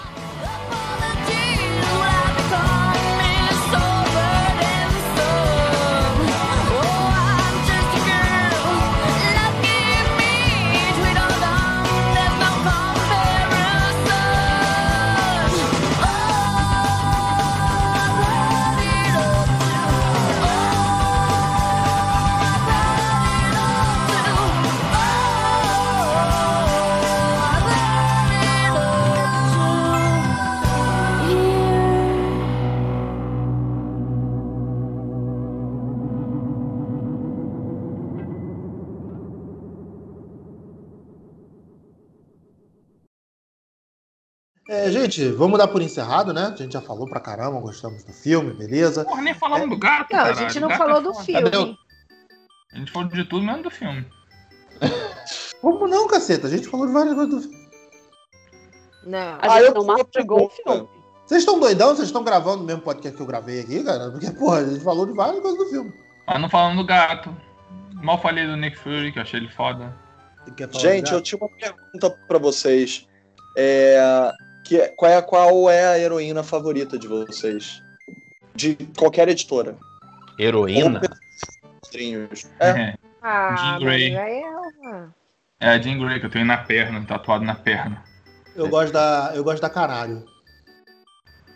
É, gente, vamos dar por encerrado, né? A gente já falou pra caramba, gostamos do filme, beleza? Porra, nem falamos do gato, Não, a caralho. gente não Gato falou é do foda. filme. Cadê o- A gente falou de tudo, menos do filme. Como não, caceta? A gente falou de várias coisas do filme. Não. A Ah, gente eu não tenho uma mastigou o pergunta. filme. Vocês estão doidão? Vocês estão gravando o mesmo podcast que eu gravei aqui, cara? Porque, porra, a gente falou de várias coisas do filme. Mas não falando do gato. Mal falei do Nick Fury, que eu achei ele foda. Você quer falar Gente, do eu tinha uma pergunta pra vocês. É, que, qual, é, qual é a heroína favorita de vocês? De qualquer editora. Heroína? Quadrinhos. É. Ah, Jean Grey. mas aí é- É a Jean Grey, que eu tenho na perna, tatuado na perna. Eu gosto da, eu gosto da Canário.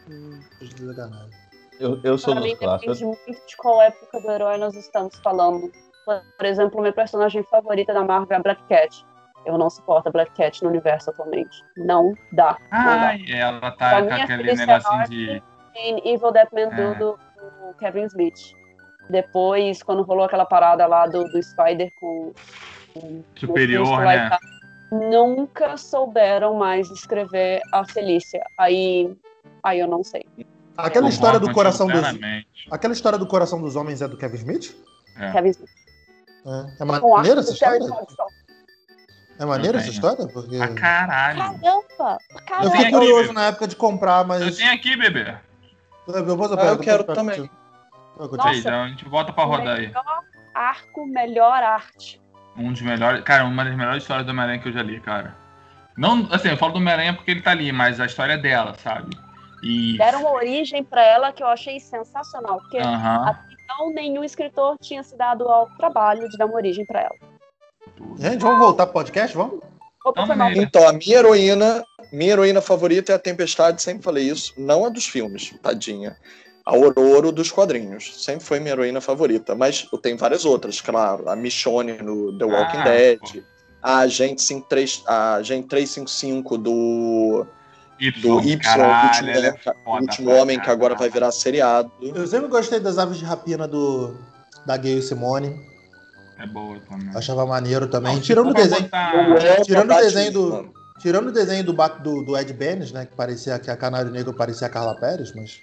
Hum, sacanagem. Eu, eu sou Pra dos mim clássicos. depende muito de qual época do herói nós estamos falando. Por exemplo, minha personagem favorita da Marvel é a Black Cat. Eu não suporto a Black Cat no universo atualmente. Não dá. Não dá. Ai, ela Pra tá mim, com a aquele Felicia negocinho North de. em Evil Deadman É. do, do Kevin Smith. Depois, quando rolou aquela parada lá do, do Spider com... com Superior, no lá e né? tal, nunca souberam mais escrever a Felícia. Aí, aí eu não sei. Aquela Eu história do Concordo coração dos. plenamente. Aquela história do coração dos homens é do Kevin Smith? É. Kevin Smith. É, é Com a maneira arte essa do Terry história? Pratchett. É maneira Eu essa tenho. história? Porque. Pra caralho. Caramba! Eu Caramba! fiquei aqui, curioso bebê. na época de comprar, mas. Eu tenho aqui, bebê. Eu, vou- Ah, eu depois quero pego também. contigo. Eu vou Nossa. contigo. Aí, então a gente volta pra rodar aí. Melhor arco, melhor arte. Um dos melhores. Cara, uma das melhores histórias do Homem-Aranha que eu já li, cara. Não, assim, eu falo do Homem-Aranha porque ele tá ali, mas a história dela, sabe? E. Deram uma origem pra ela que eu achei sensacional. Porque Aham. até então nenhum escritor tinha se dado ao trabalho de dar uma origem pra ela. Gente, vamos voltar pro podcast? Vamos? Opa, Então, foi mal. beleza. Então, a minha heroína, minha heroína favorita é a Tempestade, sempre falei isso, não a dos filmes, tadinha. A Ororo dos quadrinhos, sempre foi minha heroína favorita, mas eu tenho várias outras, claro, a Michonne no The Walking Ah, Dead, pô. a Agente cinco três, a Agente trezentos e cinquenta e cinco do, Y, do Y, caralho, o último, ela é homem, foda o último pra homem que agora vai caralho. virar seriado. Eu sempre gostei das aves de rapina do, da Gayle Simone. É boa também. Achava maneiro também. Não, se tirando o for pra desenho. botar- Eu amo tirando a o desenho do- Batman. Tirando o desenho do, Bat- do, do Ed Benes, né? Que parecia que a Canário Negro parecia a Carla Pérez, mas.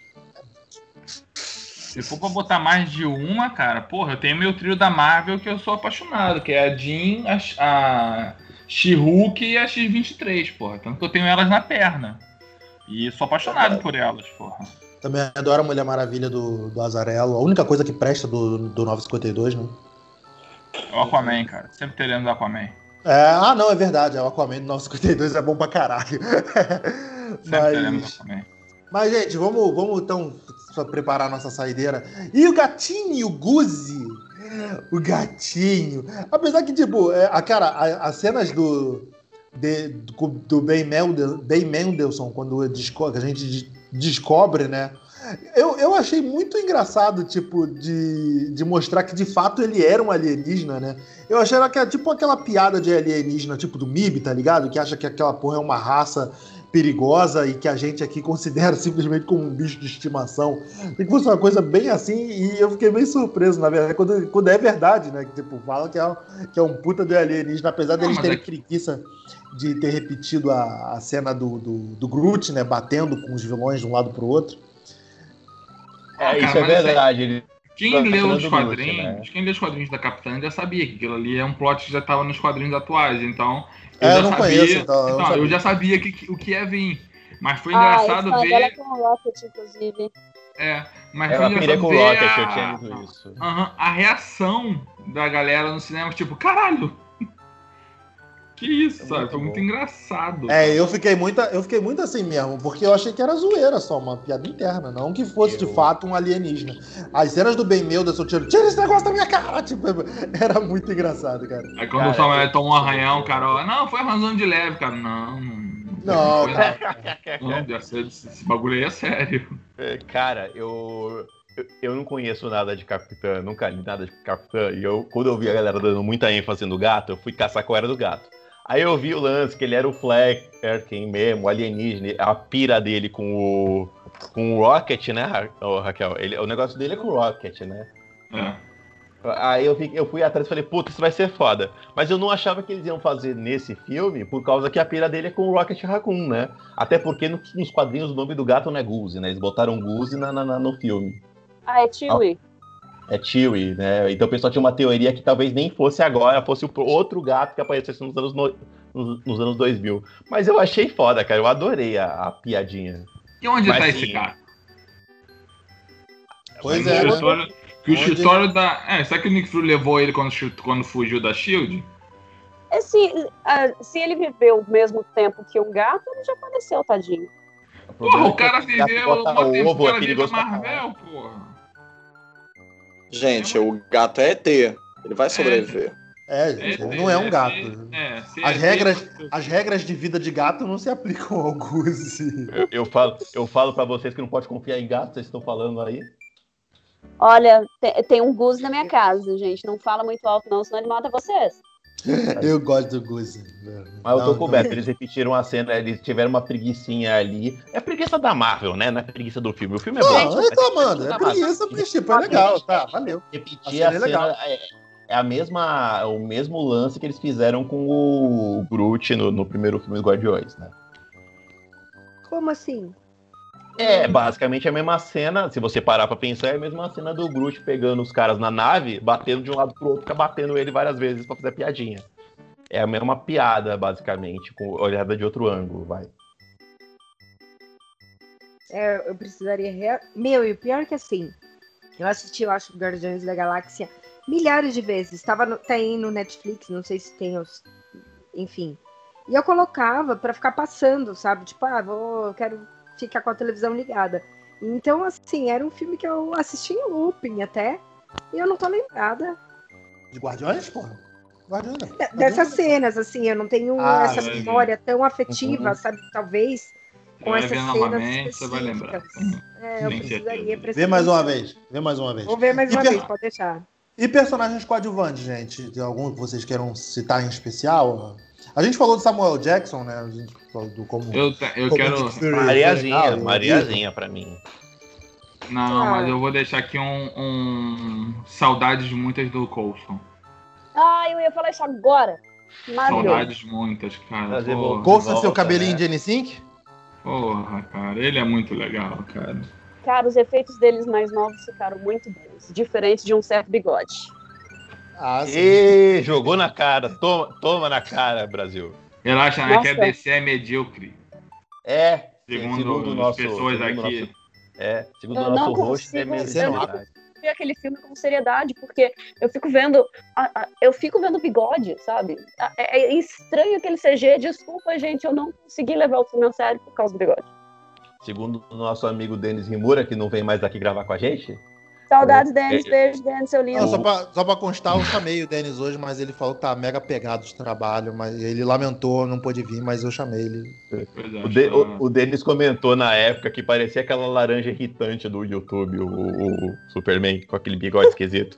Se for pra botar mais de uma, cara, porra, eu tenho meu trio da Marvel que eu sou apaixonado, que é a Jean, a, a She-Hulk e a X vinte e três, porra. Tanto que eu tenho elas na perna. E sou apaixonado por elas, porra. Também adoro a Mulher Maravilha do, do Azarello. A única coisa que presta do, do novecentos e cinquenta e dois, né? É o Aquaman, cara. Sempre teremos o Aquaman. É, ah, não, é verdade. O Aquaman do novecentos e cinquenta e dois é bom pra caralho. Sempre teremos o mas, Aquaman. mas, gente, vamos, vamos então só preparar a nossa saideira. E o gatinho, o Guzi? O gatinho. Apesar que, tipo, é, a, cara, a- as cenas do, de- do, do Ben, Mendel, Ben Mendelsohn, quando desco- que a gente de- descobre, né? Eu, eu achei muito engraçado, tipo, de, de mostrar que de fato ele era um alienígena, né? Eu achei que era tipo aquela piada de alienígena, tipo do M I B, tá ligado? Que acha que aquela porra é uma raça perigosa e que a gente aqui considera simplesmente como um bicho de estimação. Tem que fosse uma coisa bem assim, e eu fiquei bem surpreso, na verdade, quando, quando é verdade, né? Que tipo, fala que é, um- que é um puta de alienígena, apesar Não, deles mas terem é que- preguiça de ter repetido a, a cena do, do, do Groot, né? Batendo com os vilões de um lado pro outro. É, Ah, isso cara, é mas assim, verdade. Quem Tá leu tirando os do quadrinhos, Groot, né? quem leu os quadrinhos da Capitã já sabia que aquilo ali é um plot que já estava nos quadrinhos atuais, então eu É, já eu não sabia, conheço, então eu não então, eu sabia. já sabia que, que- o que ia vir. Mas foi Ah, engraçado esse dela ver, com o Rocket, inclusive. é, mas É foi uma pirei engraçado com o ver Rocket, eu a, tinha lido isso. Aham, a reação da galera no cinema, tipo, caralho. Que isso, É sabe? muito Foi muito bom. engraçado. É, eu fiquei muito, eu fiquei muito assim mesmo, porque eu achei que era zoeira só, uma piada interna, não que fosse Eu- de fato um alienígena. As cenas do Ben Mendelsohn tirando, tira esse negócio da minha cara, tipo, era muito engraçado, cara. Aí quando Cara, o Samuel eu- toma um arranhão, o cara, ó, não, foi arranjando de leve, cara. Não, não. Não, foi nada. Não, já sei, esse esse bagulho aí é sério. É, Cara, eu, eu, eu não conheço nada de Capitã, nunca li nada de Capitã, e eu, quando eu vi a galera dando muita ênfase no gato, eu fui caçar qual era do gato. Aí eu vi o lance, que ele era o Flecker mesmo, o alienígena, a pira dele com o, com o Rocket, né, Ra- ô, Raquel? Ele, o negócio dele é com o Rocket, né? É. Aí eu, fiquei- eu fui atrás e falei, puta, isso vai ser foda. Mas eu não achava que eles iam fazer nesse filme, por causa que a pira dele é com o Rocket Raccoon, né? Até porque no- nos quadrinhos o nome do gato não é Goose, né? Eles botaram Goose na, na- na- no filme. Ah, é Chewie. É Chewie, né? Então o pessoal tinha uma teoria que talvez nem fosse agora, fosse o pro- outro gato que aparecesse nos anos, no- nos, nos anos dois mil. Mas eu achei foda, cara. Eu adorei a, a piadinha. E onde Mas tá sim. esse cara? Pois O é, né? escritório, que o Onde- escritório da. É, será que o Nick Fury levou ele quando, chu- quando fugiu da Shield? Esse, ah, se ele viveu o mesmo tempo que um gato, ele já faleceu, tadinho. Porra, o é cara que gato viveu bota uma tempo, o ovo, é cara vive a perigoso pra caralho. Marvel, porra. Gente, o gato é E T. Ele vai sobreviver. É, gente, ele não é um gato. É, se As é regras, dele- as regras de vida de gato não se aplicam ao Guzi. Eu, eu falo, eu falo pra vocês que não pode confiar em gato, vocês estão falando aí. Olha, te- tem um Gus na minha casa, gente. Não fala muito alto, não, senão ele mata vocês. Eu gosto do Guzi. Mas eu tô Não, coberto, eles repetiram a cena, eles tiveram uma preguicinha ali. É a preguiça da Marvel, né? Não é a preguiça do filme. O filme é bom. Não, eu tô amando. É da Marvel. preguiça, mas tipo, é legal, tá, valeu. Repetir A a cena é cena legal. é, é a mesma, o mesmo lance que eles fizeram com o Groot no, no primeiro filme dos Guardiões, né? Como assim? É basicamente a mesma cena, se você parar pra pensar, é a mesma cena do Groot pegando os caras na nave, batendo de um lado pro outro, fica batendo ele várias vezes pra fazer piadinha. É a mesma piada, basicamente, com olhada de outro ângulo, vai. É, eu precisaria. Rea... Meu, e o pior é que assim, eu assisti, eu acho, Guardiões da Galáxia milhares de vezes. Tava no, tá aí no Netflix, não sei se tem os. Enfim. E eu colocava pra ficar passando, sabe? Tipo, ah, vou, eu quero ficar com a televisão ligada. Então, assim, era um filme que eu assisti em looping até. E eu não tô lembrada De Guardiões, porra? Guardiões não. de- dessas cenas, assim. Eu não tenho Ah, essa sim. memória tão afetiva, Uhum. sabe? Talvez com Vai essas ver cenas novamente, você vai lembrar. específicas. É, eu Tem precisaria certeza. prestar Vê mais uma atenção. vez. Vê mais uma vez. Vou ver mais E uma per- vez, pode deixar. E personagens coadjuvantes, gente? Tem algum que vocês queiram citar em especial? A gente falou do Samuel Jackson, né? A gente falou do como. Eu, te- eu como quero. Nick Fury foi Mariazinha, legal, Mariazinha pra mim. Não, Ah. mas eu vou deixar aqui um, um. Saudades muitas do Coulson. Ah, eu ia falar isso agora. Maravilhoso. Saudades muitas, cara. Trazer Porra, Coulson, seu Volta, cabelinho né? de N cinco? porra, cara. Ele é muito legal, cara. Cara, os efeitos deles mais novos ficaram muito bons. Diferente de um certo bigode. Ah, sim. E jogou na cara, toma, toma na cara, Brasil. Relaxa, né? Que a Nossa. D C é medíocre. É, Segundo, o as pessoas segundo aqui. nosso- é, segundo Eu o nosso não host, é consigo mesmo. Você não verdade. ver aquele filme com seriedade, porque eu fico vendo. a- a- eu fico vendo bigode, sabe? A- É, é estranho aquele C G. Desculpa, gente, eu não consegui levar o filme a sério por causa do bigode. Segundo o nosso amigo Denis Rimura, que não vem mais aqui gravar com a gente. Saudades, É, Denis. é- Beijo, Denis, seu lindo. Não, só, pra, só pra constar, eu chamei o Denis hoje, mas ele falou que tá mega pegado de trabalho, mas ele lamentou, não pôde vir, mas eu chamei ele. Pois é, O, De- tá- o- o Denis comentou na época que parecia aquela laranja irritante do YouTube, o, o- o Superman, com aquele bigode esquisito.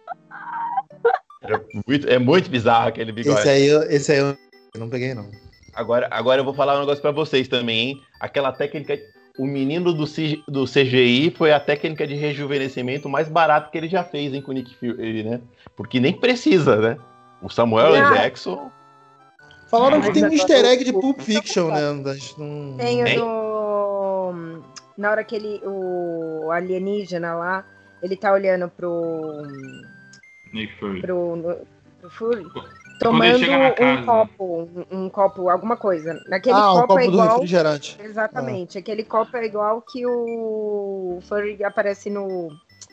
Era muito- é muito bizarro aquele bigode. Esse aí, eu- esse aí eu não peguei, não. Agora, agora eu vou falar um negócio pra vocês também, hein? Aquela técnica. O menino do, C- do C G I foi a técnica de rejuvenescimento mais barata que ele já fez, hein, com o Nick Fury, né? Porque nem precisa, né? O Samuel Ah. Jackson. Falaram Mas que tem um agora easter egg eu- de Pulp Fiction, né? Mas não... Tem o Tem? do. Na hora que ele. O alienígena lá, ele tá olhando pro. Nick Fury. pro, no- pro Fury. Quando ele Tomando chega na casa. um copo, um, um copo, alguma coisa. Naquele Ah, o copo, copo é do igual. refrigerante. Exatamente. Aquele copo é igual que o Furry aparece no.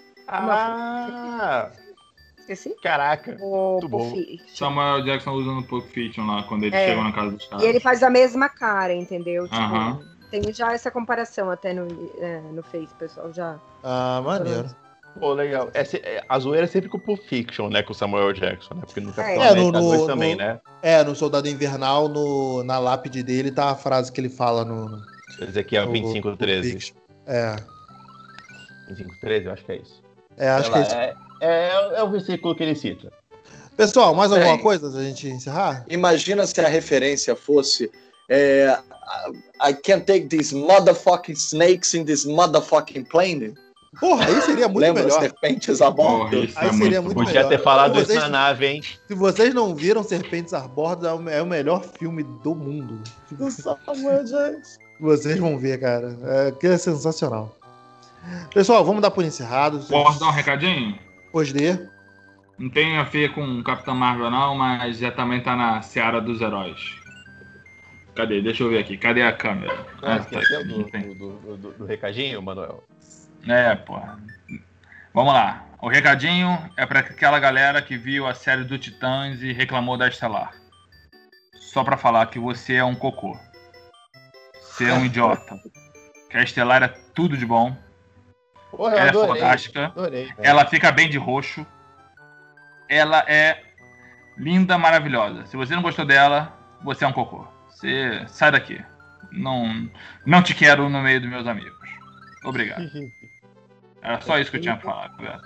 Ah! Esqueci? Caraca! O Muito bom. Pulp Fiction. Samuel Jackson usando Pulp Fiction lá, quando eles É. chegam na casa dos caras. E ele faz a mesma cara, entendeu? Tipo, Aham. tem já essa comparação até no, é, no Face, pessoal. Já. Ah, maneiro. Pô, legal. É, se- é, a zoeira é sempre com o Pulp Fiction, né? Com o Samuel Jackson, né? Porque no Capitão É, América no- dois no- também, no- né? É, no Soldado Invernal, no, na lápide dele, tá a frase que ele fala no... no Esse aqui é o no vinte e cinco Pulp treze. Fiction. É, vinte e cinco treze, eu acho que é isso. é, acho Sei que é lá, isso. é, é, é o versículo que ele cita. Pessoal, mais alguma Tem. coisa pra gente encerrar? Imagina se a referência fosse é, I can't take these motherfucking snakes in this motherfucking plane. Porra, aí seria muito Lembra melhor. serpentes a bordo? Porra, isso Aí é seria muito muito bom. Podia ter falado Vocês- isso na nave, hein? Se vocês não viram Serpentes a Bordo, é o- é o melhor filme do mundo. Do Samuel Jackson. Vocês vão ver, cara. É, que é sensacional. Pessoal, vamos dar por encerrado. Posso dar um recadinho? Pois de. Não tem a ver com Capitão Marvel não, mas já também tá na seara dos heróis. Cadê? Deixa eu ver aqui. Cadê a câmera? Ah, Ah, tá esqueceu aqui, do, não tem. do, do, do- do recadinho, Manuel? É, porra. Vamos lá. O recadinho é pra aquela galera que viu a série do Titãs e reclamou da Estelar. Só pra falar que você é um cocô. Você é um idiota. Que a Estelar é tudo de bom. Porra, eu Ela é adorei. fantástica. Adorei. Ela fica bem de roxo. Ela é linda, maravilhosa. Se você não gostou dela, você é um cocô. Você sai daqui. Não, não te quero no meio dos meus amigos. Obrigado. Era só isso que eu tinha pra falar, Beto.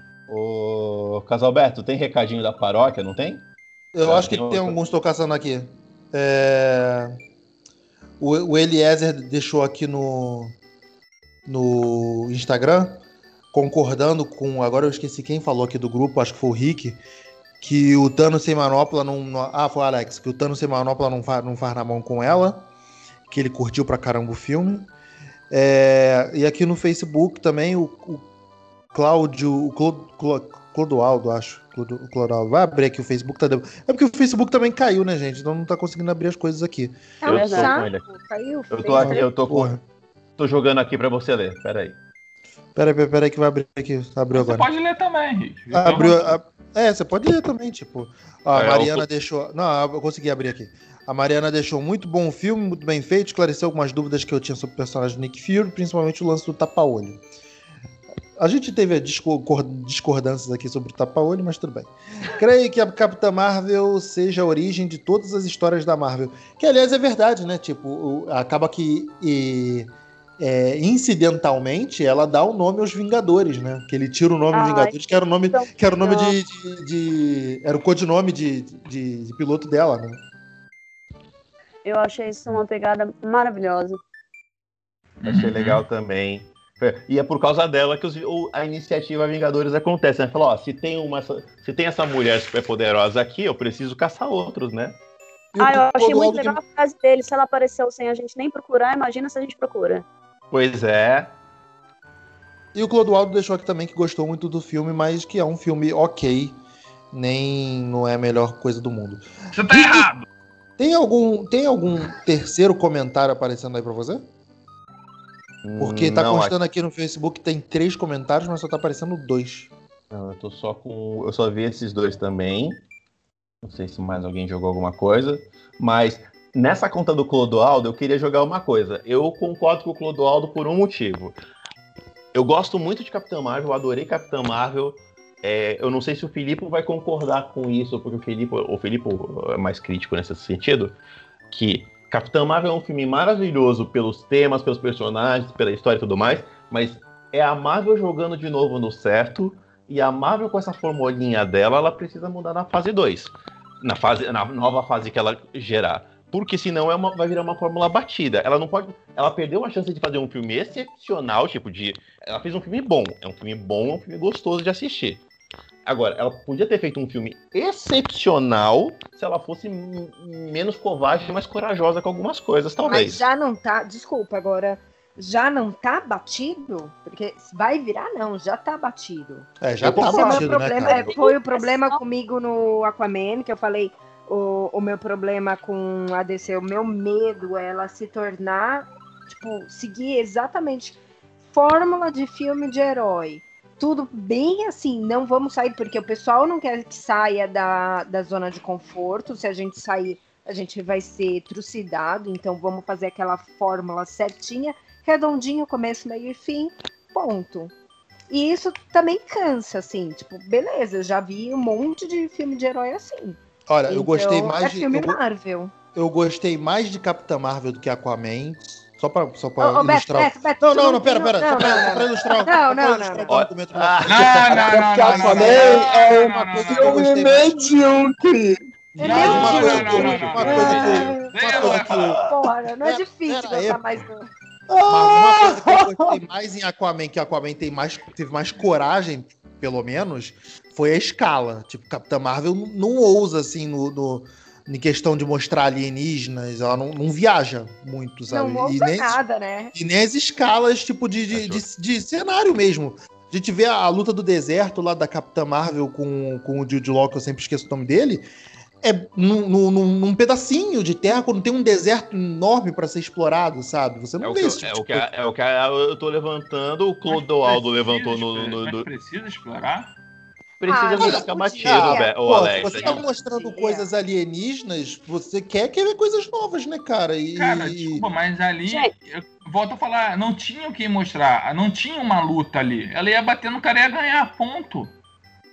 Ô, Casalberto, tem recadinho da paróquia, não tem? Eu Já acho que tem tem outro. alguns que estou caçando aqui. É... O, o Eliezer deixou aqui no, no Instagram, concordando com... Agora eu esqueci quem falou aqui do grupo, acho que foi o Rick, que o Thanos sem manopla não... não- Ah, foi o Alex, que o Thanos sem manopla não faz, não faz na mão com ela, que ele curtiu pra caramba o filme. É, e aqui no Facebook também o, o Cláudio, o Clo- Clo- Clodoaldo, acho. Clodo- Clodoaldo. Vai abrir aqui o Facebook. Tá... de- É porque o Facebook também caiu, né, gente? Então não tá conseguindo abrir as coisas aqui. É um Eu tô saco. com ele. Caiu. Eu tô aqui, eu tô com. Porra. Tô jogando aqui pra você ler, peraí. Peraí, peraí, peraí que vai abrir aqui. Abriu Você agora. pode ler também, Henrique. Abriu. a- É, você pode ler também, tipo. A É, Mariana eu- deixou. Não, eu consegui abrir aqui. A Mariana deixou muito bom o filme, muito bem feito, esclareceu algumas dúvidas que eu tinha sobre o personagem do Nick Fury, principalmente o lance do tapa-olho. A gente teve discor- discordâncias aqui sobre o tapa-olho, mas tudo bem. Creio que a Capitã Marvel seja a origem de todas as histórias da Marvel. Que, aliás, é verdade, né? Tipo, o- acaba que e, é, incidentalmente ela dá o nome aos Vingadores, né? Que ele tira o nome dos Ai, Vingadores, que era o nome, então, que era o nome não. de, de- de- Era o codinome de, de, de piloto dela, né? Eu achei isso uma pegada maravilhosa. Achei legal também. E é por causa dela que os- o- a iniciativa Vingadores acontece, né? Falou, ó, se tem, uma, se tem essa mulher super poderosa aqui, eu preciso caçar outros, né? E o Ah, eu achei Clodoaldo muito que- legal a frase dele. Se ela apareceu sem a gente nem procurar, imagina se a gente procura. Pois é. E o Clodoaldo deixou aqui também que gostou muito do filme, mas que é um filme ok, nem não é a melhor coisa do mundo. Você tá errado. Tem algum, tem algum terceiro comentário aparecendo aí pra você? Porque tá não, constando aqui no Facebook, tem três comentários, mas só tá aparecendo dois. não, eu tô só com. Eu só vi esses dois também. Não sei se mais alguém jogou alguma coisa. Mas nessa conta do Clodoaldo, eu queria jogar uma coisa. Eu concordo com o Clodoaldo por um motivo. Eu gosto muito de Capitã Marvel, eu adorei Capitã Marvel. É, eu não sei se o Filipe vai concordar com isso, porque o Filipe, o Filipe é mais crítico nesse sentido, que Capitã Marvel é um filme maravilhoso pelos temas, pelos personagens, pela história e tudo mais, mas é a Marvel jogando de novo no certo, e a Marvel com essa formulinha dela, ela precisa mudar na fase dois, na, fase, na nova fase que ela gerar. Porque senão é uma, vai virar uma fórmula batida. Ela não pode. Ela perdeu a chance de fazer um filme excepcional, tipo de. Ela fez um filme bom. É um filme bom, é um filme gostoso de assistir. Agora, ela podia ter feito um filme excepcional se ela fosse m- menos covarde e mais corajosa com algumas coisas, talvez. Mas já não tá, desculpa, agora, já não tá batido? Porque vai virar, não, já tá batido. É, já Eu tá Esse é o meu batido, né, problema, cara? é, foi o problema comigo no Aquaman, que eu falei, o, o meu problema com a D C, o meu medo é ela se tornar, tipo, seguir exatamente fórmula de filme de herói. Tudo bem assim, não vamos sair, porque o pessoal não quer que saia da, da zona de conforto. Se a gente sair, a gente vai ser trucidado. Então vamos fazer aquela fórmula certinha, redondinho, começo, meio e fim, ponto. E isso também cansa, assim, tipo, beleza, eu já vi um monte de filme de herói assim. Olha, eu Então, gostei mais é de. filme Eu, go- Marvel. eu gostei mais de Capitã Marvel do que Aquaman. Só pra, só pra Ô, ô, Beto, ilustrar. Beto, Beto, não, tu não, não não, pera, tem- pera. não, só, pra, não, só pra não. ilustrar. Não, só pra não, ilustrar não, o não. argumento do Ah, Não, não, não, Porque não, não, Aquaman não, é não, um não, não, filme não, não. medíocre. É Não, meu não, Deus. não, não, não, não, Uma não. coisa que Ai, eu- uma coisa que eu- Porra, não é Pera- difícil pera aí, gostar pô. mais do... Uma, uma coisa que eu gostei mais em Aquaman, que Aquaman tem mais, teve mais coragem, pelo menos, foi a escala. Tipo, Capitã Marvel não, não ousa, assim, no, no, em questão de mostrar alienígenas, ela não, não viaja muito, sabe? Não e, ouça nem, nada, né? e nem as escalas, tipo, de, de, de, de cenário mesmo. A gente vê a, a luta do deserto lá da Capitã Marvel com, com o Jude Law, que eu sempre esqueço o nome dele, é num, num, num pedacinho de terra, quando tem um deserto enorme pra ser explorado, sabe? Você É não o, vê que, esse eu- tipo é, o de que, coisa. é o que eu tô levantando, o Clodoaldo Mas precisa levantou no. explorar- no, mas no- precisa explorar? Precisa Ah, não mas ficar podia. batido, Ah, Be- ô Pô, Alex. se você a tá gente- mostrando Podia. coisas alienígenas, você quer quer ver coisas novas, né, cara? E, Cara, e- desculpa, mas ali, Gente. eu volto a falar, não tinha o que mostrar, não tinha uma luta ali. Ela ia bater no cara e ia ganhar, ponto.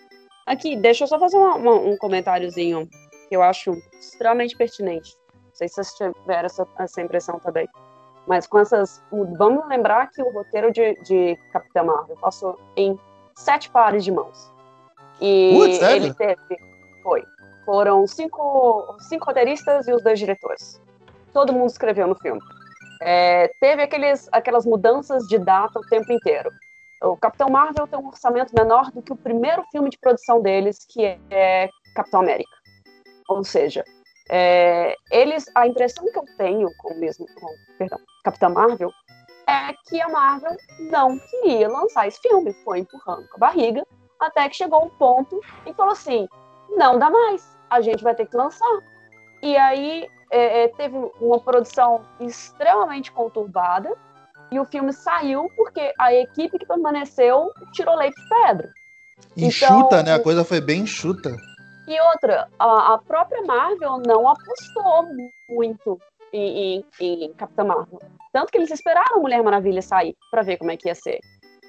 Aqui, deixa eu só fazer uma, uma, um comentáriozinho que eu acho extremamente pertinente. Não sei se vocês tiveram essa, essa impressão também. Mas com essas... Vamos lembrar que o roteiro de, de Capitã Marvel passou em sete pares de mãos. E Putz, sério? ele teve... Foi. Foram cinco, cinco roteiristas e os dois diretores. Todo mundo escreveu no filme. É, teve aqueles, aquelas mudanças de data o tempo inteiro. O Capitão Marvel tem um orçamento menor do que o primeiro filme de produção deles, que é Capitão América. Ou seja, é, eles, a impressão que eu tenho com o mesmo, com, perdão, Capitão Marvel é que a Marvel não queria lançar esse filme, foi empurrando com a barriga, até que chegou um ponto e falou assim, não dá mais, a gente vai ter que lançar. E aí é, teve uma produção extremamente conturbada, e o filme saiu porque a equipe que permaneceu tirou leite de pedra. Enxuta, então, né? A coisa foi bem enxuta. E outra, a, a própria Marvel não apostou muito em, em, em Capitã Marvel. Tanto que eles esperaram a Mulher Maravilha sair para ver como é que ia ser.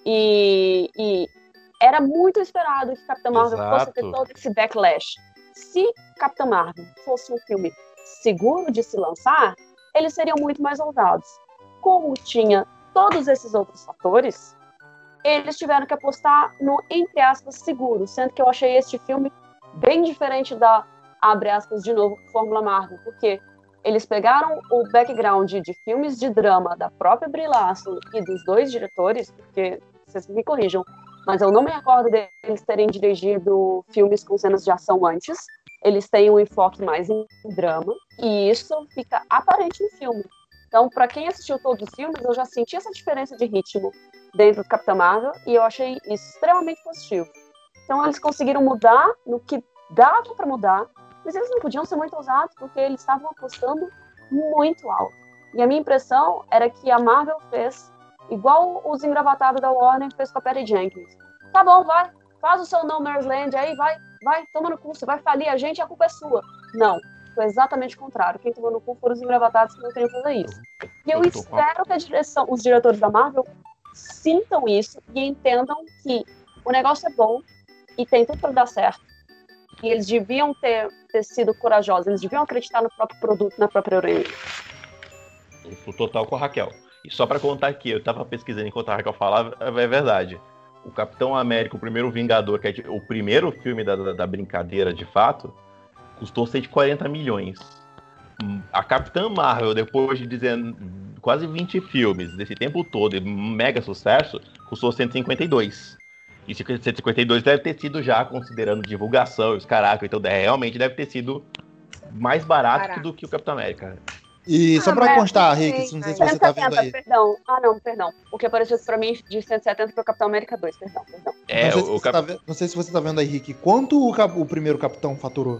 E, e era muito esperado que Capitã Marvel Exato. fosse ter todo esse backlash. Se Capitã Marvel fosse um filme seguro de se lançar, eles seriam muito mais ousados. Como tinha todos esses outros fatores, eles tiveram que apostar no, entre aspas, seguro, sendo que eu achei este filme bem diferente da, abre aspas, de novo, Fórmula Marvel, porque eles pegaram o background de filmes de drama da própria Brie Larson e dos dois diretores, porque, vocês me corrijam, mas eu não me recordo deles terem dirigido filmes com cenas de ação antes, eles têm um enfoque mais em drama, e isso fica aparente no filme. Então, para quem assistiu todos os filmes, eu já senti essa diferença de ritmo dentro do Capitão Marvel e eu achei extremamente positivo. Então, eles conseguiram mudar no que dava para mudar, mas eles não podiam ser muito ousados porque eles estavam apostando muito alto. E a minha impressão era que a Marvel fez igual os engravatados da Warner fez com a Patty Jenkins. Tá bom, vai, faz o seu No Man's Land aí, vai, vai, toma no cu, você vai falir a gente e a culpa é sua. Não. Foi exatamente o contrário. Quem tomou no cu foram os engravatados que não queriam fazer isso. E eu espero que a direção, os diretores da Marvel sintam isso e entendam que o negócio é bom e tem tudo para dar certo. E eles deviam ter, ter sido corajosos, eles deviam acreditar no próprio produto, na própria heroína. O total com a Raquel. E só para contar aqui, eu tava pesquisando enquanto a Raquel falava, é verdade. O Capitão América, o primeiro Vingador, que é o primeiro filme da, da, da brincadeira de fato, custou cento e quarenta milhões. A Capitã Marvel, depois de dizer, quase vinte filmes, desse tempo todo, e mega sucesso, custou cento e cinquenta e dois. E cento e cinquenta e dois deve ter sido já, considerando divulgação e os caracas, então realmente deve ter sido mais barato Caraca. do que o Capitão América. E só Ah, pra mas constar, não sei, Rick, não sei se mas- você tá vendo aí. Perdão. Ah, não, perdão. O que apareceu pra mim de cento e setenta foi o Capitão América dois, perdão, perdão. É, não, sei se o, você Cap... tá ve- não sei se você tá vendo aí, Rick. Quanto o, cap- o primeiro Capitão faturou?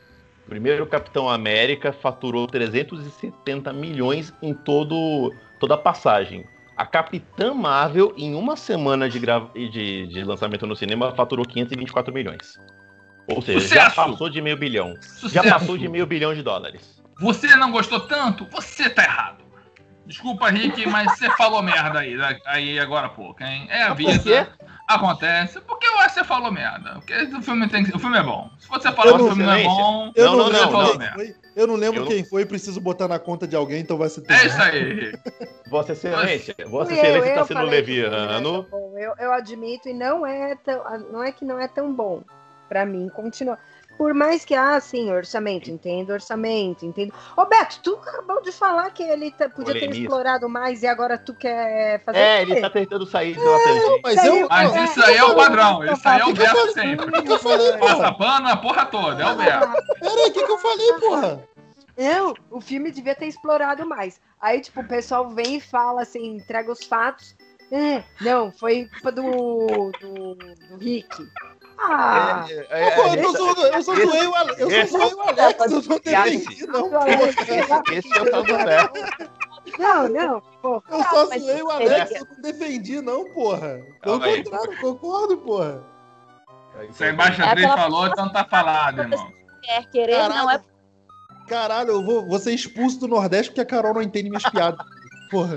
o primeiro Capitão América faturou trezentos e setenta milhões em todo, toda a passagem. A Capitã Marvel, em uma semana de, gra... de, de lançamento no cinema, faturou quinhentos e vinte e quatro milhões. Ou seja, já Sucesso! passou de meio bilhão. Sucesso. Já passou de meio bilhão de dólares. Você não gostou tanto? Você tá errado. Desculpa, Rick, mas você falou merda aí, aí agora há pouco, hein? É a Por quê? vida. Acontece. Porque eu acho que você falou merda. Porque o filme, tem, o filme é bom. Se você falar que o filme não é bom, Eu Não, não, lembro não, falou quem merda. foi. Eu não lembro Eu não- quem foi, preciso botar na conta de alguém, então vai ser É isso aí, Rick. Vossa Excelência, Vossa Fui Excelência eu, está eu sendo falei que o filme leviano. não é tão bom. Eu, eu admito, e não é tão, não é que não é tão bom pra mim, continua. Por mais que, ah, sim, orçamento, entendo orçamento, entendo. Ô, Beto, tu acabou de falar que ele tá- podia ter Polemista. explorado mais e agora tu quer fazer É, o quê? ele tá tentando sair do tangente. Mas eu. Mas eu- isso aí é o padrão. Isso aí é o O que eu Beto falei? sempre. O que eu falei, Passa porra? pano a porra toda. É o Beto. Peraí, o que, que eu falei, porra? Eu, o filme devia ter explorado mais. Aí, tipo, o pessoal vem e fala assim, entrega os fatos. É, não, foi culpa do, do, do Rick. Ah, É, é, Pô, é, eu só zoei- eu só esse- zoei o Ale- eu só esse- zoei o Alex, eu não defendi, não. esse, esse é o caso do Beto. não, não, pô. Eu só mas zoei o ele- Alex, eu não defendi, não, porra. Pelo Calma aí. contrário, concordo, porra. Se a embaixatriz É aquela- falou, então tá falado, irmão. Quer querer, Caralho. não é. Caralho, eu vou, vou ser expulso do Nordeste porque a Carol não entende minhas piadas. Porra.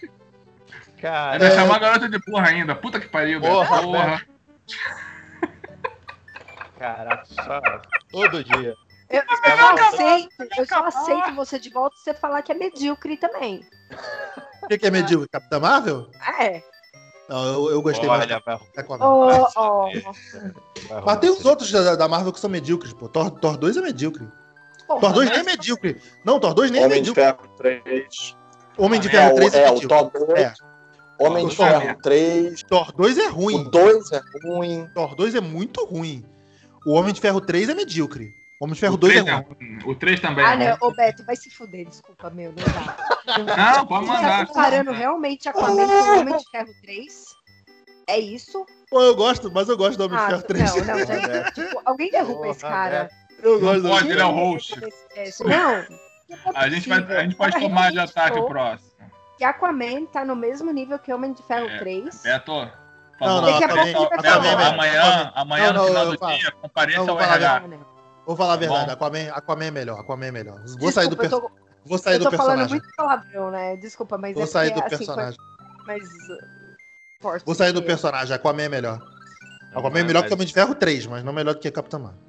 Cara, Ainda chamar a garota de porra ainda. Puta que pariu, Beto. Porra, Porra. Caraca, só todo dia. Eu, eu só aceito, eu só aceito você de volta se você falar que é medíocre também. O que, que é medíocre? Capitã Marvel? É. Não, eu, eu gostei Olha, mais. vai, Oh, oh. Mas tem os outros da, da Marvel que são medíocres, pô. Thor, Thor dois é medíocre. Porra, Thor dois mas- nem é medíocre. Não, Thor dois nem é Homem de medíocre. Ferro três. Homem de É, Ferro É, o, três é, é o medíocre. Thor dois. É. Homem de Thor Ferro três. Thor dois é O ruim. dois é ruim. Thor dois é muito ruim. O Homem de Ferro três é medíocre. O Homem de Ferro O dois é três ruim. O três também Ah, é não, ruim. ô Beto, vai se fuder, desculpa, meu, não dá. Não, dá. Não, pode Você tá mandar. comparando realmente Aquaman com o Homem de Ferro três? É isso? Pô, eu gosto, mas eu gosto do Homem de Ah, Ferro três. não, não, gente. Tipo, alguém derruba Porra, esse cara. Eu gosto do Pode, Homem de ele é o Ferro. host. Não. A gente, vai, a gente pode tomar de ataque o próximo. Que Aquaman tá no mesmo nível que Homem de Ferro É. três. Beto, por Não, favor, não, Daqui a pouco Aquaman- ele vai Beto, Aquaman é melhor. amanhã, amanhã Não, no não, final eu do falo. dia, compareça Não, ao vou falar R H. Ah, não. Vou falar a Tá verdade, bom. Aquaman, Aquaman é melhor, Aquaman é melhor. Vou Desculpa, sair do, per... eu tô, Vou sair eu do tô falando personagem. muito palavrão, né? Desculpa, mas Vou é sair porque, do assim, personagem. foi mais uh, forte. Vou sair do que- personagem, Aquaman é melhor. Não, Aquaman é mas- melhor que o Homem de Ferro três, mas não melhor do que Capitã Marvel.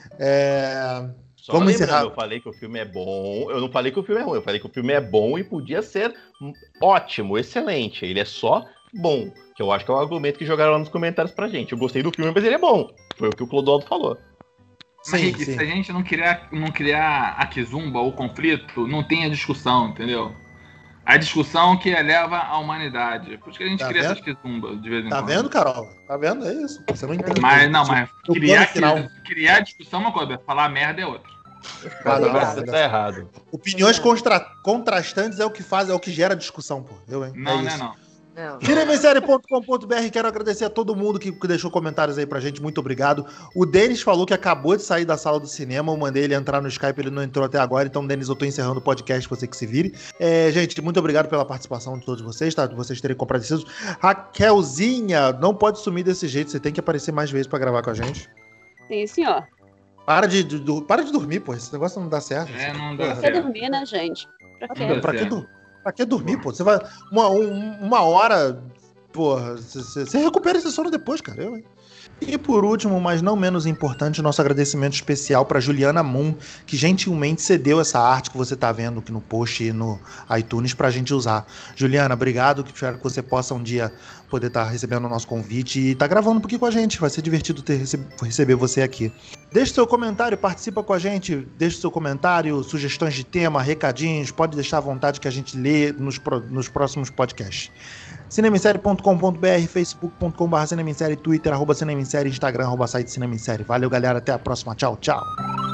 É... Só Vamos lembrando, encerrar. Eu falei que o filme é bom. Eu não falei que o filme é ruim. Eu falei que o filme é bom e podia ser ótimo, excelente. Ele é só bom. Que eu acho que é o argumento que jogaram lá nos comentários pra gente. Eu gostei do filme, mas ele é bom. Foi o que o Clodoaldo falou. Mas, Sim, Rick, sim. se a gente não criar, não criar a Kizumba, o conflito, não tem a discussão, entendeu? A discussão que eleva a humanidade. Por isso que a gente Tá cria vendo? essas Kizumba de vez em Tá quando. vendo, Carol? Tá vendo? É isso. Você não entende. Mas não, mas O criar, plano final. criar discussão é uma coisa, falar merda é outra. Ah, não, Obrigado. Você não, tá errado. Opiniões contra... contrastantes é o que faz, é o que gera discussão, pô. Eu, hein? Não, é né, isso. não. Não. cinemissérie ponto com ponto b r, quero agradecer a todo mundo que, que deixou comentários aí pra gente, muito obrigado. O Denis falou que acabou de sair da sala do cinema, eu mandei ele entrar no Skype, ele não entrou até agora, então, Denis, eu tô encerrando o podcast, você que se vire. É, gente, muito obrigado pela participação de todos vocês, tá? De vocês terem comparecido. Raquelzinha, não pode sumir desse jeito, você tem que aparecer mais vezes pra gravar com a gente. Sim, senhor. Para de, de, de- para de dormir, pô, esse negócio não dá certo. É, não dá Porra. Pra certo. dormir, né, gente? Pra quê? Não, Pra que, certo. dur- pra que dormir, pô? Você vai. Uma, um- uma hora. Porra, você você recupera esse sono depois, cara. Eu, hein? E por último, mas não menos importante, nosso agradecimento especial para Juliana Moon, que gentilmente cedeu essa arte que você tá vendo aqui no post e no iTunes pra gente usar. Juliana, obrigado, que espero que você possa um dia poder estar recebendo o nosso convite e tá gravando um pouquinho com a gente. Vai ser divertido ter, rece- receber você aqui. Deixe seu comentário, participa com a gente, deixe seu comentário, sugestões de tema, recadinhos, pode deixar à vontade que a gente lê nos, pro- nos próximos podcasts. cinemissérie ponto com ponto b r, facebook ponto com barra cinemissérie, twitter, arroba cinemissérie, instagram, arroba site cinemissérie. Valeu, galera, até a próxima, tchau, tchau.